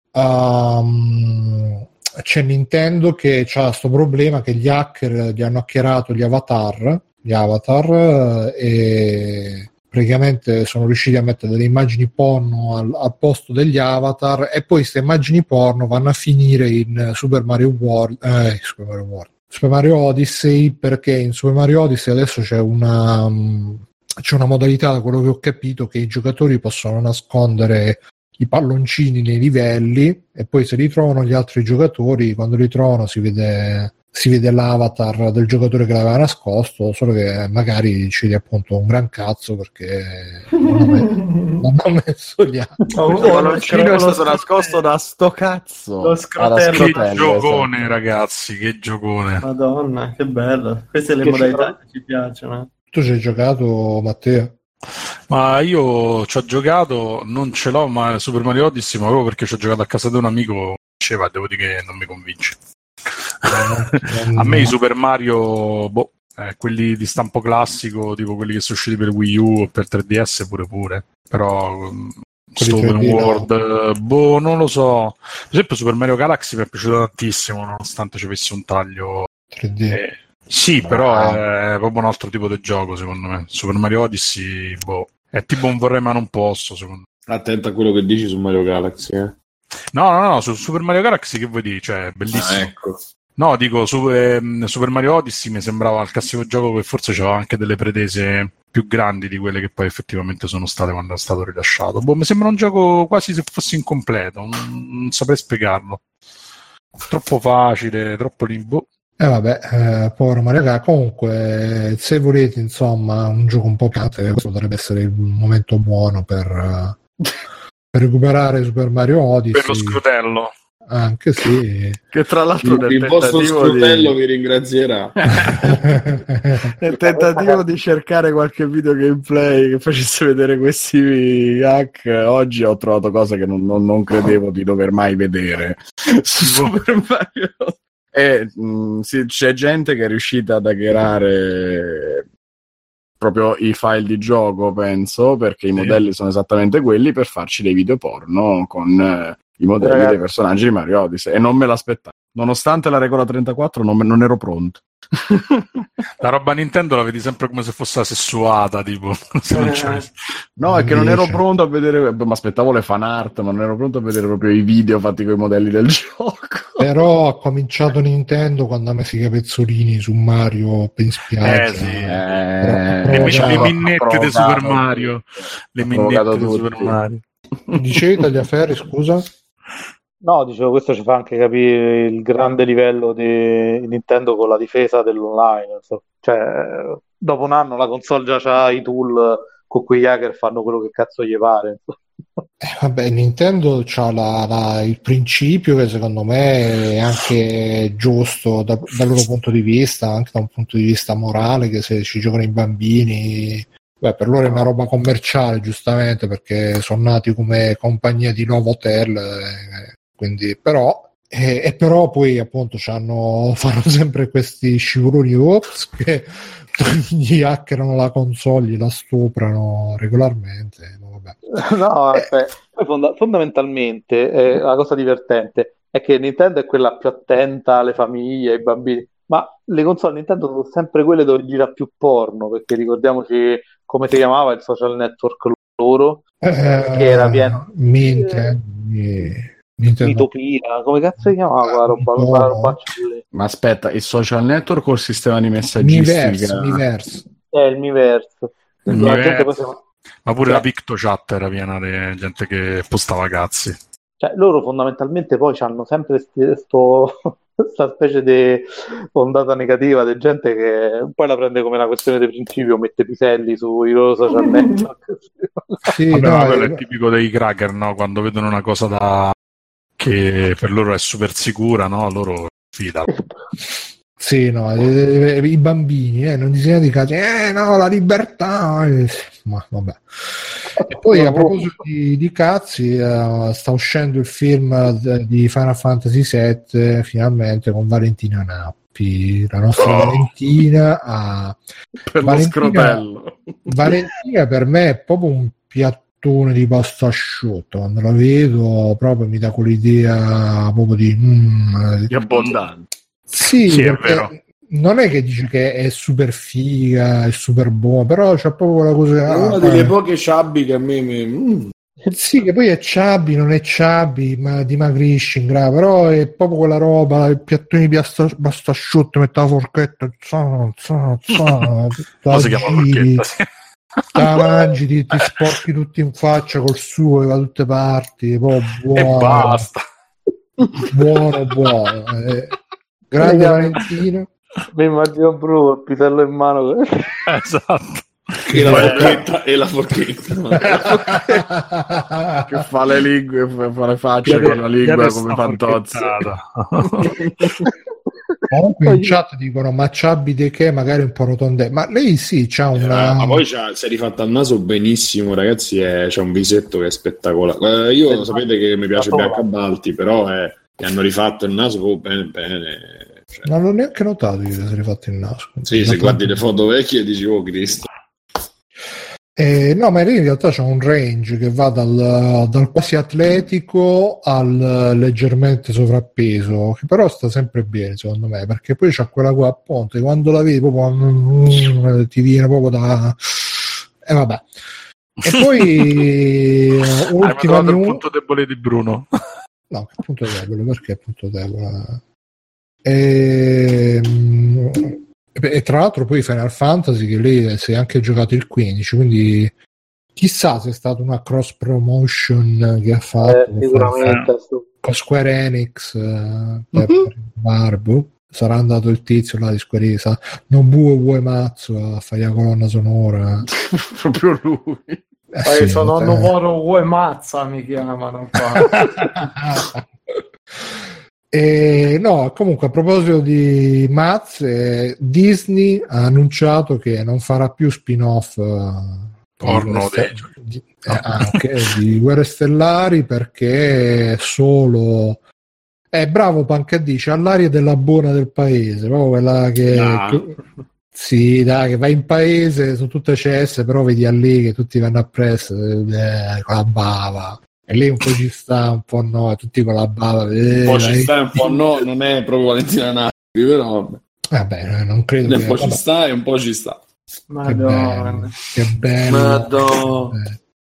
C'è Nintendo che c'ha questo problema che gli hacker gli hanno hackerato gli avatar e praticamente sono riusciti a mettere delle immagini porno al posto degli avatar, e poi queste immagini porno vanno a finire in Super Mario Odyssey, perché in Super Mario Odyssey adesso c'è una modalità, da quello che ho capito, che i giocatori possono nascondere i palloncini nei livelli e poi se li trovano gli altri giocatori, quando li trovano si vede l'avatar del giocatore che l'aveva nascosto, solo che magari ci appunto un gran cazzo perché non ho messo gli altri. Il palloncino è stato nascosto da sto cazzo. Lo scrotello. Che giocone, esatto. Ragazzi, che giocone. Madonna, che bello. Queste le modalità che ci piacciono. Tu ci hai giocato, Matteo? Ma io ci ho giocato, non ce l'ho, ma Super Mario Odyssey, ma proprio perché ci ho giocato a casa di un amico, diceva, devo dire che non mi convince. A me i Super Mario, quelli di stampo classico, tipo quelli che sono usciti per Wii U o per 3DS pure, però Open World, non lo so. Per esempio Super Mario Galaxy mi è piaciuto tantissimo, nonostante ci avesse un taglio 3D. Sì, però è proprio un altro tipo di gioco, secondo me. Super Mario Odyssey, è tipo un vorrei ma non posso, secondo me. Attento a quello che dici su Mario Galaxy, eh? No, su Super Mario Galaxy che vuoi dire? Cioè, bellissimo. Ecco. No, dico, Super Mario Odyssey mi sembrava il classico gioco che forse aveva anche delle pretese più grandi di quelle che poi effettivamente sono state quando è stato rilasciato. Mi sembra un gioco quasi se fosse incompleto, non saprei spiegarlo. Troppo facile, troppo limbo. Povero Mario Kart. Comunque, se volete, insomma, un gioco un po' piante, questo potrebbe essere il momento buono per recuperare Super Mario Odyssey. Per lo scrutello. Anche sì. Che tra l'altro Il vostro scrotello vi ringrazierà. nel tentativo di cercare qualche video gameplay che facesse vedere questi hack, oggi ho trovato cose che non credevo di dover mai vedere su Super Mario. E sì, c'è gente che è riuscita ad hackerare proprio i file di gioco, penso, perché i modelli sono esattamente quelli, per farci dei video porno con i modelli dei personaggi di Mario Odyssey, e non me l'aspettavo. Nonostante la regola 34 non ero pronto. La roba Nintendo la vedi sempre come se fosse sessuata, tipo. Se non c'è... No, è che non ero pronto a vedere, mi aspettavo le fan art, ma non ero pronto a vedere proprio i video fatti con i modelli del gioco. Però ha cominciato Nintendo quando ha messo i capezzolini su Mario in spiaggia. Sì. Le minnette di Super Mario. Le minnette di Super Mario. Dicevi Tagliaferri, scusa? No, dicevo, questo ci fa anche capire il grande livello di Nintendo con la difesa dell'online. Cioè, dopo un anno la console già c'ha i tool con cui gli hacker fanno quello che cazzo gli pare. Vabbè, Nintendo c'ha il principio che secondo me è anche giusto dal loro punto di vista, anche da un punto di vista morale, che se ci giocano i bambini, per loro è una roba commerciale, giustamente, perché sono nati come compagnia di Novotel, quindi però poi appunto fanno sempre questi scivoloni che gli hackerano la console, gli la stuprano regolarmente. Vabbè. No, poi fondamentalmente la cosa divertente è che Nintendo è quella più attenta alle famiglie, ai bambini, ma le console Nintendo sono sempre quelle dove gira più porno, perché ricordiamoci come si chiamava il social network loro, che era pieno Mitopia, come cazzo si chiamava quella roba? Ma aspetta, il social network o il sistema di messaggistica? Miiverse. Il Miiverse. Ma pure la PictoChat era piena di gente che postava cazzi. Cioè, loro fondamentalmente poi hanno sempre questa specie di ondata negativa di gente che poi la prende come una questione di principio, mette piselli sui loro social network. Sì, vabbè, quello è tipico dei cracker, no? Quando vedono una cosa che per loro è super sicura, no? Loro fidano. Sì, no, i bambini non disegnano di cazzo, no, la libertà, ma vabbè. E poi a proposito di cazzi, sta uscendo il film di Final Fantasy VII finalmente con Valentina Nappi, la nostra Valentina per lo scrotello. Valentina per me è proprio un piattone di pasta asciutto, quando la vedo proprio mi dà quell'idea proprio di abbondante. Sì, è vero. Non è che dice che è super figa, è super buona, però c'ha proprio quella cosa. È una delle poche chubby che a me. Sì, che poi è chubby, non è chubby, ma dimagrisce in grado, però è proprio quella roba, il piattone di pasta asciutto, mette la forchetta, la si chiama forchetta, sì. La mangi, ti sporchi tutti in faccia col suo e va da tutte parti, poi buono. E basta. Buono. Grande Valentino. Mi immagino Bruno il pisello in mano. Esatto. E la forchetta. Che fa le lingue, fa le facce con la lingua come Fantozzi. Comunque in chat dicono ma Chubby di che magari un po' rotonde, ma lei sì c'ha una ma poi si è rifatta il naso benissimo, ragazzi, c'ha un visetto che è spettacolare. Io sapete che mi piace Biancabalti, però gli hanno rifatto il naso bene. Cioè. Non l'ho neanche notato che si è rifatto il naso. Sì, se guardi le foto vecchie dici oh Cristo. No, ma lì in realtà c'è un range che va dal quasi atletico al leggermente sovrappeso, che però sta sempre bene secondo me, perché poi c'ha quella qua appunto, quando la vedi proprio ti viene proprio da vabbè. E poi ultima il punto debole di Bruno. No, che punto debole? Perché punto debole? E tra l'altro poi Final Fantasy, che lei si è anche giocato il 15, quindi chissà se è stata una cross promotion che ha fatto con Square Enix per Barbo. Sarà andato il tizio là di Square Enix, Nobuo Uematsu a fare la colonna sonora. Proprio lui. Sono Nobuo Uematsu mi chiamano qua. E no, comunque a proposito di mazze, Disney ha annunciato che non farà più spin-off porno anche di Guerre Stellari, perché solo bravo Panca dice all'aria della buona del paese, proprio quella che sì, dai, che vai in paese, sono tutte CS, però vedi a lì che tutti vanno appresso con la bava. E lì un po' ci sta, un po' no, tutti con la bava. Un po' ci sta, un po' no, non è proprio Valentina Napoli, però vabbè, non credo un po' ci sta e un po' ci sta. Madonna. Che bello. Madonna.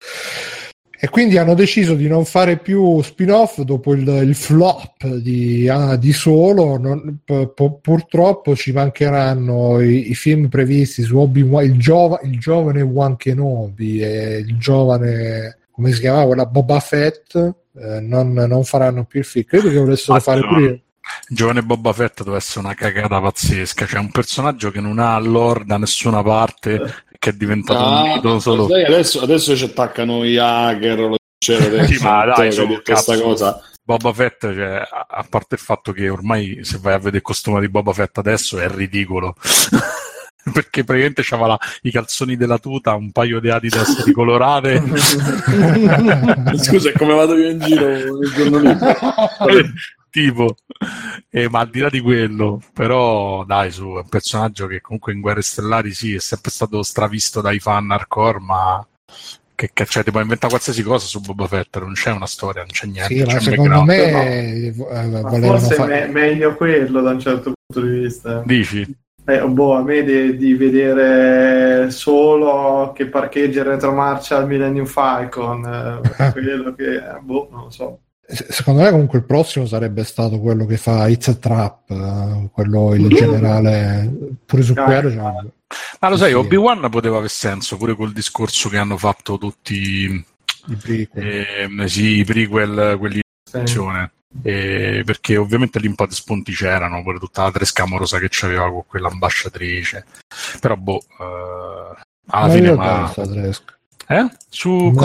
E quindi hanno deciso di non fare più spin-off dopo il flop di Solo. Purtroppo ci mancheranno i film previsti su Obi-Wan, il giovane Obi-Wan Kenobi e il giovane, come si chiamava, quella Boba Fett. Non faranno più il film. Credo che volessero fare pure il giovane Boba Fett deve essere una cagata pazzesca. C'è un personaggio che non ha lore da nessuna parte, che è diventato un mito solo. Adesso ci attaccano i hacker, sì, ma dai, questa cosa. Boba Fett, cioè, a parte il fatto che ormai se vai a vedere il costume di Boba Fett adesso è ridicolo. Perché praticamente c'aveva i calzoni della tuta, un paio di Adidas ricolorate. Scusa, come vado io in giro il giorno lì? Tipo, ma al di là di quello, però dai, è un personaggio che comunque in Guerre Stellari sì, è sempre stato stravisto dai fan hardcore, ma che cioè, ti puoi inventare qualsiasi cosa su Boba Fett, non c'è una storia, non c'è niente. Sì, ma secondo me forse è meglio quello da un certo punto di vista. Dici? A me di vedere Solo che parcheggia in retromarcia al Millennium Falcon, quello che non lo so. Secondo me comunque il prossimo sarebbe stato quello che fa It's a Trap, quello il generale, pure su quello ma lo sai, sì. Obi-Wan poteva aver senso pure col discorso che hanno fatto tutti i prequel, i prequel, quelli di azione, perché ovviamente lì un po' di spunti c'erano, pure tutta la tresca amorosa che c'aveva con quell'ambasciatrice, però alla fine su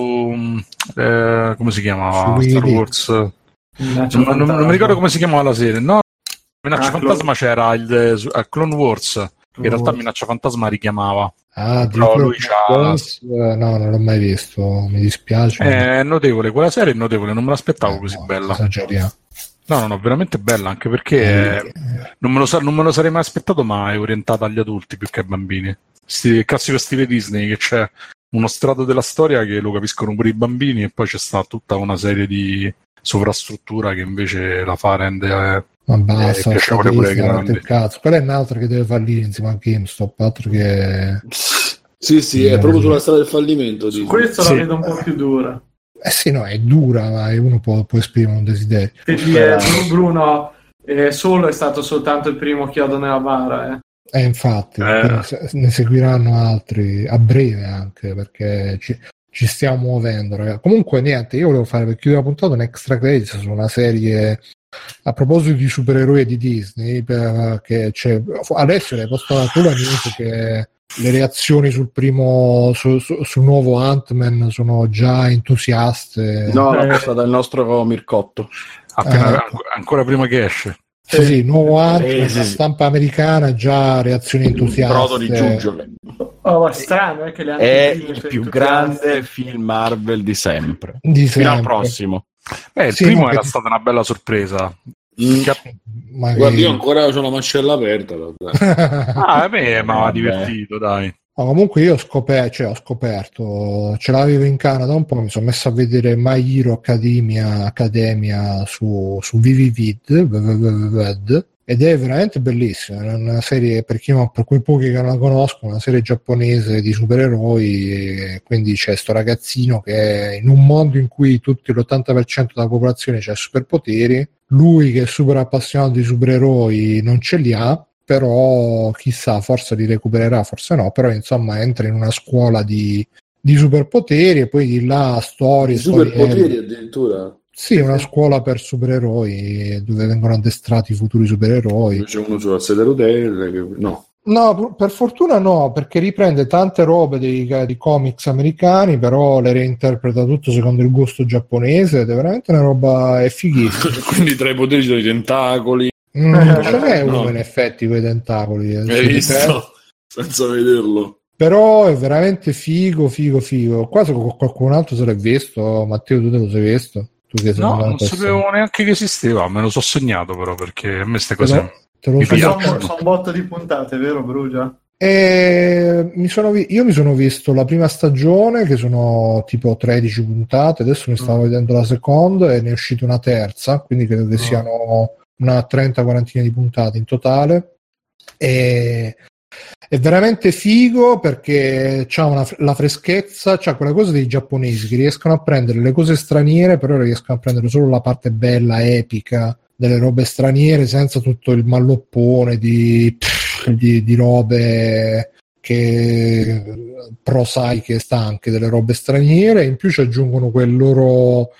come si chiamava Star Wars, non mi ricordo come si chiamava la serie, no, Minaccia Fantasma c'era il Clone Wars, che in realtà Minaccia Fantasma richiamava, però lui no, non l'ho mai visto, mi dispiace, è notevole, quella serie è notevole, non me l'aspettavo così bella. No, veramente bella, anche perché non me lo sarei mai aspettato, ma è orientata agli adulti più che ai bambini. Il classico stile Disney, che c'è uno strato della storia che lo capiscono pure i bambini e poi c'è sta tutta una serie di sovrastruttura che invece la fa rende piacevole pure ai grandi. Quella è un'altra che deve fallire insieme a GameStop, altro che sì, è proprio sulla strada del fallimento. Questo la vedo un po' più dura. Sì, no, è dura, ma uno può esprimere un desiderio. Bruno, Solo è stato soltanto il primo chiodo nella bara, infatti, ne seguiranno altri a breve anche, perché ci stiamo muovendo, ragazzi. Comunque niente, io volevo fare, per chiudere la puntata, un extra credits su una serie a proposito di supereroi di Disney, perché adesso l'hai postata tu la news che le reazioni sul primo sul nuovo Ant-Man sono già entusiaste. No, l'ha postata il nostro Mircotto ancora prima che esce. Sì, nuovo Ant-Man, la stampa americana già reazioni entusiaste. Brodo di giuggiole. Strano che è il più grande film Marvel di sempre. Fino al prossimo. Il primo era stata una bella sorpresa. Guarda, io ancora ho la mascella aperta. A me mi ha divertito, dai. Comunque io ho scoperto, ce l'avevo in Canada un po', mi sono messo a vedere My Hero Academia su Vivid ed è veramente bellissima, è una serie, per quei pochi che non la conoscono, una serie giapponese di supereroi, e quindi c'è sto ragazzino che in un mondo in cui l'80% della popolazione c'ha superpoteri, lui che è super appassionato di supereroi non ce li ha, però chissà, forse li recupererà, forse no, però insomma entra in una scuola di superpoteri e poi di là storie addirittura. Sì, una scuola per supereroi dove vengono addestrati i futuri supereroi. C'è uno sulla sedia a rotelle, no. No, per fortuna no, perché riprende tante robe di comics americani, però le reinterpreta tutto secondo il gusto giapponese ed è veramente una roba, è fighissima. Quindi tra i poteri ci sono i tentacoli. Ce n'è No. uno in effetti con i tentacoli. Hai visto? Senza vederlo. Però è veramente figo. Quasi qualcun altro se l'è visto. Matteo, tu te lo sei visto? Tu che sei No, una non persona. sapevo neanche che esisteva, me lo so segnato però, perché a me queste cose Te lo mi so- piacciono. Sono un botto di puntate, vero Brugia? io mi sono visto la prima stagione, che sono tipo 13 puntate, adesso mi stavo vedendo la seconda e ne è uscita una terza, quindi credo che siano una 30-40 di puntate in totale. E è veramente figo perché c'ha la freschezza, c'ha quella cosa dei giapponesi che riescono a prendere le cose straniere, però riescono a prendere solo la parte bella, epica delle robe straniere, senza tutto il malloppone di robe che prosaiche, stanche delle robe straniere. In più ci aggiungono quel loro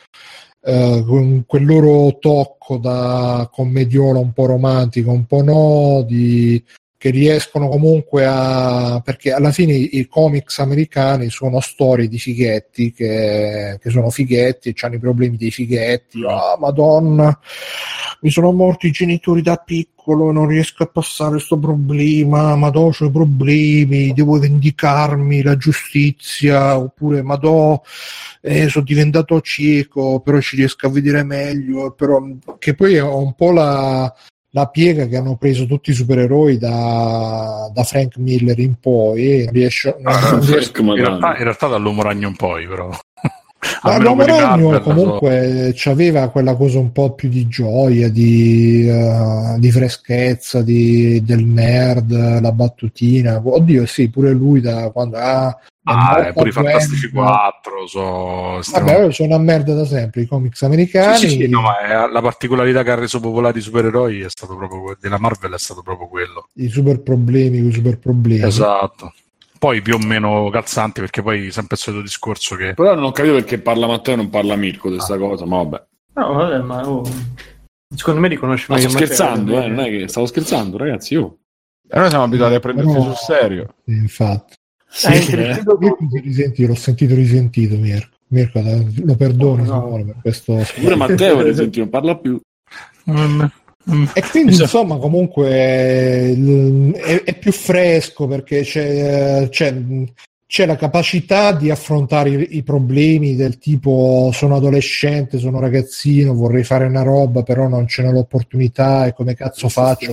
tocco da commediola un po' romantico, un po' no, che riescono comunque perché alla fine i comics americani sono storie di fighetti che sono fighetti e hanno i problemi dei fighetti. Madonna, mi sono morti i genitori da piccolo, non riesco a passare questo problema, madò, c'ho i problemi, devo vendicarmi, la giustizia, oppure madò, sono diventato cieco, però ci riesco a vedere meglio, però che poi è un po' la piega che hanno preso tutti i supereroi da Frank Miller in poi. in realtà dall'Uomo Ragno in poi, però. L'Uomo Ragno comunque c'aveva quella cosa un po' più di gioia, di freschezza, del nerd, la battutina. Oddio, sì, pure lui da quando pure i Fantastici 4 sono una merda da sempre i comics americani. Sì, no, ma la particolarità che ha reso popolari i supereroi è stato proprio della Marvel, è stato proprio quello, i super problemi. Esatto. Poi più o meno calzanti, perché poi sempre il solito discorso che... Però non ho capito perché parla Matteo e non parla Mirko di questa cosa, ma vabbè. No, vabbè, ma secondo me riconosce Ma meglio sto scherzando, Matteo, non è che stavo scherzando, ragazzi, io. E noi siamo abituati a prendersi sul serio. Infatti. Sì, l'ho sentito risentito, Mirko, lo perdono se vuole per questo. Pure Matteo risentito, non parla più. E quindi insomma comunque è più fresco perché c'è la capacità di affrontare i problemi del tipo sono adolescente, sono ragazzino, vorrei fare una roba però non ce n'è l'opportunità e come cazzo faccio,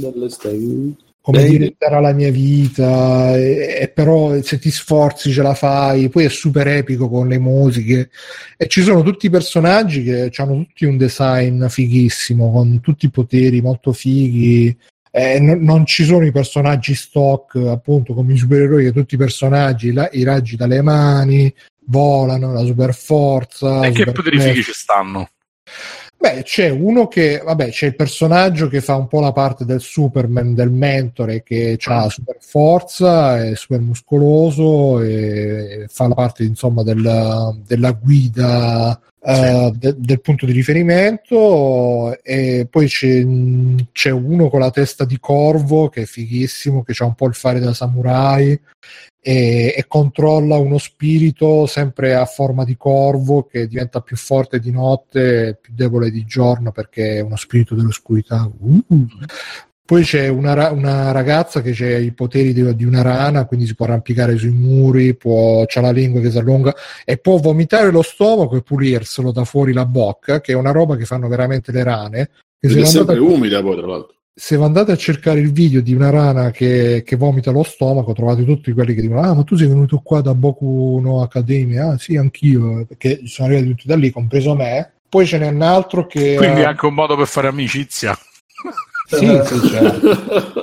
come diventerà la mia vita, e però se ti sforzi ce la fai. Poi è super epico con le musiche e ci sono tutti i personaggi che hanno tutti un design fighissimo con tutti i poteri molto fighi. Non ci sono i personaggi stock appunto come i supereroi, che tutti i personaggi i raggi dalle mani, volano, la super forza, e che poteri fighi ci stanno? Beh, c'è uno che, c'è il personaggio che fa un po' la parte del Superman, del mentore, che ha super forza, è super muscoloso e fa la parte, insomma, della guida del punto di riferimento. E poi c'è uno con la testa di corvo che è fighissimo, che ha un po' il fare da samurai e controlla uno spirito sempre a forma di corvo che diventa più forte di notte e più debole di giorno perché è uno spirito dell'oscurità. Poi c'è una ragazza che ha i poteri di una rana, quindi si può arrampicare sui muri, c'ha la lingua che si allunga e può vomitare lo stomaco e pulirselo da fuori la bocca, che è una roba che fanno veramente le rane. Ed è sempre umida poi, tra l'altro. Se andate a cercare il video di una rana che vomita lo stomaco, trovate tutti quelli che dicono ma tu sei venuto qua da Boku no Academia? Sì, anch'io, perché sono arrivati tutti da lì, compreso me. Poi ce n'è un altro che... Quindi è anche un modo per fare amicizia. Sì, certo.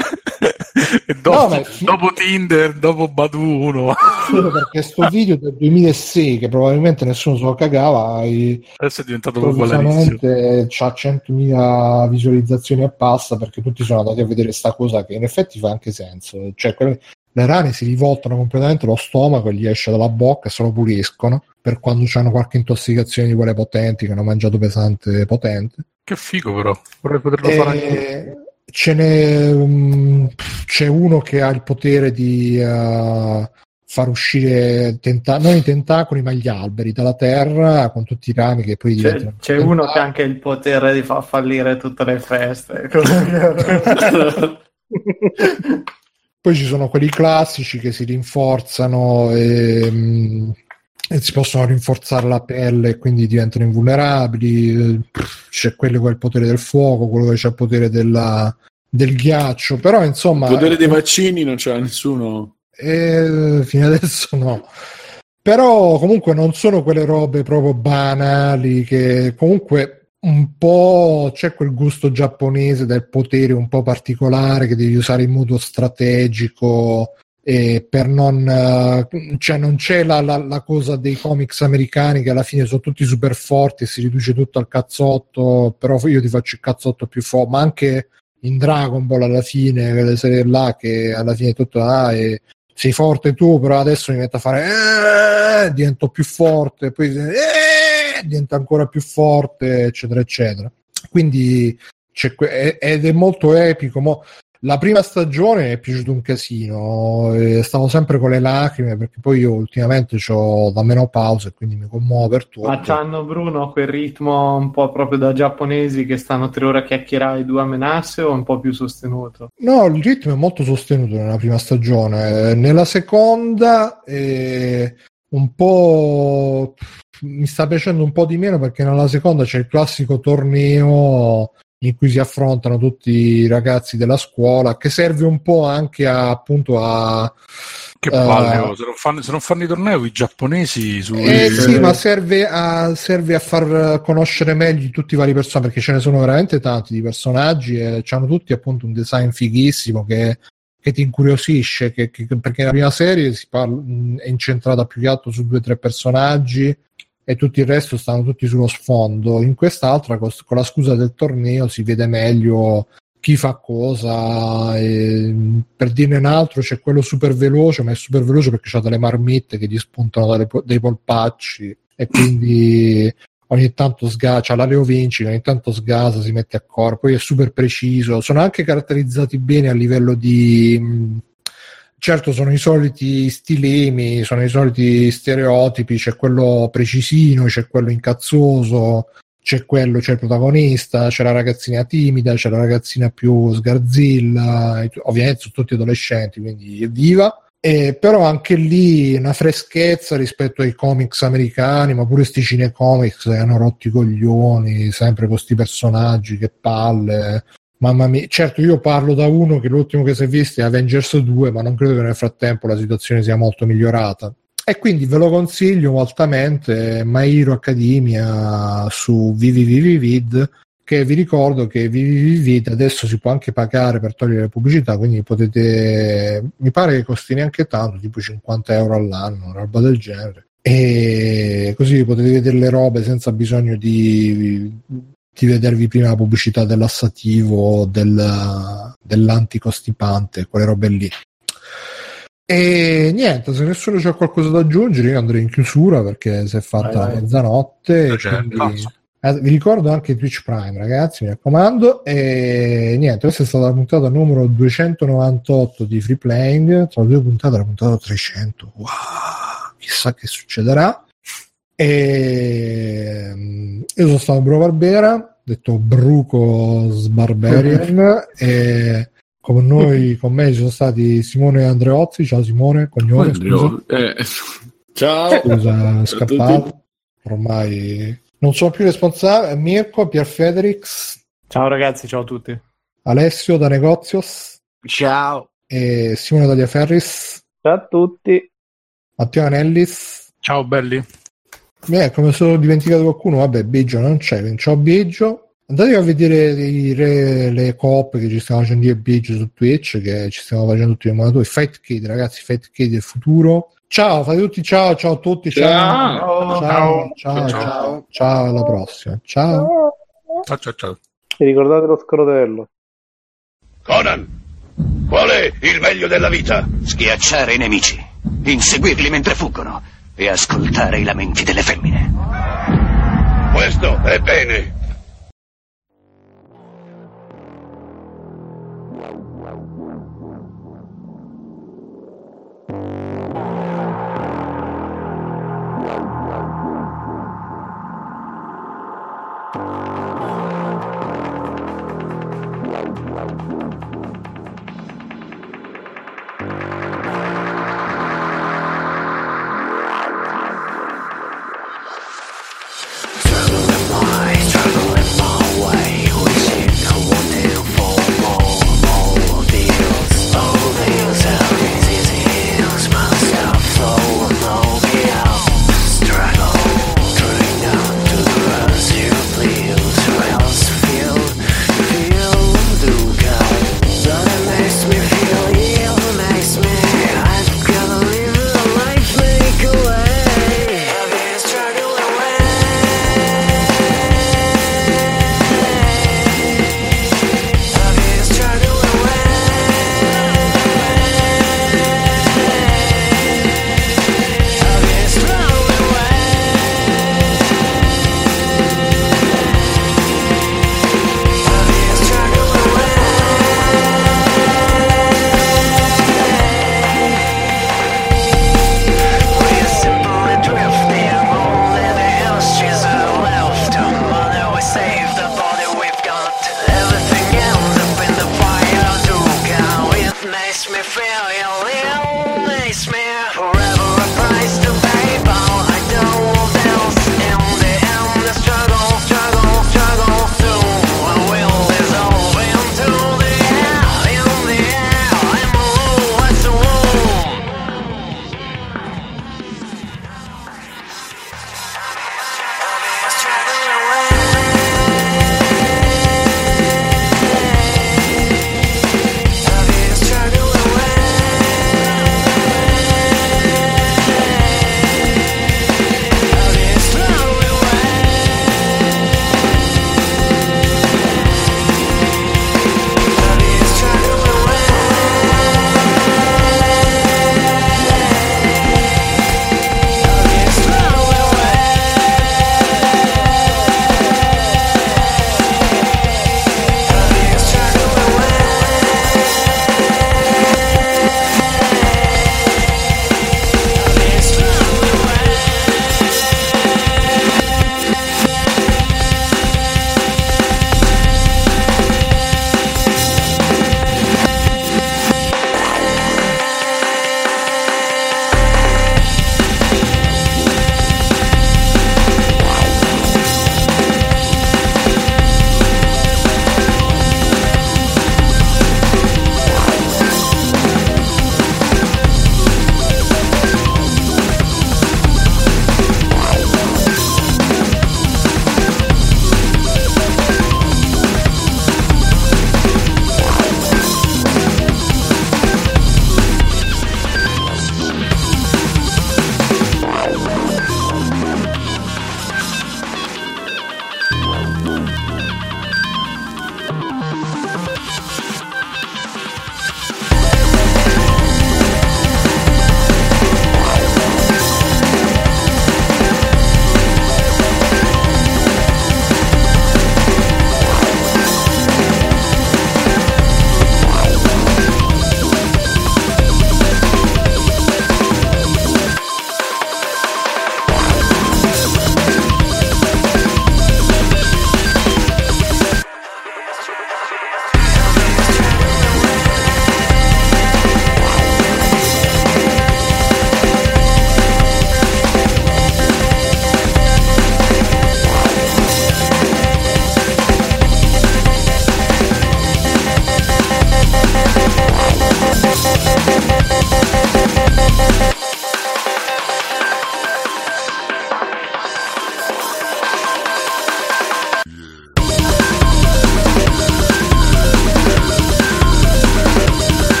E dopo Tinder, dopo Badu 1. Perché sto video del 2006 che probabilmente nessuno se lo cagava, adesso è diventato popolarissimo, c'ha 100.000 visualizzazioni e passa, perché tutti sono andati a vedere sta cosa che in effetti fa anche senso, cioè le rane si rivoltano completamente lo stomaco e gli esce dalla bocca e se lo puliscono per quando hanno qualche intossicazione di quelle potenti, che hanno mangiato pesante potente. Che figo, però vorrei poterlo fare anche. c'è uno che ha il potere di far uscire non i tentacoli ma gli alberi dalla terra con tutti i rami che poi diventano c'è uno che ha anche il potere di far fallire tutte le feste. Poi ci sono quelli classici che si rinforzano e si possono rinforzare la pelle e quindi diventano invulnerabili. C'è quello con il potere del fuoco, quello che c'ha il potere del ghiaccio, però insomma il potere dei vaccini non c'era nessuno. Fino adesso no, però comunque non sono quelle robe proprio banali, che comunque un po' c'è quel gusto giapponese del potere un po' particolare che devi usare in modo strategico per non cioè non c'è la cosa dei comics americani che alla fine sono tutti super forti e si riduce tutto al cazzotto, però io ti faccio il cazzotto più forte, ma anche in Dragon Ball alla fine quelle serie là che alla fine tutto sei forte tu, però adesso mi metto a fare divento più forte, poi diventa ancora più forte, eccetera eccetera. Quindi ed è molto epico. La prima stagione mi è piaciuto un casino, stavo sempre con le lacrime perché poi io ultimamente ho la menopausa e quindi mi commuovo per tutto. Ma c'hanno, Bruno, quel ritmo un po' proprio da giapponesi che stanno 3 ore a chiacchierare 2 amenasse, o un po' più sostenuto? No, il ritmo è molto sostenuto nella prima stagione. Nella seconda un po' mi sta piacendo un po' di meno, perché nella seconda c'è il classico torneo in cui si affrontano tutti i ragazzi della scuola, che serve un po' anche appunto a che palle, se non fanno i tornei i giapponesi sì, ma serve a far conoscere meglio tutti i vari personaggi, perché ce ne sono veramente tanti di personaggi e hanno tutti appunto un design fighissimo che ti incuriosisce, perché nella prima serie è incentrata più che altro su 2 o 3 personaggi e tutto il resto stanno tutti sullo sfondo. In quest'altra, con la scusa del torneo, si vede meglio chi fa cosa. Per dirne un altro, c'è quello super veloce, ma è super veloce perché c'ha delle marmitte che gli spuntano dai polpacci e quindi ogni tanto sgasa, la Leo Vinci, ogni tanto sgasa, si mette a corpo, poi è super preciso. Sono anche caratterizzati bene a livello di... Certo, sono i soliti stilemi, sono i soliti stereotipi, c'è quello precisino, c'è quello incazzoso, c'è il protagonista, c'è la ragazzina timida, c'è la ragazzina più sgarzilla, ovviamente sono tutti adolescenti, quindi evviva. Però anche lì una freschezza rispetto ai comics americani, ma pure sti cinecomics che hanno rotto i coglioni sempre con sti personaggi, che palle. Mamma mia, certo, io parlo da uno che l'ultimo che si è visto è Avengers 2, ma non credo che nel frattempo la situazione sia molto migliorata. E quindi ve lo consiglio altamente, My Hero Academia su Vivid, che vi ricordo che Vivid adesso si può anche pagare per togliere le pubblicità, quindi potete, mi pare che costi neanche tanto, tipo 50 euro all'anno, una roba del genere. E così potete vedere le robe senza bisogno di vedervi prima la pubblicità del lassativo, dell'anticostipante, quelle robe lì. E niente, se nessuno c'ha qualcosa da aggiungere, io andrei in chiusura perché si è fatta mezzanotte. Quindi, vi ricordo anche Twitch Prime, ragazzi, mi raccomando. E niente, questa è stata la puntata numero 298 di Free Playing. Tra le 2 puntate, la puntata 300. Wow, chissà che succederà. E io sono stato Bruno Barbera, detto Bruco Sbarbarian, e con me ci sono stati Simone Andreozzi. Ciao Simone, cognome, scusa. Ciao. Scusa, scappato. Ormai non sono più responsabile. Mirko, Pier Federix. Ciao ragazzi, ciao a tutti. Alessio da Negozios. Ciao. E Simone Tagliaferris. Ciao a tutti. Matteo Anellis. Ciao belli. Come sono dimenticato qualcuno, vabbè, Biggio non c'è, quindi ciao Biggio. Andate a vedere le coop che ci stiamo facendo io e Biggio su Twitch, che ci stiamo facendo tutti i moderatori. Fight Kid, ragazzi, Fight Kid del futuro. Ciao, fate tutti ciao a tutti, ciao, alla prossima, ciao. E ricordate lo scrotello. Conan, qual è il meglio della vita? Schiacciare i nemici, inseguirli mentre fuggono e ascoltare i lamenti delle femmine. Questo è bene.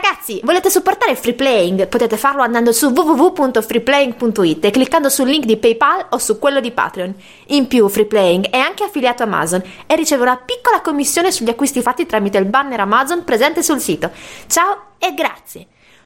Ragazzi, volete supportare Free Playing? Potete farlo andando su www.freeplaying.it e cliccando sul link di PayPal o su quello di Patreon. In più, Free Playing è anche affiliato a Amazon e riceve una piccola commissione sugli acquisti fatti tramite il banner Amazon presente sul sito. Ciao e grazie!